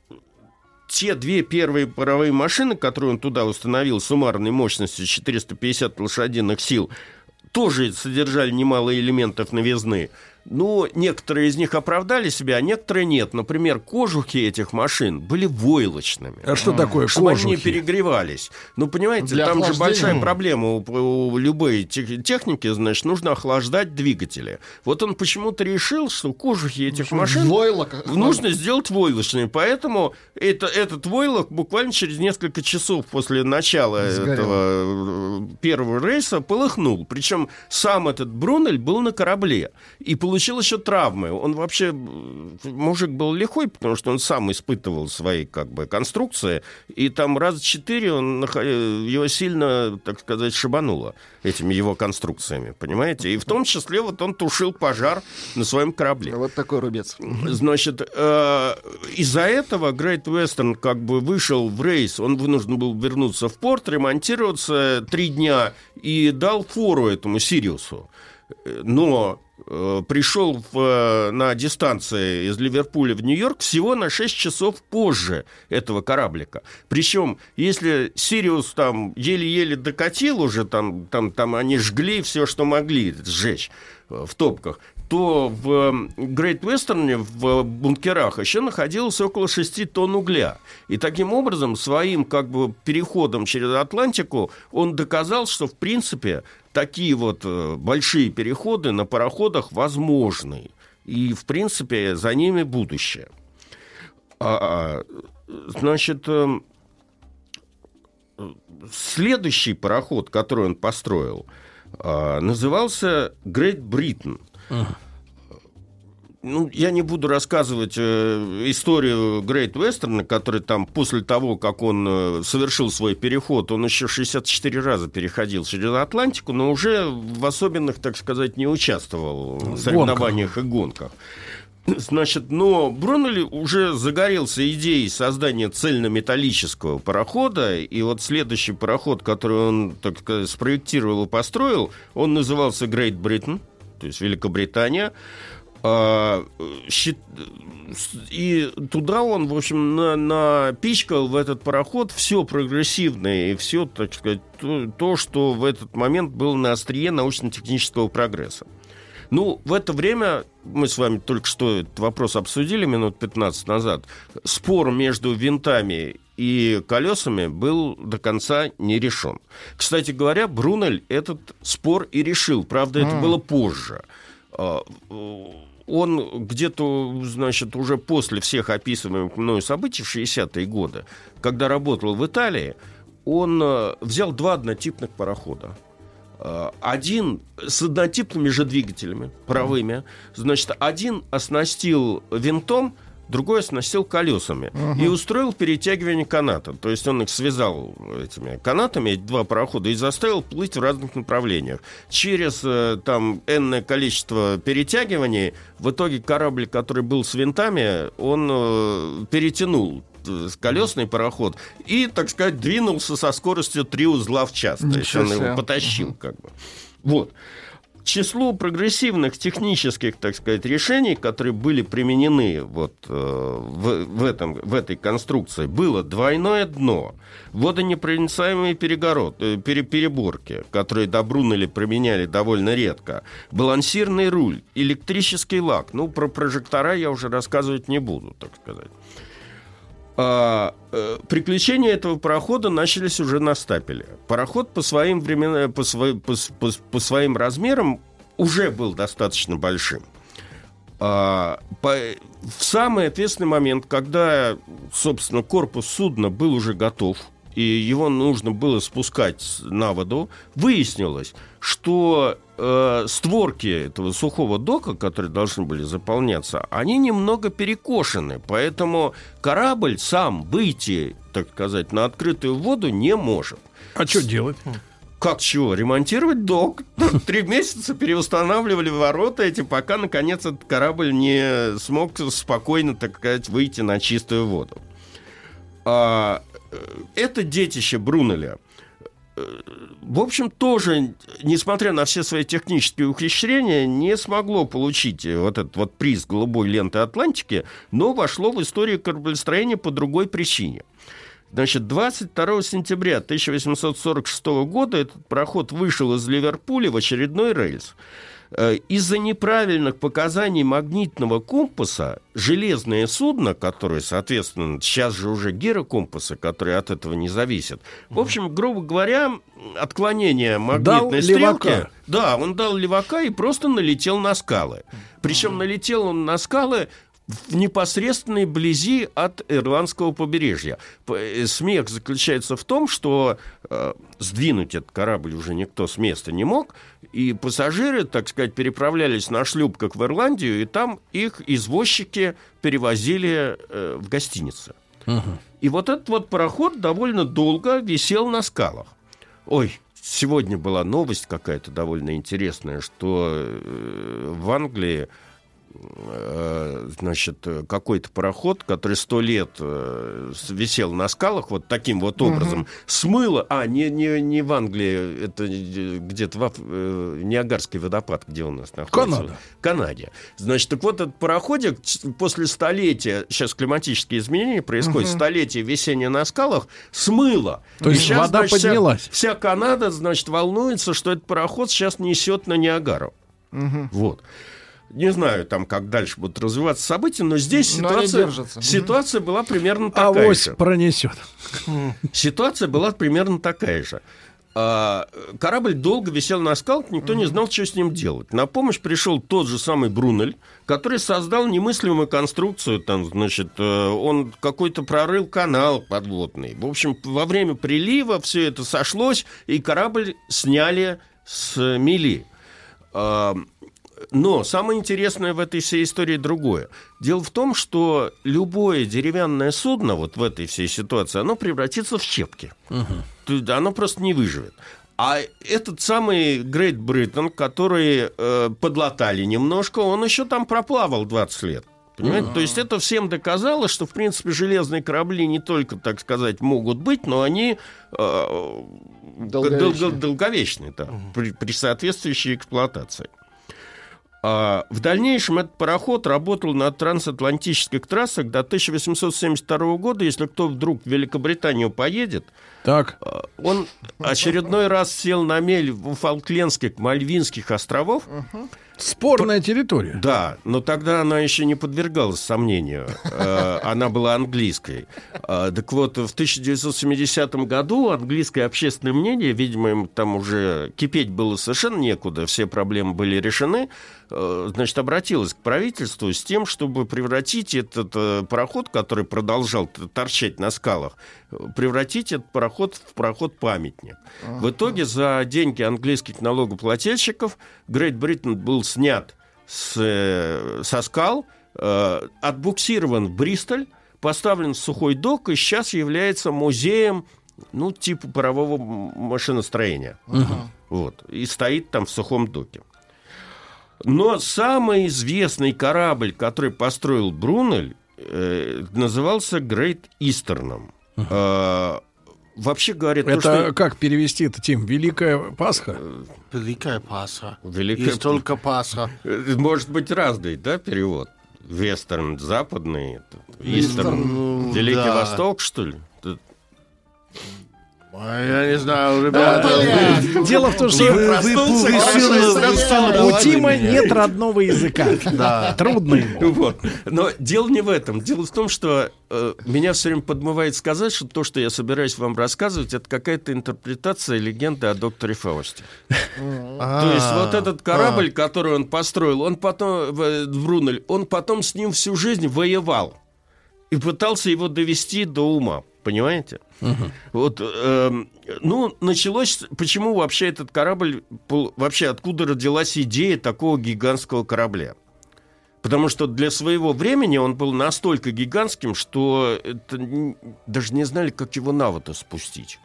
те две первые паровые машины, которые он туда установил суммарной мощностью четыреста пятьдесят лошадиных сил, тоже содержали немало элементов новизны. Ну, некоторые из них оправдали себя, а некоторые нет. Например, кожухи этих машин были войлочными. А что такое чтобы кожухи? Чтобы они не перегревались. Ну, понимаете, Для там же охлаждения? большая проблема у, у любой техники, значит, нужно охлаждать двигатели. Вот он почему-то решил, что кожухи этих ну, машин войлок, нужно сделать войлочными. Поэтому это, этот войлок буквально через несколько часов после начала Сгорел. этого первого рейса полыхнул. Причем сам этот Брунель был на корабле. И получил еще травмы. Он вообще, мужик был лихой, потому что он сам испытывал свои как бы конструкции, и там раза четыре он, его сильно, так сказать, шибануло этими его конструкциями, понимаете? И в том числе вот он тушил пожар на своем корабле. Вот такой рубец. Значит, э, из-за этого Great Western как бы вышел в рейс, он вынужден был вернуться в порт, ремонтироваться три дня и дал фору этому Сириусу. Но пришел в, на дистанции из Ливерпуля в Нью-Йорк всего на шесть часов позже этого кораблика. Причем, если Сириус там еле-еле докатил уже, там, там, там они жгли все, что могли сжечь в топках, то в Great Western в бункерах еще находилось около шести тонн угля. И таким образом, своим как бы переходом через Атлантику он доказал, что, в принципе, такие вот большие переходы на пароходах возможны. И, в принципе, за ними будущее. А, значит, следующий пароход, который он построил, назывался Great Britain. Uh-huh. Ну, я не буду рассказывать э, историю Great Western, который там после того, как он э, совершил свой переход, он еще шестьдесят четыре раза переходил через Атлантику, но уже в особенных, так сказать, не участвовал в соревнованиях и гонках. Значит, но Брунель уже загорелся идеей создания цельнометаллического парохода, и вот следующий пароход, который он, так сказать, спроектировал и построил, он назывался Great Britain, то есть Великобритания. И туда он, в общем, на, напичкал в этот пароход все прогрессивное и все, так сказать, то, то, что в этот момент было на острие научно-технического прогресса. Ну, в это время, мы с вами только что этот вопрос обсудили минут пятнадцать назад, спор между винтами и колесами был до конца не решен. Кстати говоря, Брунель этот спор и решил, правда, это было позже. Он где-то, значит, уже после всех описываемых мною событий в шестидесятые годы, когда работал в Италии, он взял два однотипных парохода. Один с однотипными же двигателями, паровыми. Значит, один оснастил винтом, другой оснастил колесами. Uh-huh. И устроил перетягивание каната. То есть он их связал этими канатами, эти два парохода, и заставил плыть в разных направлениях. Через там энное количество перетягиваний в итоге корабль, который был с винтами, он э, перетянул колесный пароход и, так сказать, двинулся со скоростью три узла в час. То есть он его потащил, как бы. Вот. к числу прогрессивных технических, так сказать, решений, которые были применены вот, э, в, в, этом, в этой конструкции, было двойное дно, водонепроницаемые перегород, э, пере, переборки, которые до Брунеля применяли довольно редко, балансирный руль, электрический лак. Ну, про прожектора я уже рассказывать не буду, так сказать. А, э, приключения этого парохода начались уже на стапеле. Пароход по своим, времен... по, сво... по, по, по своим размерам уже был достаточно большим. А, по... В самый ответственный момент, когда, собственно, корпус судна был уже готов, и его нужно было спускать на воду, выяснилось, что э, створки этого сухого дока, которые должны были заполняться, они немного перекошены, поэтому корабль сам выйти, так сказать, на открытую воду не может. А что делать? Как чего? Ремонтировать док. Три месяца переустанавливали ворота эти, пока, наконец, этот корабль не смог спокойно, так сказать, выйти на чистую воду. А... Это детище Брунеля, в общем, тоже, несмотря на все свои технические ухищрения, не смогло получить вот этот вот приз голубой ленты Атлантики, но вошло в историю кораблестроения по другой причине. Значит, двадцать второго сентября тысяча восемьсот сорок шестого года этот пароход вышел из Ливерпуля в очередной рейс. Из-за неправильных показаний магнитного компаса железное судно, которое, соответственно, сейчас же уже гирокомпасы, которые от этого не зависят, в общем, грубо говоря, отклонение магнитной дал стрелки... левака. Да, он дал левака и просто налетел на скалы. Причем налетел он на скалы в непосредственной близи от ирландского побережья. Смех заключается в том, что э, сдвинуть этот корабль уже никто с места не мог, и пассажиры, так сказать, переправлялись на шлюпках в Ирландию, и там их извозчики перевозили э, в гостиницы. Uh-huh. И вот этот вот пароход довольно долго висел на скалах. Ой, сегодня была новость какая-то довольно интересная, что э, в Англии значит, какой-то пароход, который сто лет висел на скалах вот таким вот образом, угу. смыло, а, не, не, не в Англии, это где-то в Аф... Ниагарский водопад, где у нас находится. Канада. В Канаде. Значит, так вот этот пароходик после столетия, сейчас климатические изменения происходят, угу. столетия висения на скалах, смыло. То есть сейчас, вода значит, поднялась. Вся, вся Канада, значит, волнуется, что этот пароход сейчас несет на Ниагару. Угу. Вот. Не знаю, там, как дальше будут развиваться события, но здесь но ситуация, ситуация была примерно такая Авось же. Пронесет. Ситуация была примерно такая же. А, корабль долго висел на скалах, никто не знал, что с ним делать. На помощь пришел тот же самый Брунель, который создал немыслимую конструкцию. Там, значит, он какой-то прорыл канал подводный. В общем, во время прилива все это сошлось, и корабль сняли с мели. Но самое интересное в этой всей истории другое. Дело в том, что любое деревянное судно вот в этой всей ситуации, оно превратится в щепки. Uh-huh. Оно просто не выживет. А этот самый Great Britain, который э, подлатали немножко, он еще там проплавал двадцать лет. Понимаете? Uh-huh. То есть это всем доказало, что, в принципе, железные корабли не только, так сказать, могут быть, но они э, долговечные, дол- долговечные да, uh-huh. при, при соответствующей эксплуатации. А в дальнейшем этот пароход работал на трансатлантических трассах до тысяча восемьсот семьдесят второго года. Если кто вдруг в Великобританию поедет, так. он очередной раз сел на мель у Фолклендских, Мальвинских островов. Uh-huh. Спорная территория. Да, но тогда она еще не подвергалась сомнению. Она была английской. Так вот, в тысяча девятьсот семидесятом году английское общественное мнение, видимо, им там уже кипеть было совершенно некуда, все проблемы были решены, значит, обратилось к правительству с тем, чтобы превратить этот пароход, который продолжал торчать на скалах, превратить этот пароход в пароход-памятник. Uh-huh. В итоге за деньги английских налогоплательщиков Great Britain был снят с, со скал, э, отбуксирован в Бристоль, поставлен в сухой док и сейчас является музеем, ну, типа парового машиностроения. Uh-huh. Вот, и стоит там в сухом доке. Но самый известный корабль, который построил Брунель, э, назывался Great Eastern. Uh-huh. вообще говоря... Это то, что... как перевести это, Тим? Великая Пасха? Великая Пасха. Великая... Есть только Пасха. Может быть разный, да, перевод? Вестерн западный, Истерн, Великий да. Восток, что ли? Я не знаю, ребята. Дело в том, что Вы- вы- вы- вы сильно- у вы Тима меня. нет родного языка. Да. Трудно ему. Вот. Но дело не в этом. Дело в том, что э, меня все время подмывает сказать, что то, что я собираюсь вам рассказывать, это какая-то интерпретация легенды о докторе Фаусте. То есть вот этот корабль, который он построил, он потом, в- Брунель, он потом с ним всю жизнь воевал и пытался его довести до ума. Понимаете? Uh-huh. Вот, э, ну, началось, почему вообще этот корабль, вообще откуда родилась идея такого гигантского корабля? Потому что для своего времени он был настолько гигантским, что это, даже не знали, как его на воду спустить.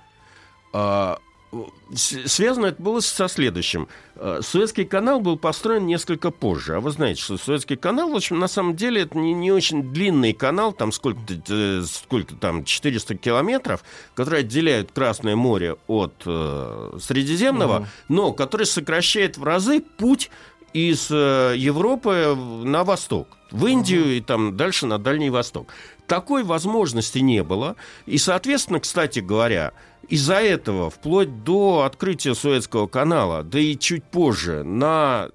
А, связано это было со следующим. Суэцкий канал был построен несколько позже. А вы знаете, что Суэцкий канал, в общем, на самом деле, это не, не очень длинный канал, там сколько-то, сколько там, четыреста километров, которые отделяют Красное море от э, Средиземного, uh-huh. но который сокращает в разы путь из э, Европы на восток, в Индию uh-huh. и там дальше на Дальний Восток. Такой возможности не было. И, соответственно, кстати говоря, из-за этого, вплоть до открытия Суэцкого канала, да и чуть позже, на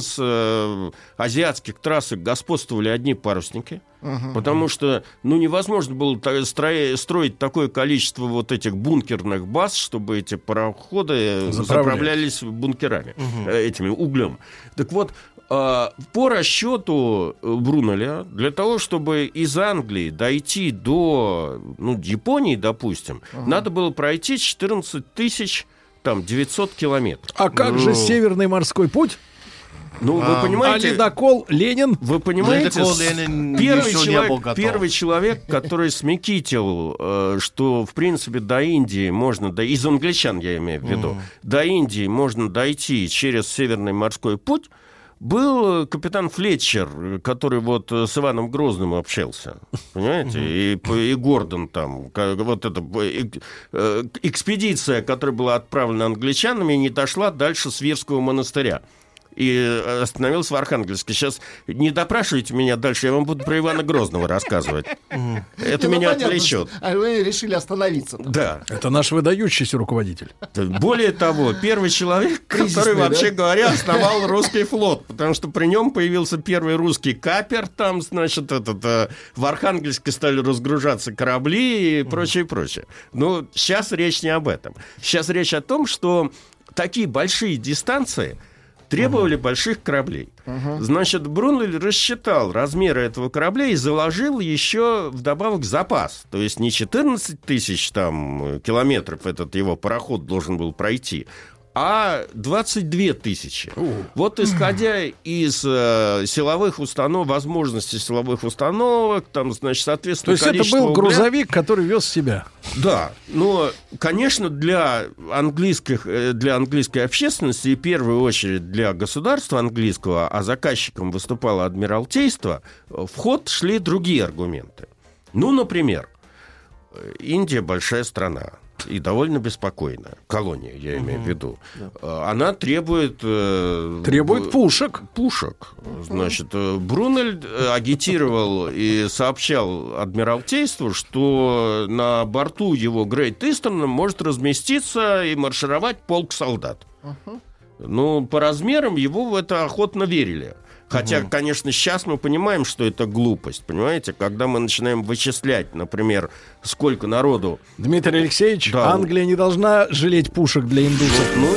трансазиатских трассах господствовали одни парусники, uh-huh. потому что ну, невозможно было строить, строить такое количество вот этих бункерных баз, чтобы эти пароходы заправлялись бункерами, uh-huh. этими углем. Так вот, по расчету Брунеля, для того, чтобы из Англии дойти до ну, Японии, допустим, uh-huh. надо было пройти четырнадцать тысяч девятьсот километров. А как ну... же Северный морской путь? Ну, а, вы понимаете... А ледокол Ленин? Вы понимаете, Ленин первый, человек, первый человек, который смекитил, э, что, в принципе, до Индии можно... До, из англичан, я имею в виду. Mm. До Индии можно дойти через Северный морской путь, был капитан Флетчер, который вот с Иваном Грозным общался, понимаете, mm-hmm. и, и Гордон там, вот эта экспедиция, которая была отправлена англичанами, не дошла дальше Свирского монастыря. И остановился в Архангельске. Сейчас не допрашивайте меня дальше, я вам буду про Ивана Грозного рассказывать. Это меня отвлечет. А вы решили остановиться. Да. Это наш выдающийся руководитель. Более того, первый человек, который, вообще говоря, основал русский флот, потому что при нем появился первый русский капер, там, значит, этот, в Архангельске стали разгружаться корабли и прочее, прочее. Но сейчас речь не об этом. Сейчас речь о том, что такие большие дистанции требовали uh-huh. больших кораблей. Uh-huh. Значит, Брунель рассчитал размеры этого корабля и заложил еще вдобавок запас. То есть не четырнадцать тысяч там, километров этот его пароход должен был пройти, а двадцать две тысячи. Uh. Вот исходя из э, силовых установок, возможностей силовых установок, там, значит, соответственно, то есть это был угля... грузовик, который вез себя. Да, но, конечно, для английских, для английской общественности и в первую очередь для государства английского, а заказчиком выступало Адмиралтейство, в ход шли другие аргументы. Ну, например, Индия большая страна. И довольно беспокойная. Колония, я имею угу. в виду. Да. Она требует... Э, требует пушек. Пушек. Значит, Брунель агитировал и сообщал Адмиралтейству, что на борту его Грейт Истерна может разместиться и маршировать полк солдат. Угу. Ну, по размерам его в это охотно верили. Хотя, угу. конечно, сейчас мы понимаем, что это глупость, понимаете? Когда мы начинаем вычислять, например, сколько народу... Дмитрий Алексеевич, да. Англия не должна жалеть пушек для индусов. Ну,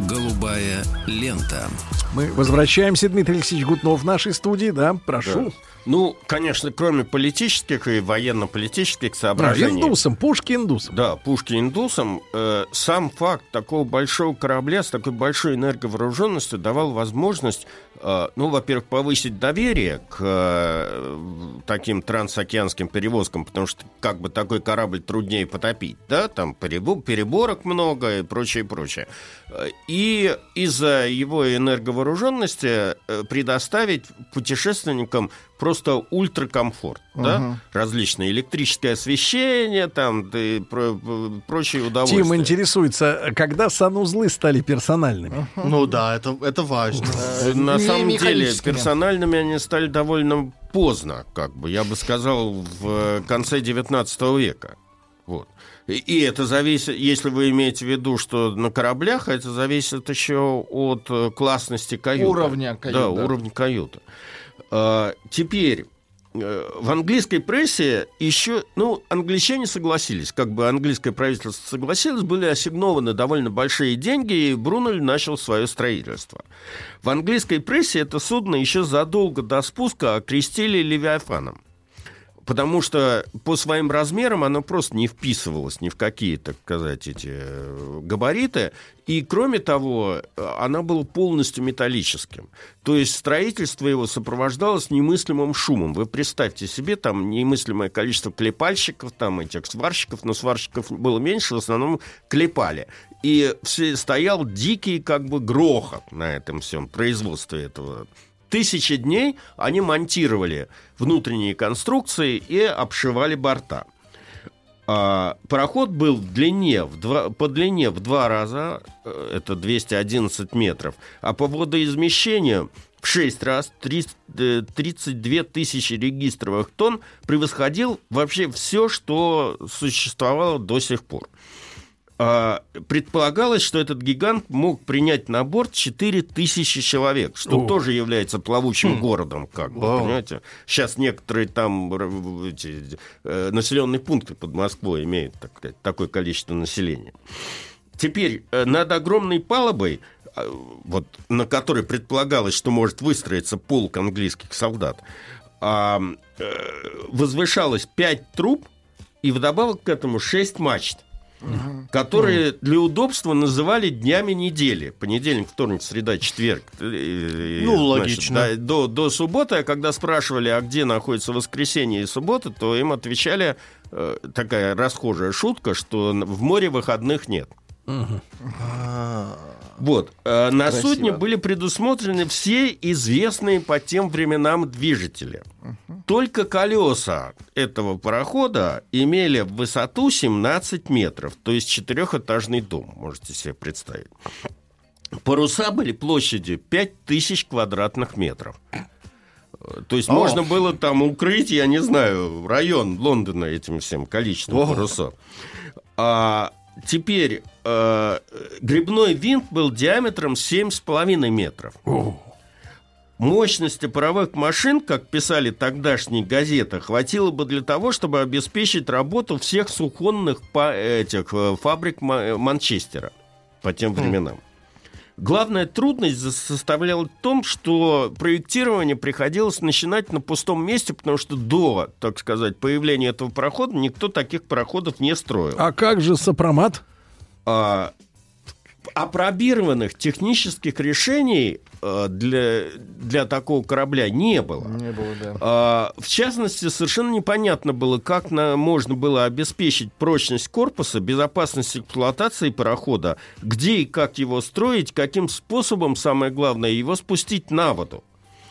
Голубая лента. Мы возвращаемся, Дмитрий Алексеевич Гутнов в нашей студии, да, прошу. Да. Ну, конечно, кроме политических и военно-политических соображений. А, индусам, пушки индусам. Да, пушки индусам. Э, сам факт такого большого корабля с такой большой энерговооруженностью давал возможность, э, ну, во-первых, повысить доверие к э, таким трансокеанским перевозкам, потому что как бы такой корабль труднее потопить, да, там переборок много и прочее, прочее. И из-за его энерговооруженности предоставить путешественникам просто ультракомфорт, uh-huh. да? Различные электрическое освещение, там, да, и про, прочие удовольствия. Тим интересуется, когда санузлы стали персональными? Uh-huh. Ну да, это, это важно. На самом деле, персональными они стали довольно поздно, как бы, я бы сказал, в конце девятнадцатого века. Вот. И это зависит, если вы имеете в виду, что на кораблях, это зависит еще от классности каюты. Уровня каюты. Да, да. уровня каюты. А, теперь, в английской прессе еще, ну, англичане согласились, как бы английское правительство согласилось, были ассигнованы довольно большие деньги, и Брунель начал свое строительство. В английской прессе это судно еще задолго до спуска окрестили Левиафаном. Потому что по своим размерам оно просто не вписывалось ни в какие, так сказать, эти габариты. И, кроме того, оно было полностью металлическим. То есть строительство его сопровождалось немыслимым шумом. Вы представьте себе, там немыслимое количество клепальщиков, там этих сварщиков, но сварщиков было меньше, в основном клепали. И стоял дикий как бы грохот на этом всем производстве этого. Тысячи дней они монтировали внутренние конструкции и обшивали борта. А, пароход был в длине, в два, по длине в два раза, это двести одиннадцать метров, а по водоизмещению в шесть раз, тридцать две тысячи регистровых тонн, превосходил вообще все, что существовало до сих пор. Предполагалось, что этот гигант мог принять на борт четыре тысячи человек, что О. тоже является плавучим хм. городом, как бы, понимаете? Сейчас некоторые там эти, э, населенные пункты под Москвой имеют, так сказать, такое количество населения. Теперь э, над огромной палубой, э, вот, на которой предполагалось, что может выстроиться полк английских солдат, э, э, возвышалось пять труб и вдобавок к этому шесть мачт. Uh-huh. Которые для удобства называли днями недели. Понедельник, вторник, среда, четверг. Ну, логично. Значит, до, до субботы, а когда спрашивали, а где находится воскресенье и суббота, то им отвечали э, такая расхожая шутка, что в море выходных нет. Uh-huh. Вот. Э, на Красиво. Судне были предусмотрены все известные по тем временам движители. Uh-huh. Только колеса этого парохода имели высоту семнадцать метров, то есть четырехэтажный дом, можете себе представить. Паруса были площадью пять тысяч квадратных метров. То есть О. можно было там укрыть, я не знаю, район Лондона этим всем количеством О. парусов. А теперь э, гребной винт был диаметром семь с половиной метров. О. Мощности паровых машин, как писали тогдашние газеты, хватило бы для того, чтобы обеспечить работу всех сухонных па- этих, фабрик Манчестера по тем временам. Mm. Главная трудность составляла в том, что проектирование приходилось начинать на пустом месте, потому что до, так сказать, появления этого парохода никто таких пароходов не строил. А как же сопромат? А, апробированных технических решений для, для такого корабля не было. Не было, да. А, в частности, совершенно непонятно было, как на, можно было обеспечить прочность корпуса, безопасность эксплуатации парохода, где и как его строить, каким способом, самое главное, его спустить на воду.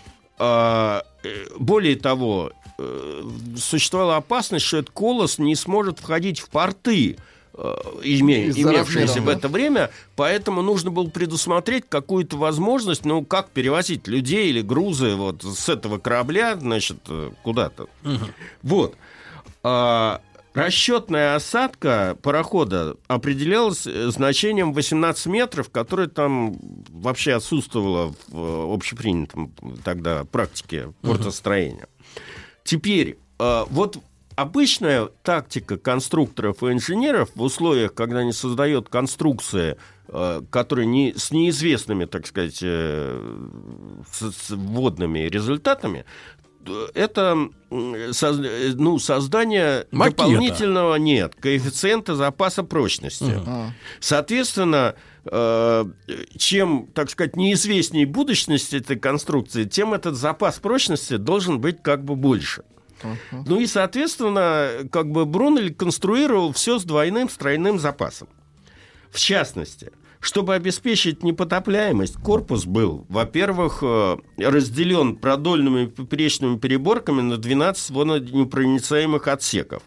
А, более того, существовала опасность, что этот колосс не сможет входить в порты, Име, имевшиеся в это время, поэтому нужно было предусмотреть какую-то возможность, ну, как перевозить людей или грузы вот с этого корабля, значит, куда-то. Угу. Вот. А, расчетная осадка парохода определялась значением восемнадцать метров, которое там вообще отсутствовало в общепринятом тогда практике портостроения. Угу. Теперь, а, вот обычная тактика конструкторов и инженеров в условиях, когда они создают конструкции, которые не, с неизвестными, так сказать, с, с вводными результатами, это соз- ну, создание Макета. дополнительного нет, коэффициента запаса прочности. Uh-huh. Соответственно, э, чем, так сказать, неизвестнее будущность этой конструкции, тем этот запас прочности должен быть как бы больше. Uh-huh. Ну и, соответственно, как бы Брунель конструировал все с двойным, с тройным запасом. В частности, чтобы обеспечить непотопляемость, корпус был, во-первых, разделен продольными и поперечными переборками на двенадцать водонепроницаемых отсеков.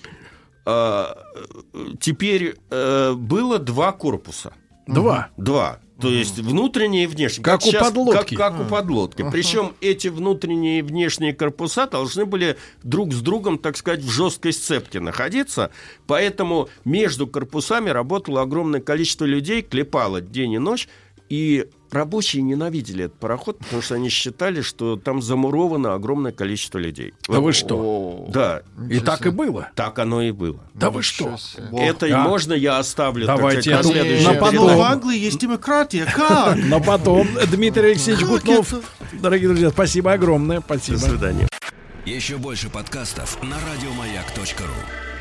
Теперь было два корпуса. Два? Два. То есть внутренние и внешние. Как, как у сейчас, подлодки. Как, как у подлодки. Uh-huh. Причем эти внутренние и внешние корпуса должны были друг с другом, так сказать, в жесткой сцепке находиться. Поэтому между корпусами работало огромное количество людей, клепало день и ночь. И рабочие ненавидели этот пароход, потому что они считали, что там замуровано огромное количество людей. Да вы что? Да. И так и было? Так оно и было. Да вы что? Это а? можно я оставлю? Давайте. Так сказать, на потом. В Англии есть демократия. Как? Но потом. Дмитрий Алексеевич Гутнов. Дорогие друзья, спасибо огромное. Спасибо. До свидания. Еще больше подкастов на радиомаяк точка ру.